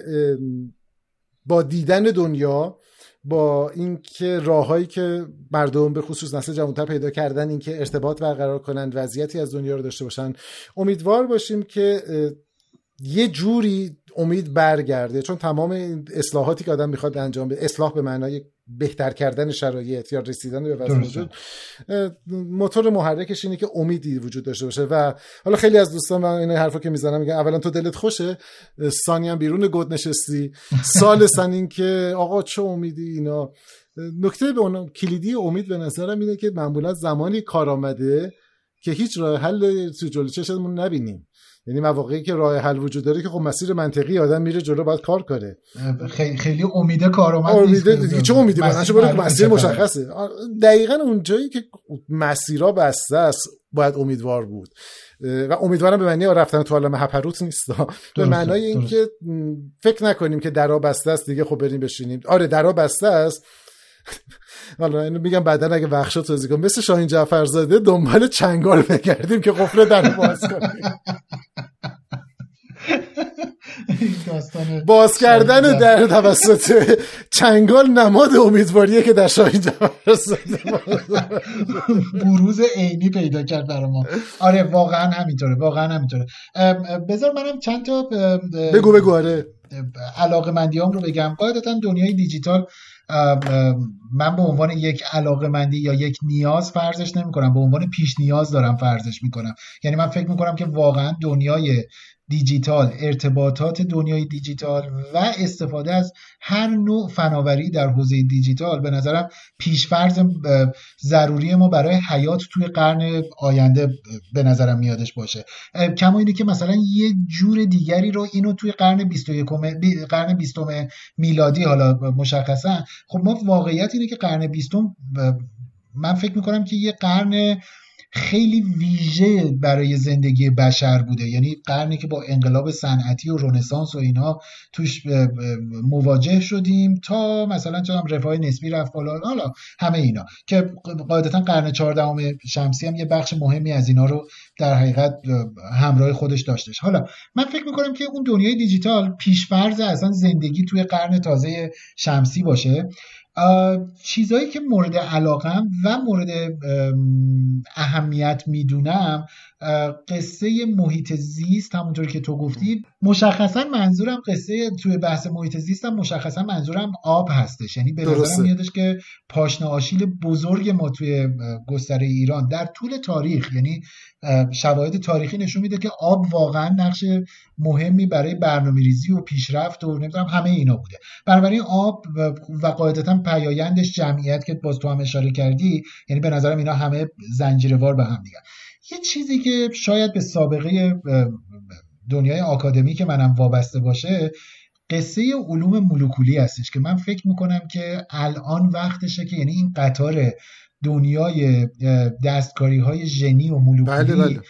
با دیدن دنیا، با اینکه راههایی که مردم به خصوص نسل جوان‌تر پیدا کردن این که ارتباط برقرار کنن، وضعیتی از دنیا رو داشته باشن، امیدوار باشیم که یه جوری امید برگرده. چون تمام اصلاحاتی که آدم میخواد انجام بده، اصلاح به معنای بهتر کردن شرایط یا رسیدن به وضع موجود، موتور محرکش اینه که امیدی وجود داشته باشه. و حالا خیلی از دوستان من این حرفا که میزنم میگن اولا تو دلت خوشه، ثانیاً بیرون گود نشستی، ثالثاً این که آقا چه امیدی اینا. نکته به اون کلیدی امید به نظرم اینه که معمولا زمانی کار آمده که هیچ راه حل تو جلوی چشمون نبینیم. یعنی مواقعی که راه حل وجود داره که خب مسیر منطقی آدم میره جلو، باید کار کنه. خیلی امیده کارآمد نیست. چه امیدی باشه؟ برای مسیر مشخصه. دقیقاً اونجایی که مسیرها بسته است باید امیدوار بود. و امیدوارم به معنی رفتن تو عالم هپروت نیست، به معنای اینکه فکر نکنیم که درا بسته است دیگه خب بریم بشینیم. آره درا بسته است. حالا اینو میگم بعداً اگه وقشا توضیح کنم، مثل شاهین جعفرزاده دنبال چنگال بگردیم که قفل در باز کنیم. باز کردن در توسط چنگال نماد امیدواریه که در شاهین جعفرزاده بروز عینی پیدا کرد برای ما. آره واقعا همینطوره. بذار منم چند تا بگو. آره علاقه‌مندیام رو بگم. قاعدتا دنیای دیجیتال من به عنوان یک علاقه‌مندی یا یک نیاز فرضش نمی‌کنم، به عنوان پیش نیاز دارم فرضش می‌کنم. یعنی من فکر می‌کنم که واقعا دنیای دیجیتال، ارتباطات دنیای دیجیتال و استفاده از هر نوع فناوری در حوزه دیجیتال به نظرم پیشفرض ضروری ما برای حیات توی قرن آینده به نظرم میادش باشه. کما اینه که مثلا یه جور دیگری رو اینو توی قرن 20 میلادی حالا مشخصا، خب ما واقعیت اینه که قرن 20 من فکر میکنم که یه قرن خیلی ویژه برای زندگی بشر بوده. یعنی قرنی که با انقلاب صنعتی و رنسانس و اینها توش مواجه شدیم تا مثلا چون رفاه نسبی رفت بالا، حالا همه اینا که قاعدتا قرن 14 شمسی هم یه بخش مهمی از اینا رو در حقیقت همراه خودش داشتش. حالا من فکر میکنم که اون دنیای دیجیتال پیشفرض اصلا زندگی توی قرن تازه شمسی باشه. چیزایی که مورد علاقم و مورد اهمیت میدونم قصه محیط زیست، همونطور که تو گفتی. مشخصا منظورم قصه توی بحث محیط زیستم مشخصا منظورم آب هستش. یعنی به نظرم میادش که پاشنه آشیل بزرگ ما توی گستره ایران در طول تاریخ، یعنی شواهد تاریخی نشون میده که آب واقعا نقش مهمی برای برنامه‌ریزی و پیشرفت و نمیدونم همه اینا بوده. بنابراین آب و قاعدتا پیایندش جمعیت که باز تو هم اشاره کردی، یعنی به نظرم اینا همه زنجیروار به هم دیگه. یه چیزی که شاید به سابقه دنیای آکادمیک منم وابسته باشه، قصه علوم مولکولی هستش که من فکر میکنم که الان وقتشه که یعنی این قطار دنیای دستکاری های ژنی و مولکولی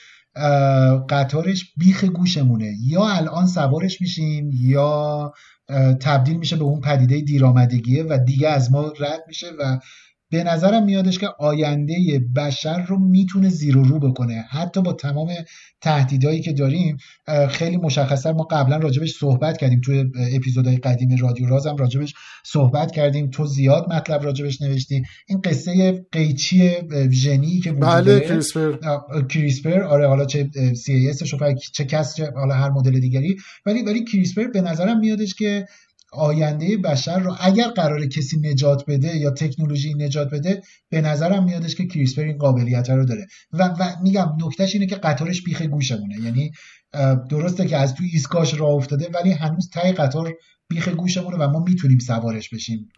قطارش بیخ گوشمونه، یا الان سوارش میشیم یا تبدیل میشه به اون پدیده دیرآمدگیه و دیگه از ما رد میشه و به نظرم میادش که آینده بشر رو میتونه زیر و رو بکنه، حتی با تمام تهدیدایی که داریم. خیلی مشخصا ما قبلا راجبش صحبت کردیم، توی اپیزودهای قدیم رادیو راز هم راجبش صحبت کردیم، تو زیاد مطلب راجبش نوشتی. این قصه قیچی ژنی که بله کریسپر آره، حالا چه CAS چه کس چه حالا هر مدل دیگری، ولی کریسپر به نظرم میادش که آینده بشر رو اگر قراره کسی نجات بده یا تکنولوژی نجات بده، به نظرم میادش که کریسپر این قابلیت رو داره و میگم نکتهش اینه که قطارش بیخ گوشمونه. یعنی درسته که از توی ایستگاهش راه افتاده ولی هنوز ته قطار بیخ گوشمونه و ما میتونیم سوارش بشیم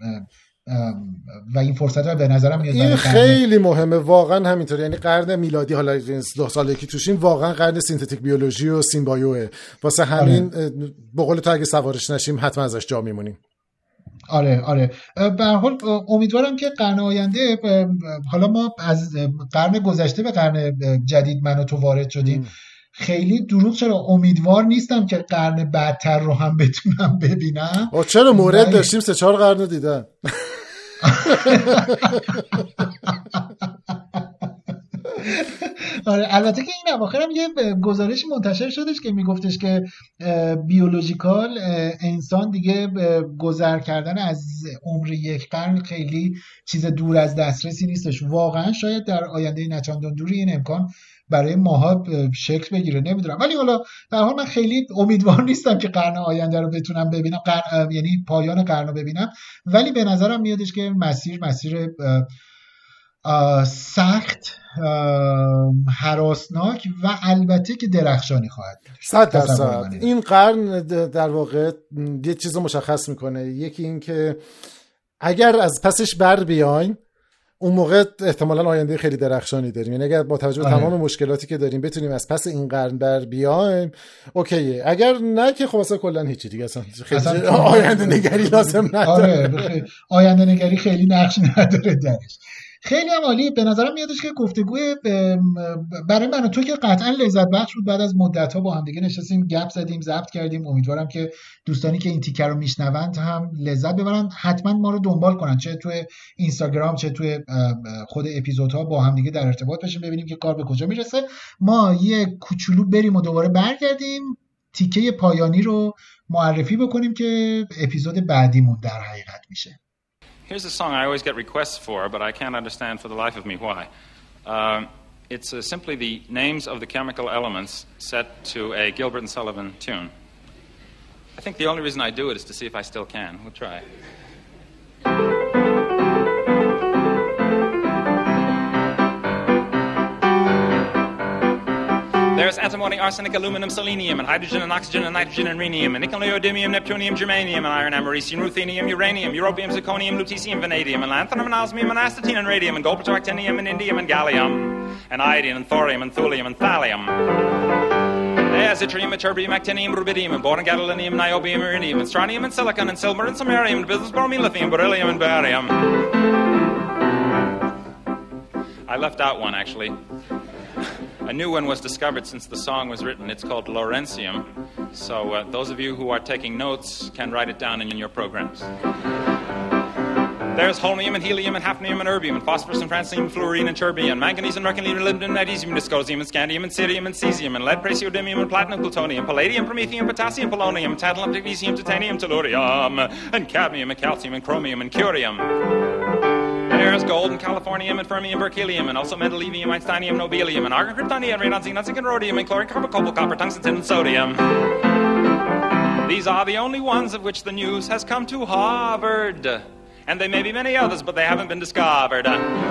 و این فرصت رو به نظرم میاد. این خیلی مهمه واقعا، همینطوره. یعنی قرن میلادی، حالا 2 ساله که توشیم، واقعا قرن سینتتیک بیولوژی و سیمبایوه، واسه همین به قول تو اگه سوارش نشیم حتما ازش جا میمونیم. آره به هر حال امیدوارم که قرن آینده، حالا ما از قرن گذشته به قرن جدید من و تو وارد شدیم، خیلی دروغ چرا امیدوار نیستم که قرن بعدتر رو هم بتونم ببینم. چرا مورد داشتیم 3-4 قرن دیدن. آره البته که این اواخر هم یه گزارشی منتشر شدش که میگفتش که بیولوژیکال انسان دیگه گذر کردن از عمر 1 قرن خیلی چیز دور از دسترسی نیستش. واقعا شاید در آینده نچندان دوری این امکان برای ماها شکل بگیره، نمیدونم. ولی حالا در حال من خیلی امیدوار نیستم که قرن آینده رو بتونم ببینم، یعنی پایان قرن رو ببینم، ولی به نظرم میادش که مسیر سخت، هراسناک و البته که درخشانی خواهد بود. 100%. این قرن در واقع یه چیز رو مشخص میکنه. یکی این که اگر از پسش بر بیایم اون موقع احتمالاً آینده خیلی درخشانی داریم. یعنی اگر با توجه به تمام مشکلاتی که داریم بتونیم از پس این قرن بر بیایم اوکیه، اگر نه که خب اصلا کلا هیچی دیگه، اصلا آینده نگری لازم نداره. آره آینده نگری خیلی نقش نداره درش. خیلی هم عالی. به نظرم میادش که گفتگوی برای من و تو که قطعا لذت بخش بود. بعد از مدت‌ها با هم دیگه نشستیم، گپ زدیم، ضبط کردیم. امیدوارم که دوستانی که این تیکر رو میشنوند هم لذت ببرن. حتما ما رو دنبال کنن، چه توی اینستاگرام چه توی خود اپیزودها، با هم دیگه در ارتباط بشیم ببینیم که کار به کجا میرسه. ما یه کوچولو بریم و دوباره برگردیم تیکه پایانی رو معرفی بکنیم که اپیزود بعدیمون در حقیقت میشه. Here's a song I always get requests for, but I can't understand for the life of me why. It's simply the names of the chemical elements set to a Gilbert and Sullivan tune. I think the only reason I do it is to see if I still can. We'll try. There's antimony, arsenic, aluminum, selenium, and hydrogen, and oxygen, and nitrogen, and rhenium, and nickel, neodymium, neptunium, germanium, and iron, americium, ruthenium, uranium, europium, zirconium, lutetium, vanadium, and lanthanum, and osmium, and astatine, and radium, and gold, actinium, and indium, and gallium, and iodine, and thorium, and thulium, and thallium. There's yttrium, ytterbium, actinium, rubidium, and boron, gadolinium, niobium, iridium, and strontium, and silicon, and silver, and samarium, and bismuth, bromine, lithium, beryllium, and barium. I left out one, actually. A new one was discovered since the song was written. It's called Lawrencium. So those of you who are taking notes can write it down in your programs. There's holmium and helium and hafnium and erbium and phosphorus and francium and fluorine and terbium, manganese and mercury and molybdenum, magnesium, dysprosium and scandium and cerium and cesium and lead, praseodymium and platinum, plutonium, palladium, promethium, potassium, polonium, tantalum, magnesium, titanium, tellurium, and cadmium and calcium and chromium and curium. There's gold and californium and fermium, berkelium, and also mendelevium, einsteinium, nobelium, and argon, kryptonium, radon, xenon, zinc, and rhodium, and chlorine, carbon, cobalt, copper, tungsten, tin, and sodium. These are the only ones of which the news has come to Harvard. And there may be many others, but they haven't been discovered.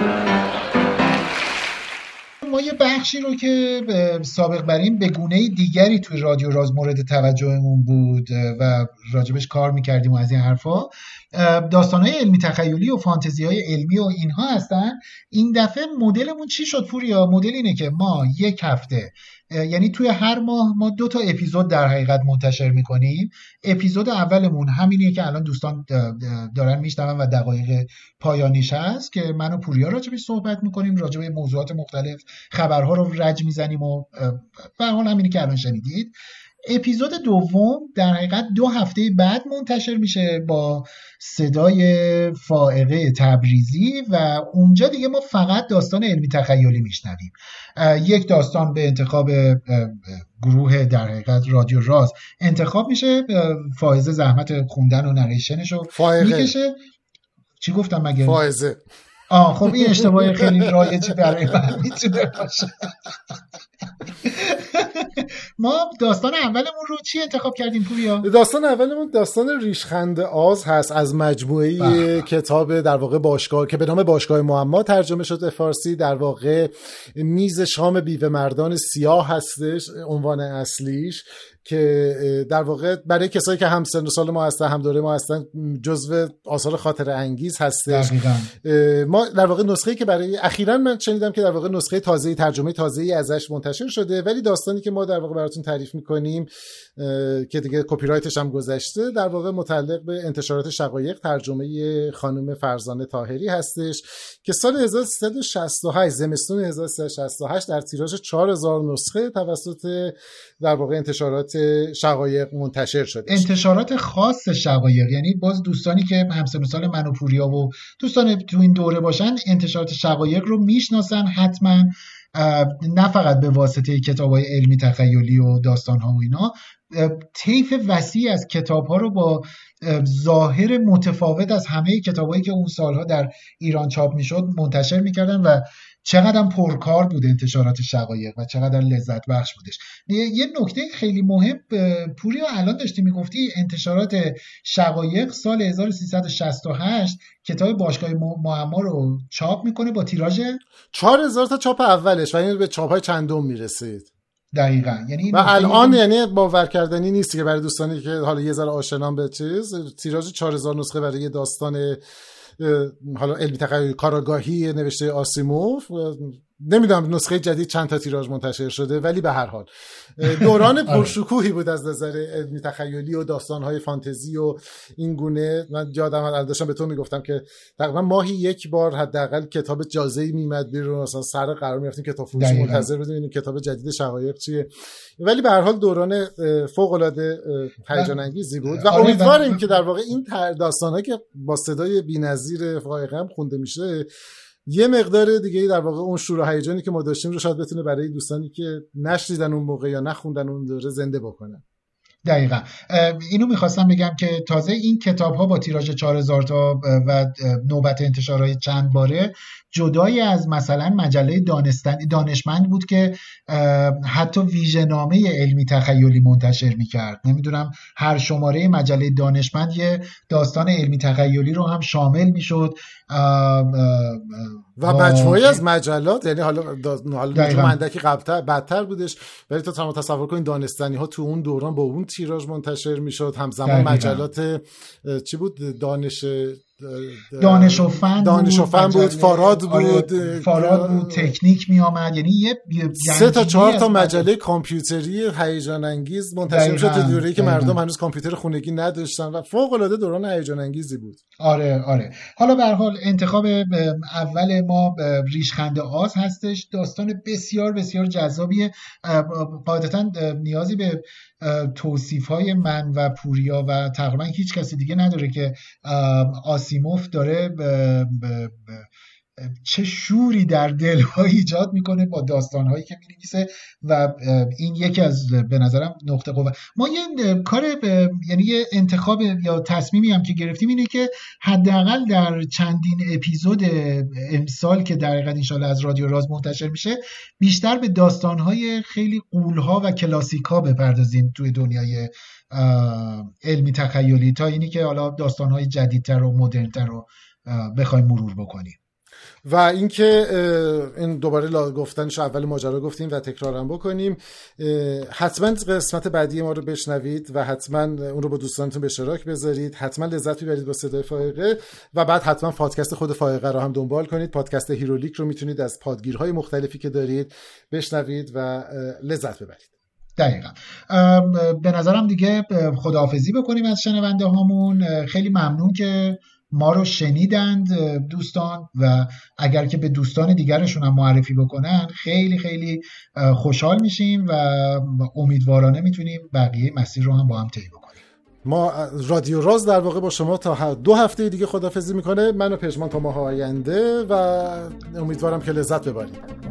ما یه بخشی رو که سابق بر این به گونه دیگری توی رادیو راز مورد توجهمون بود و راجبش کار میکردیم و از این حرفا، داستانهای علمی تخیلی و فانتزیهای علمی و اینها هستن. این دفعه مدلمون چی شد پوریا؟ مدل اینه که ما یک هفته، یعنی توی هر ماه ما 2 تا اپیزود در حقیقت منتشر میکنیم. اپیزود اولمون همینیه که الان دوستان دارن میشنون و دقایق پایانیش هست که من و پوریا راجبش صحبت میکنیم، راجب موضوعات مختلف خبرها رو رج میزنیم و به حال همینی که الان شنیدید. اپیزود دوم در حقیقت 2 هفته بعد منتشر میشه با صدای فائقه تبریزی و اونجا دیگه ما فقط داستان علمی تخیلی میشنویم. یک داستان به انتخاب گروه در حقیقت رادیو راز انتخاب میشه، فائزه زحمت خوندن و نریشنش رو میکشه. چی گفتم مگه؟ فائزه. خب این اشتباه خیلی رایجی برای من میتونه باشه. ما داستان اولمون رو چی انتخاب کردیم پوریا؟ داستان اولمون داستان ریشخند آز هست از مجموعه کتاب در واقع باشگاه که به نام باشگاه معما ترجمه شد به فارسی. در واقع میز شام بیوه مردان سیاه هستش عنوان اصلیش، که در واقع برای کسایی که هم سن و سال ما هستن، هم دوره ما هستن، جزو آثار خاطره انگیز هستش. ما در واقع نسخه‌ای که برای اخیراً من شنیدم که در واقع نسخه تازه‌ای، ترجمه تازه‌ای ازش منتشر شده، ولی داستانی که ما در واقع براتون تعریف می‌کنیم که دیگه کپی رایتش هم گذشته، در واقع متعلق به انتشارات شقایق، ترجمه خانم فرزانه طاهری هستش که سال 1368 زمستون 1368 در تیراژ 4000 نسخه توسط در واقع انتشارات شقایق منتشر شده. انتشارات خاص شقایق، یعنی باز دوستانی که همسن سال من و پوریا و دوستان تو این دوره باشن انتشارات شقایق رو میشناسن حتما، نه فقط به واسطه کتاب‌های علمی تخیلی و داستان‌ها و اینا. طیف وسیع از کتاب‌ها رو با ظاهر متفاوت از همه کتاب‌هایی که اون سالها در ایران چاپ می‌شد منتشر می‌کردن و چقدر پرکار بود انتشارات شقایق و چقدر لذت بخش بودش. یه نکته خیلی مهم پوریا الان داشتی میگفتی، انتشارات شقایق سال 1368 کتاب باشگاه معما رو چاپ میکنه با تیراژ 4000 تا چاپ اولش و این به چاپ‌های چندم میرسید. دقیقاً. یعنی و الان یعنی باور کردنی نیست که برای دوستانی که حالا یه ذره آشنان به چیز، تیراژ 4000 نسخه برای یه داستان حالا علمی تخیلی کاراگاهی نوشته آسیموف، نمیدونم نسخه جدید چند تا تیراژ منتشر شده، ولی به هر حال دوران پرشکوهی بود از نظر علمی تخیلی و داستان‌های فانتزی و این گونه. من یادم داشتم به تو میگفتم که تقریبا ماهی یک بار حداقل کتاب جازه‌ای میمد بیرون، مثلا سر قرار می‌رفتیم کتاب فروشی منتظر بودیم این کتاب جدید شقایق چیه، ولی به هر حال دوران فوق‌العاده هیجان انگیزی بود و امیدواریم که در واقع این داستان‌ها که با صدای بی‌نظیر فائقه خونده میشه یه مقدار دیگه در واقع اون شور و هیجانی که ما داشتیم رو شاید بتونه برای دوستانی که نشنیدن اون موقع یا نخوندن اون دوره زنده بکنن. دقیقاً اینو میخواستم بگم که تازه این کتاب ها با تیراژ 4000 تا و نوبت انتشارهای چند باره جدای از مثلا مجله دانشمند بود که حتی ویژه‌نامه علمی تخیلی منتشر میکرد. نمیدونم هر شماره مجله دانشمند یه داستان علمی تخیلی رو هم شامل میشد و مجموعی از مجلات، یعنی حالا مندکی بدتر بودش، ولی تو تصور کن دانستنی ها تو اون دوران با اون تیراژ منتشر میشد. همزمان مجلات چی بود؟ دانش و فن بود، فاراد بود، تکنیک می آمد، یعنی یه 3 تا 4 تا مجله کامپیوتری هیجان انگیز منتشر شد تو دوره‌ای که مردم هنوز کامپیوتر خونگی نداشتن و فوق العاده دوران هیجان انگیزی بود. آره حالا به هر حال انتخاب اول ما ریشخند آز هستش. داستان بسیار بسیار جذابیه. قاعدتاً نیازی به توصیف‌های من و پوریا و تقریبا هیچ کسی دیگه نداره که آسیموف داره چه شوری در دل‌ها ایجاد میکنه با داستان‌هایی که می‌نویسه و این یکی از به نظرم نقطه قوت. ما یه کار یعنی یه انتخاب یا تصمیمی هم که گرفتیم اینه که حداقل در چندین اپیزود امسال که در حقیقت ان شاءالله از رادیو راز منتشر میشه بیشتر به داستان‌های خیلی غول‌ها و کلاسیک‌ها بپردازیم توی دنیای علمی تخیلی تا اینی که حالا داستان‌های جدیدتر و مدرن‌تر رو بخوایم مرور بکنیم. و اینکه این دوباره گفتنش اول ماجرا گفتیم و تکرارم بکنیم، حتما قسمت بعدی ما رو بشنوید و حتما اون رو با دوستانتون به اشتراک بذارید، حتما لذت ببرید با صدای فائقه و بعد حتما پادکست خود فائقه رو هم دنبال کنید. پادکست هیرولیک رو میتونید از پادگیرهای مختلفی که دارید بشنوید و لذت ببرید. دقیقا. به نظرم دیگه خداحافظی بکنیم از شنونده هامون. خیلی ممنون که ما رو شنیدند دوستان و اگر که به دوستان دیگرشون هم معرفی بکنن خیلی خیلی خوشحال میشیم و امیدوارانه میتونیم بقیه مسیر رو هم با هم طی بکنیم. ما رادیو راز در واقع با شما تا 2 هفته دیگه خداحافظی میکنه. من و پژمان تا ماه آینده و امیدوارم که لذت ببرید.